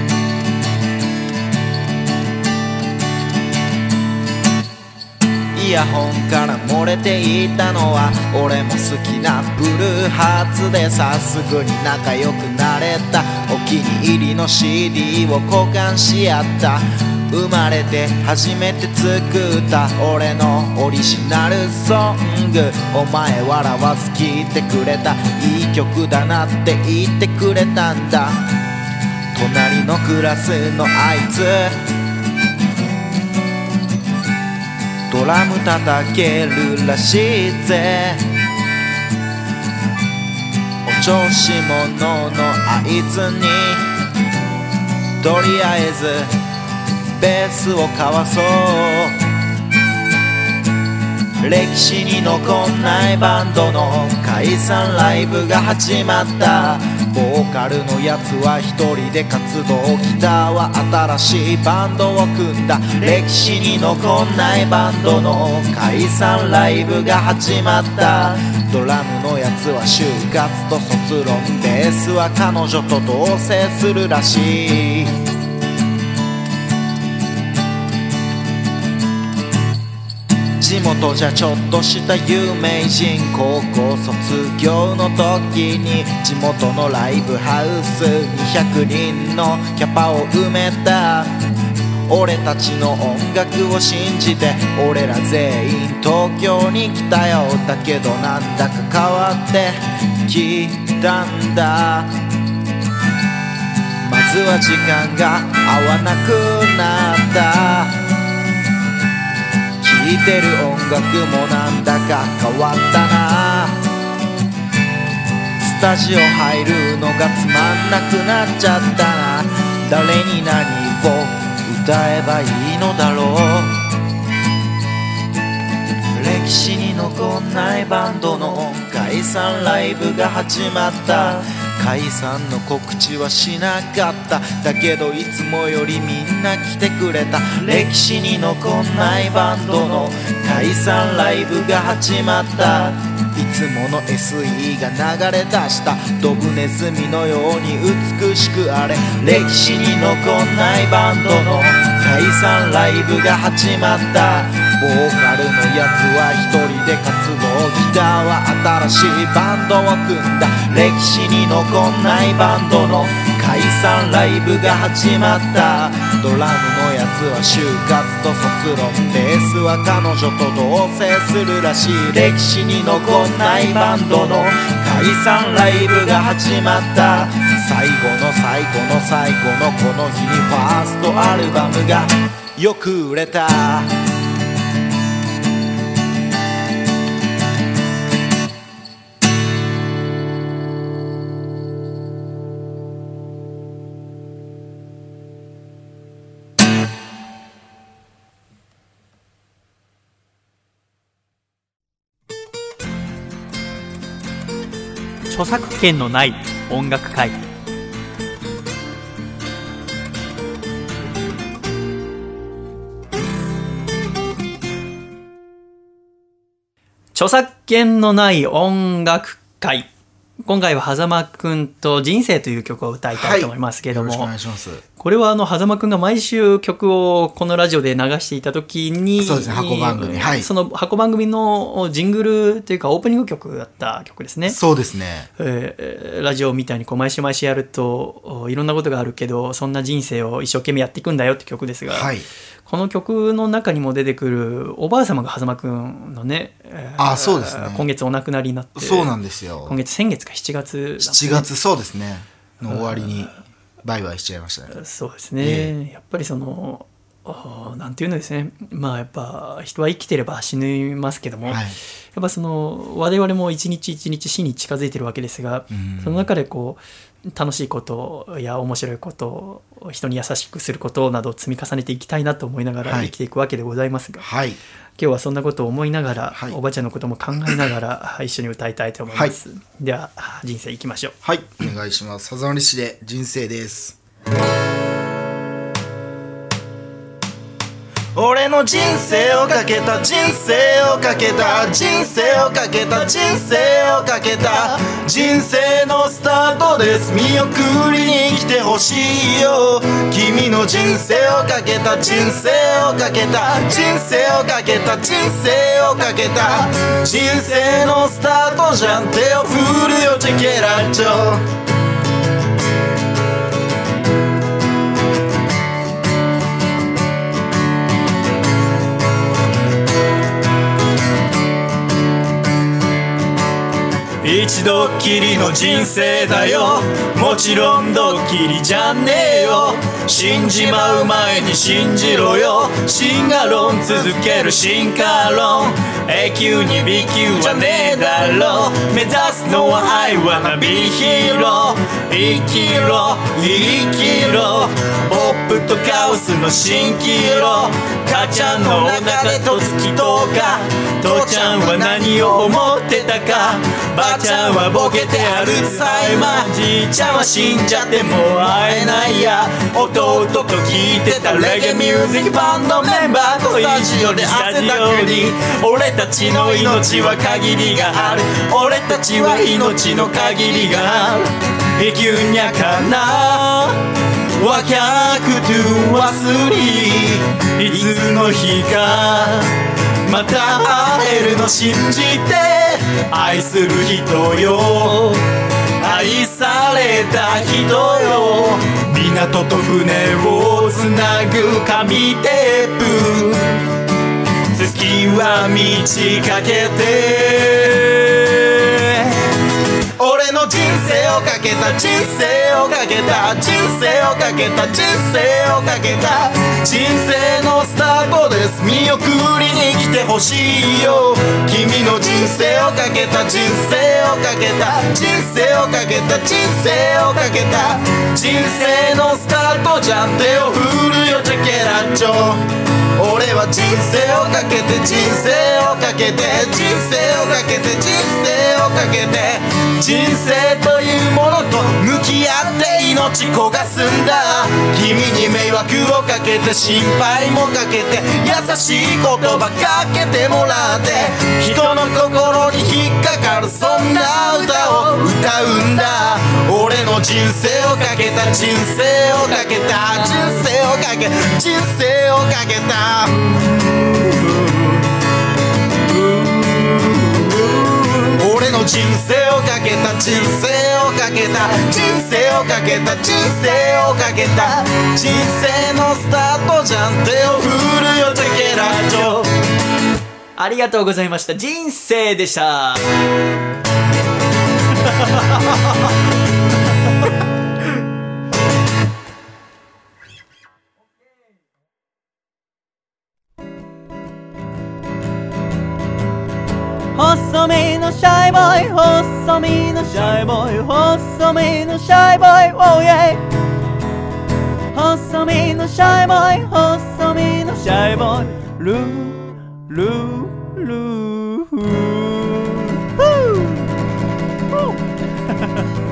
イヤホンから漏れていたのは俺も好きなブルーハーツでさすぐに仲良くなれたお気に入りの シーディー を交換し合った生まれて初めて作った俺のオリジナルソングお前笑わず聴いてくれたいい曲だなって言ってくれたんだ隣のクラスのあいつドラム叩けるらしいぜお調子者のあいつにとりあえずベースを交わそう歴史に残んないバンドの解散ライブが始まったボーカルのやつは一人で活動ギターは新しいバンドを組んだ歴史に残んないバンドの解散ライブが始まったドラムのやつは就活と卒論ベースは彼女と同棲するらしい地元じゃちょっとした有名人高校卒業の時に地元のライブハウスにひゃくにんのキャパを埋めた俺たちの音楽を信じて俺ら全員東京に来たよだけどなんだか変わってきたんだまずは時間が合わなくなった聴いてる音楽もなんだか変わったなスタジオ入るのがつまんなくなっちゃったな誰に何を歌えばいいのだろう歴史に残んないバンドの解散ライブが始まった解散の告知はしなかっただけどいつもよりみんな来てくれた歴史に残んないバンドの解散ライブが始まったいつもの エスイー が流れ出したドブネズミのように美しくあれ歴史に残んないバンドの解散ライブが始まったボーカルのやつは一人で活動ギターは新しいバンドを組んだ歴史に残んないバンドの解散ライブが始まったドラムのやつは就活と卒論ベースは彼女と同棲するらしい歴史に残んないバンドの解散ライブが始まった最後の最後の最後のこの日にファーストアルバムがよく売れた著作権のない音楽会著作権のない音楽会今回は狭間くんと人生という曲を歌いたいと思いますけれども、 はい、よろしくお願いします。 これはあの狭間くんが毎週曲をこのラジオで流していた時に、 そうですね、箱番組、はい、 その箱番組のジングルというかオープニング曲だった曲ですね。 そうですね、 えー、ラジオみたいにこう毎週毎週やるといろんなことがあるけど、そんな人生を一生懸命やっていくんだよって曲ですが、はい、この曲の中にも出てくるおばあ様が狭間くんのね、 あ、そうですね、 今月お亡くなりになって、 そうなんですよ、 今月先月かしちがつ、ね、 しちがつ、そうですねの終わりにバイバイしちゃいましたね。 そうですね、えー、やっぱりそのなんていうのですね、まあやっぱ人は生きてれば死にますけども、はい、やっぱその我々も一日一日死に近づいてるわけですが、その中でこう楽しいことや面白いことを、人に優しくすることなどを積み重ねていきたいなと思いながら生きていくわけでございますが、はい、今日はそんなことを思いながら、はい、おばあちゃんのことも考えながら一緒に歌いたいと思います、はい、では人生いきましょう。 はい、お願いします。狭間市で人生です。 俺の人生をかけた人生をかけた人生をかけた人生をかけた人生のスタートです。見送りに来てほしいよ。君の人生をかけた人生をかけた人生をかけた人生をかけた人生のスタートじゃん。手を振るよチェケラッチョ。一度きりの人生だよ。もちろんドッキリじゃねえよ。死んじまう前に信じろよ。シンガロン続ける進化論。永久に B 級はねえだろ。目指すのは愛はナビヒーロー。生きろ生きろ。ポップとカオスの蜃気楼。母ちゃんのお腹と月とか。父ちゃんは何を思ってたか。ばあちゃんはボケてアルツハイマー。じいちゃんは死んじゃってもう会えないや。弟と聴いてたレゲエミュージックバンドメンバーとスタジオで汗だくに。俺たちの命は限りがある。俺たちは命の限りがある。生きゅんやかなわきゃくと忘れ。いつの日かまた会えるの信じて。愛する人よ愛された人よ。港と船をつなぐ紙テープ。月は満ち欠けて。俺の人生をかけた人生をかけた人生をかけた人生をかけた人生のスタートです。見送りに来てほしいよ。君の人生をかけた人生をかけた人生をかけた人生をかけた人生のスタートじゃん。手を振るよチェケラッチョ。俺は人生をかけて人生をかけて人生をかけて人生をかけて人生というものと向き合って命焦がすんだ。君に迷惑をかけて心配もかけて優しい言葉かけてもらって人の心に引っかかるそんな歌を歌うんだ。俺の人生をかけた人生をかけた人生をかけ人生をかけた俺の人生をかけた人生をかけた人生をかけた人生をかけた人生のスタートじゃん。手を振るよチェケラジョ。 ありがとうございました。人生でした細身のシャイボーイ細身のシャイボーイ細身のシャイボーイ Oh yeah 細身のシャイボーイ細身のシャイボーイルールールーフー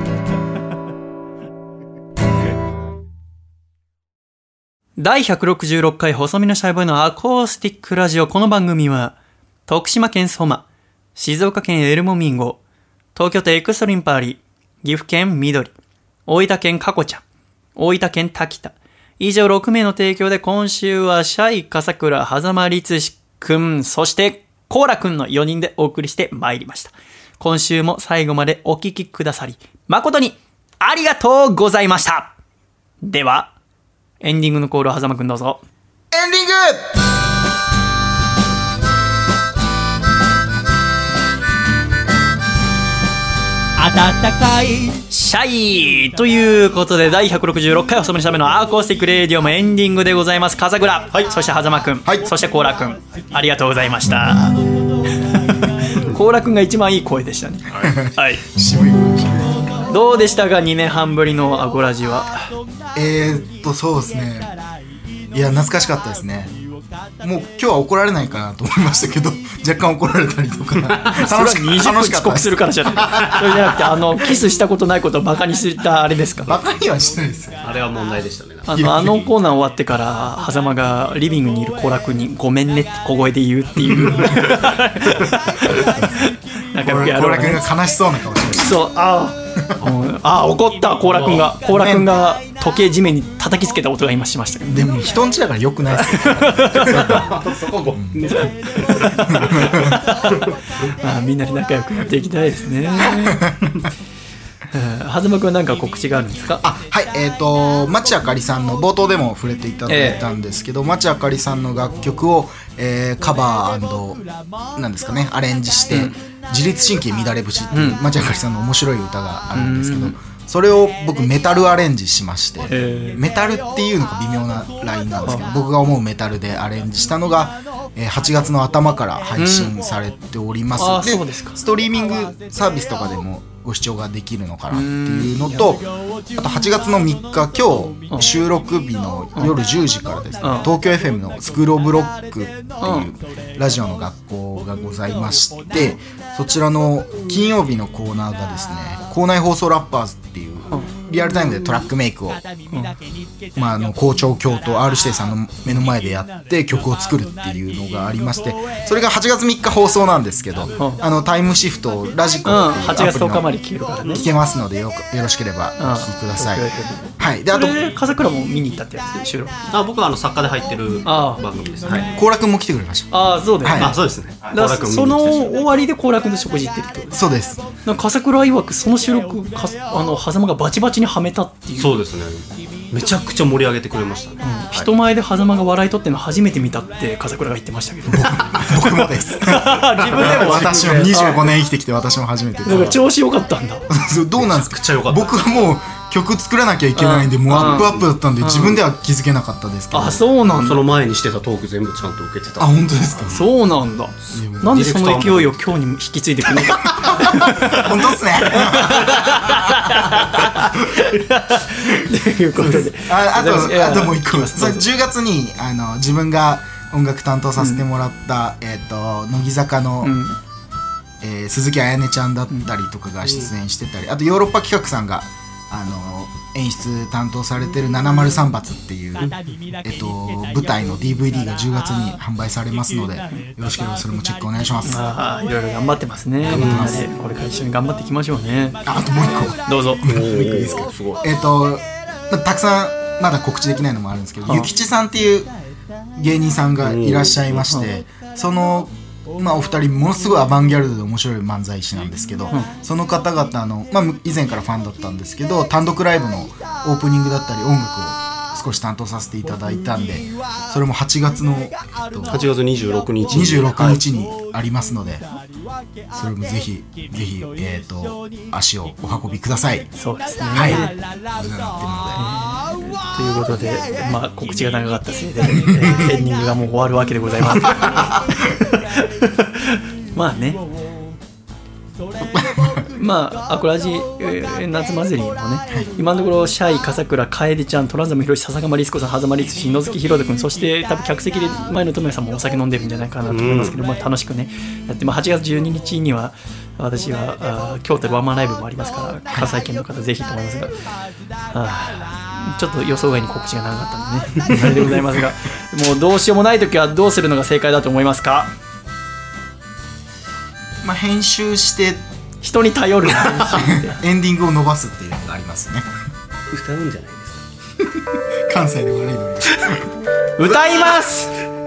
だいひゃくろくじゅうろっかい細身のシャイボーイのアコースティックラジオ。この番組は徳島県相馬、静岡県エルモミンゴ、東京都エクストリンパーリー、岐阜県緑、大分県かこちゃん、大分県滝田、 以上ろく名の提供で今週はシャイ、笠倉、狭間律史くん、そしてコーラくんのよにんでお送りしてまいりました。今週も最後までお聞きくださり誠にありがとうございました。ではエンディングのコールを狭間くんどうぞ。 エンディング。 暖かいシャイということでだいひゃくろくじゅうろっかいおそめのためのアーコースティックレディオもエンディングでございます。笠倉、はい、そして狭間くん、はい、そしてコーラくん、ありがとうございました。コーラくんが一番いい声でしたね。はい、渋い声でしたね。どうでしたかにねんはんぶりのアゴラジは。 えーっとそうですね、いや懐かしかったですね。もう今日は怒られないかなと思いましたけど若干怒られたりとか楽しにじゅっぷん遅刻するからじゃないそれじゃなくてあのキスしたことないことをバカにしたあれですか。 バカにはしてないですよ。 あれは問題でしたね。 あの、あのコーナー終わってから狭間がリビングにいるコーラ君にごめんねって小声で言うっていうなんかコーラ君が悲しそうな顔してる。 そう、ああ、うん、ああ怒ったコーラ君がコーラ君が時計地面に叩きつけた音が今しましたけど。 でも人んちだからよくないですよそこごめんまあみんなで仲良くやっていきたいですね。狭間くんは何か告知があるんですか。 あ、はい、えーと町あかりさんの冒頭でも触れていただいたんですけど、えー、町あかりさんの楽曲を、えー、カバー&なんですかねアレンジして、うん、自律神経乱れ節っていう、うん、町あかりさんの面白い歌があるんですけど、それを僕メタルアレンジしまして、メタルっていうのが微妙なラインなんですけど、僕が思うメタルでアレンジしたのがはちがつの頭から配信されております。 うん、 で、 そうですか。 ストリーミングサービスとかでもご視聴ができるのかなっていうのと、あとはちがつのみっか今日収録日の夜じゅうじからですね、東京 エフエム のスクールオブロックっていうラジオの学校がございまして、そちらの金曜日のコーナーがですね、校内放送ラッパーズっていうリアルタイムでトラックメイクを、うんまあ、あの校長教と アール 指定さんの目の前でやって曲を作るっていうのがありまして、それがはちがつみっか放送なんですけど、あのタイムシフトラジコっていうアプリの聞けますので よ, よろしければお聞きください。はい、であと笠倉も見に行ったってやつで収録。 あ、僕はあの作家で入ってる番組です。 コーラくんも来てくれました。 ああ、そうですね。 あ、そうですね。 その終わりでコーラくんと食事行ってるってことです。 そうです。 なんか笠倉曰くその収録かあの狭間がバチバチにはめたっていう。 そうですね。めちゃくちゃ盛り上げてくれましたね。 うんはい、人前で狭間が笑い取ってるの初めて見たって笠倉が言ってましたけど。 僕もです。自分でも私もにじゅうごねん生きてきて私も初めて。 なんか調子良かったんだ。 どうなんですか。 めちゃくちゃ良かった。 僕はもう曲作らなきゃいけないんで、もうアップアップだったんで自分では気づけなかったですけど。 あ、そうなんだ。 その前にしてたトーク全部ちゃんと受けてた。 あ、本当ですか。 そうなんだ。なんでその勢いを今日に引き継いでくるのか。 本当っすね。 ということで、 あ, あとあともう一個、じゅうがつにあの自分が音楽担当させてもらった、うん、えっ、ー、と乃木坂の、うんえー、鈴木彩音ちゃんだったりとかが出演してたり、うん、あとヨーロッパ企画さんがあの演出担当されてるななまるさん罰っていう、えっと、舞台の ディーブイディー がじゅうがつに販売されますので、よろしければそれもチェックお願いします。 ああ、いろいろ頑張ってますね。 頑張ってます。 これから一緒に頑張っていきましょうね。 あ, あともう一個どうぞ。 もう一個いいですか。えっとたくさんまだ告知できないのもあるんですけど、ゆきちさんっていう芸人さんがいらっしゃいまして、そのまあ、お二人ものすごいアバンギャルドで面白い漫才師なんですけど、うん、その方々の、まあ、以前からファンだったんですけど、単独ライブのオープニングだったり音楽を少し担当させていただいたんで、それもはちがつの、えっと、 はちがつにじゅうろくにちにじゅうろくにちにありますので、それもぜひぜひ、えー、と足をお運びください。 そうですね。 はい。お世話になってるので、 ということで、まあ、告知が長かったせいで、えー、エンディングがもう終わるわけでございます。まあね。まあ、アコラジ、えー、夏祭りもね、はい、今のところシャイ、笠倉、楓ちゃん、虎園博史、笹釜律子さん、狭間律史、野月ひろと君、そして多分客席で前野智也さんもお酒飲んでるんじゃないかなと思いますけど、うんまあ、楽しくねやって、まあ、はちがつじゅうににちには私はあ京都でワンマンライブもありますから、関西圏の方ぜひと思いますが、あちょっと予想外に告知が長かったんでねあれでございますが、もうどうしようもないときはどうするのが正解だと思いますか。 まあ、編集して人に頼る編集エンディングを伸ばすっていうのがありますね。 歌うんじゃないですか。 関西で悪いの歌います。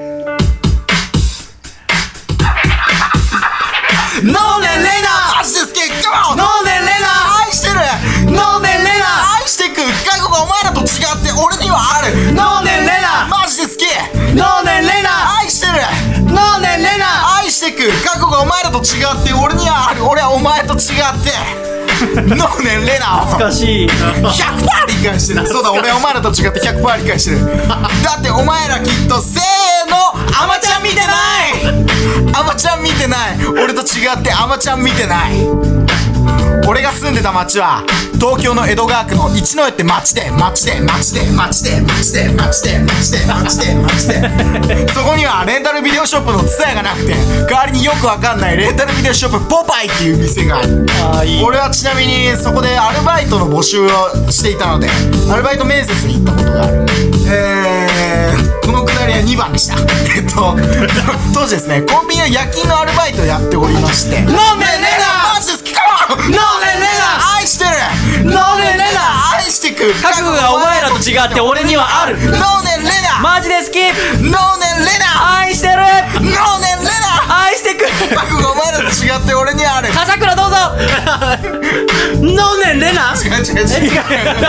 ノーネンレナマジで好き。ノーネンレナ愛してる。ノーネンレナ愛してく。覚悟がお前らと違って俺にはある。ノーネンレナマジで好き。ノーネンレナ愛してる。ノーネンレナ愛してく。覚悟がお前らと違って俺にはある。俺はお前と違ってノーネンレナを懐かしいひゃくパーセント 理解してる。そうだ、俺はお前らと違って ひゃくパーセント 理解してる。だってお前らきっとせーのアマちゃん見てない。アマちゃん見てない。俺と違ってアマちゃん見てない。俺が住んでた町は東京の江戸川区の一之江って町で町で町で町で町で町で町で町で町でそこにはレンタルビデオショップのツタヤがなくて、代わりによくわかんないレンタルビデオショップポパイっていう店がある。あーいい。俺はちなみにそこでアルバイトの募集をしていたのでアルバイト面接に行ったことがある。えー、このくだりはにばんでした。えっと当時ですね、コンビニの夜勤のアルバイトをやっておりまして、ノーネンレナマジで好きかも。ノーネンレナ愛してる。ノーネンレナ愛してく。 覚悟がお前らと違って俺にはある。 ノーネンレナマジで好き。 ノーネンレナ愛してる。 ノーネンレナ愛してく。 覚悟がお前らと違って俺にはある。 笠倉どうぞ。ノーネンレナ違う違う違う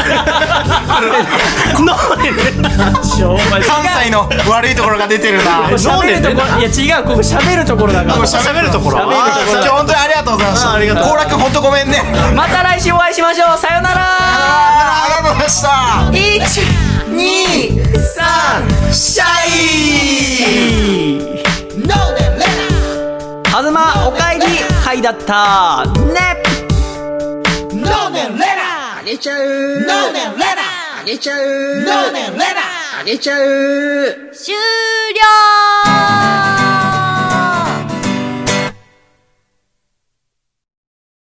ノーネンレナ関西の悪いところが出てるな。 喋るところ、いや違う、ここ喋るところだから。 喋るところ。 喋るところ。 今日本当にありがとうございました。好楽本当ごめんね。 また来週お会いしましょう。さよなら。 ありがとうございました。 いち、に、さん、シャイ。 ノーネンレナはずまおかえり会だったね。 ノーネンレナあげちゃう。 ノーネンレナあげちゃう。 ノーネンレナあげちゃう。 終了。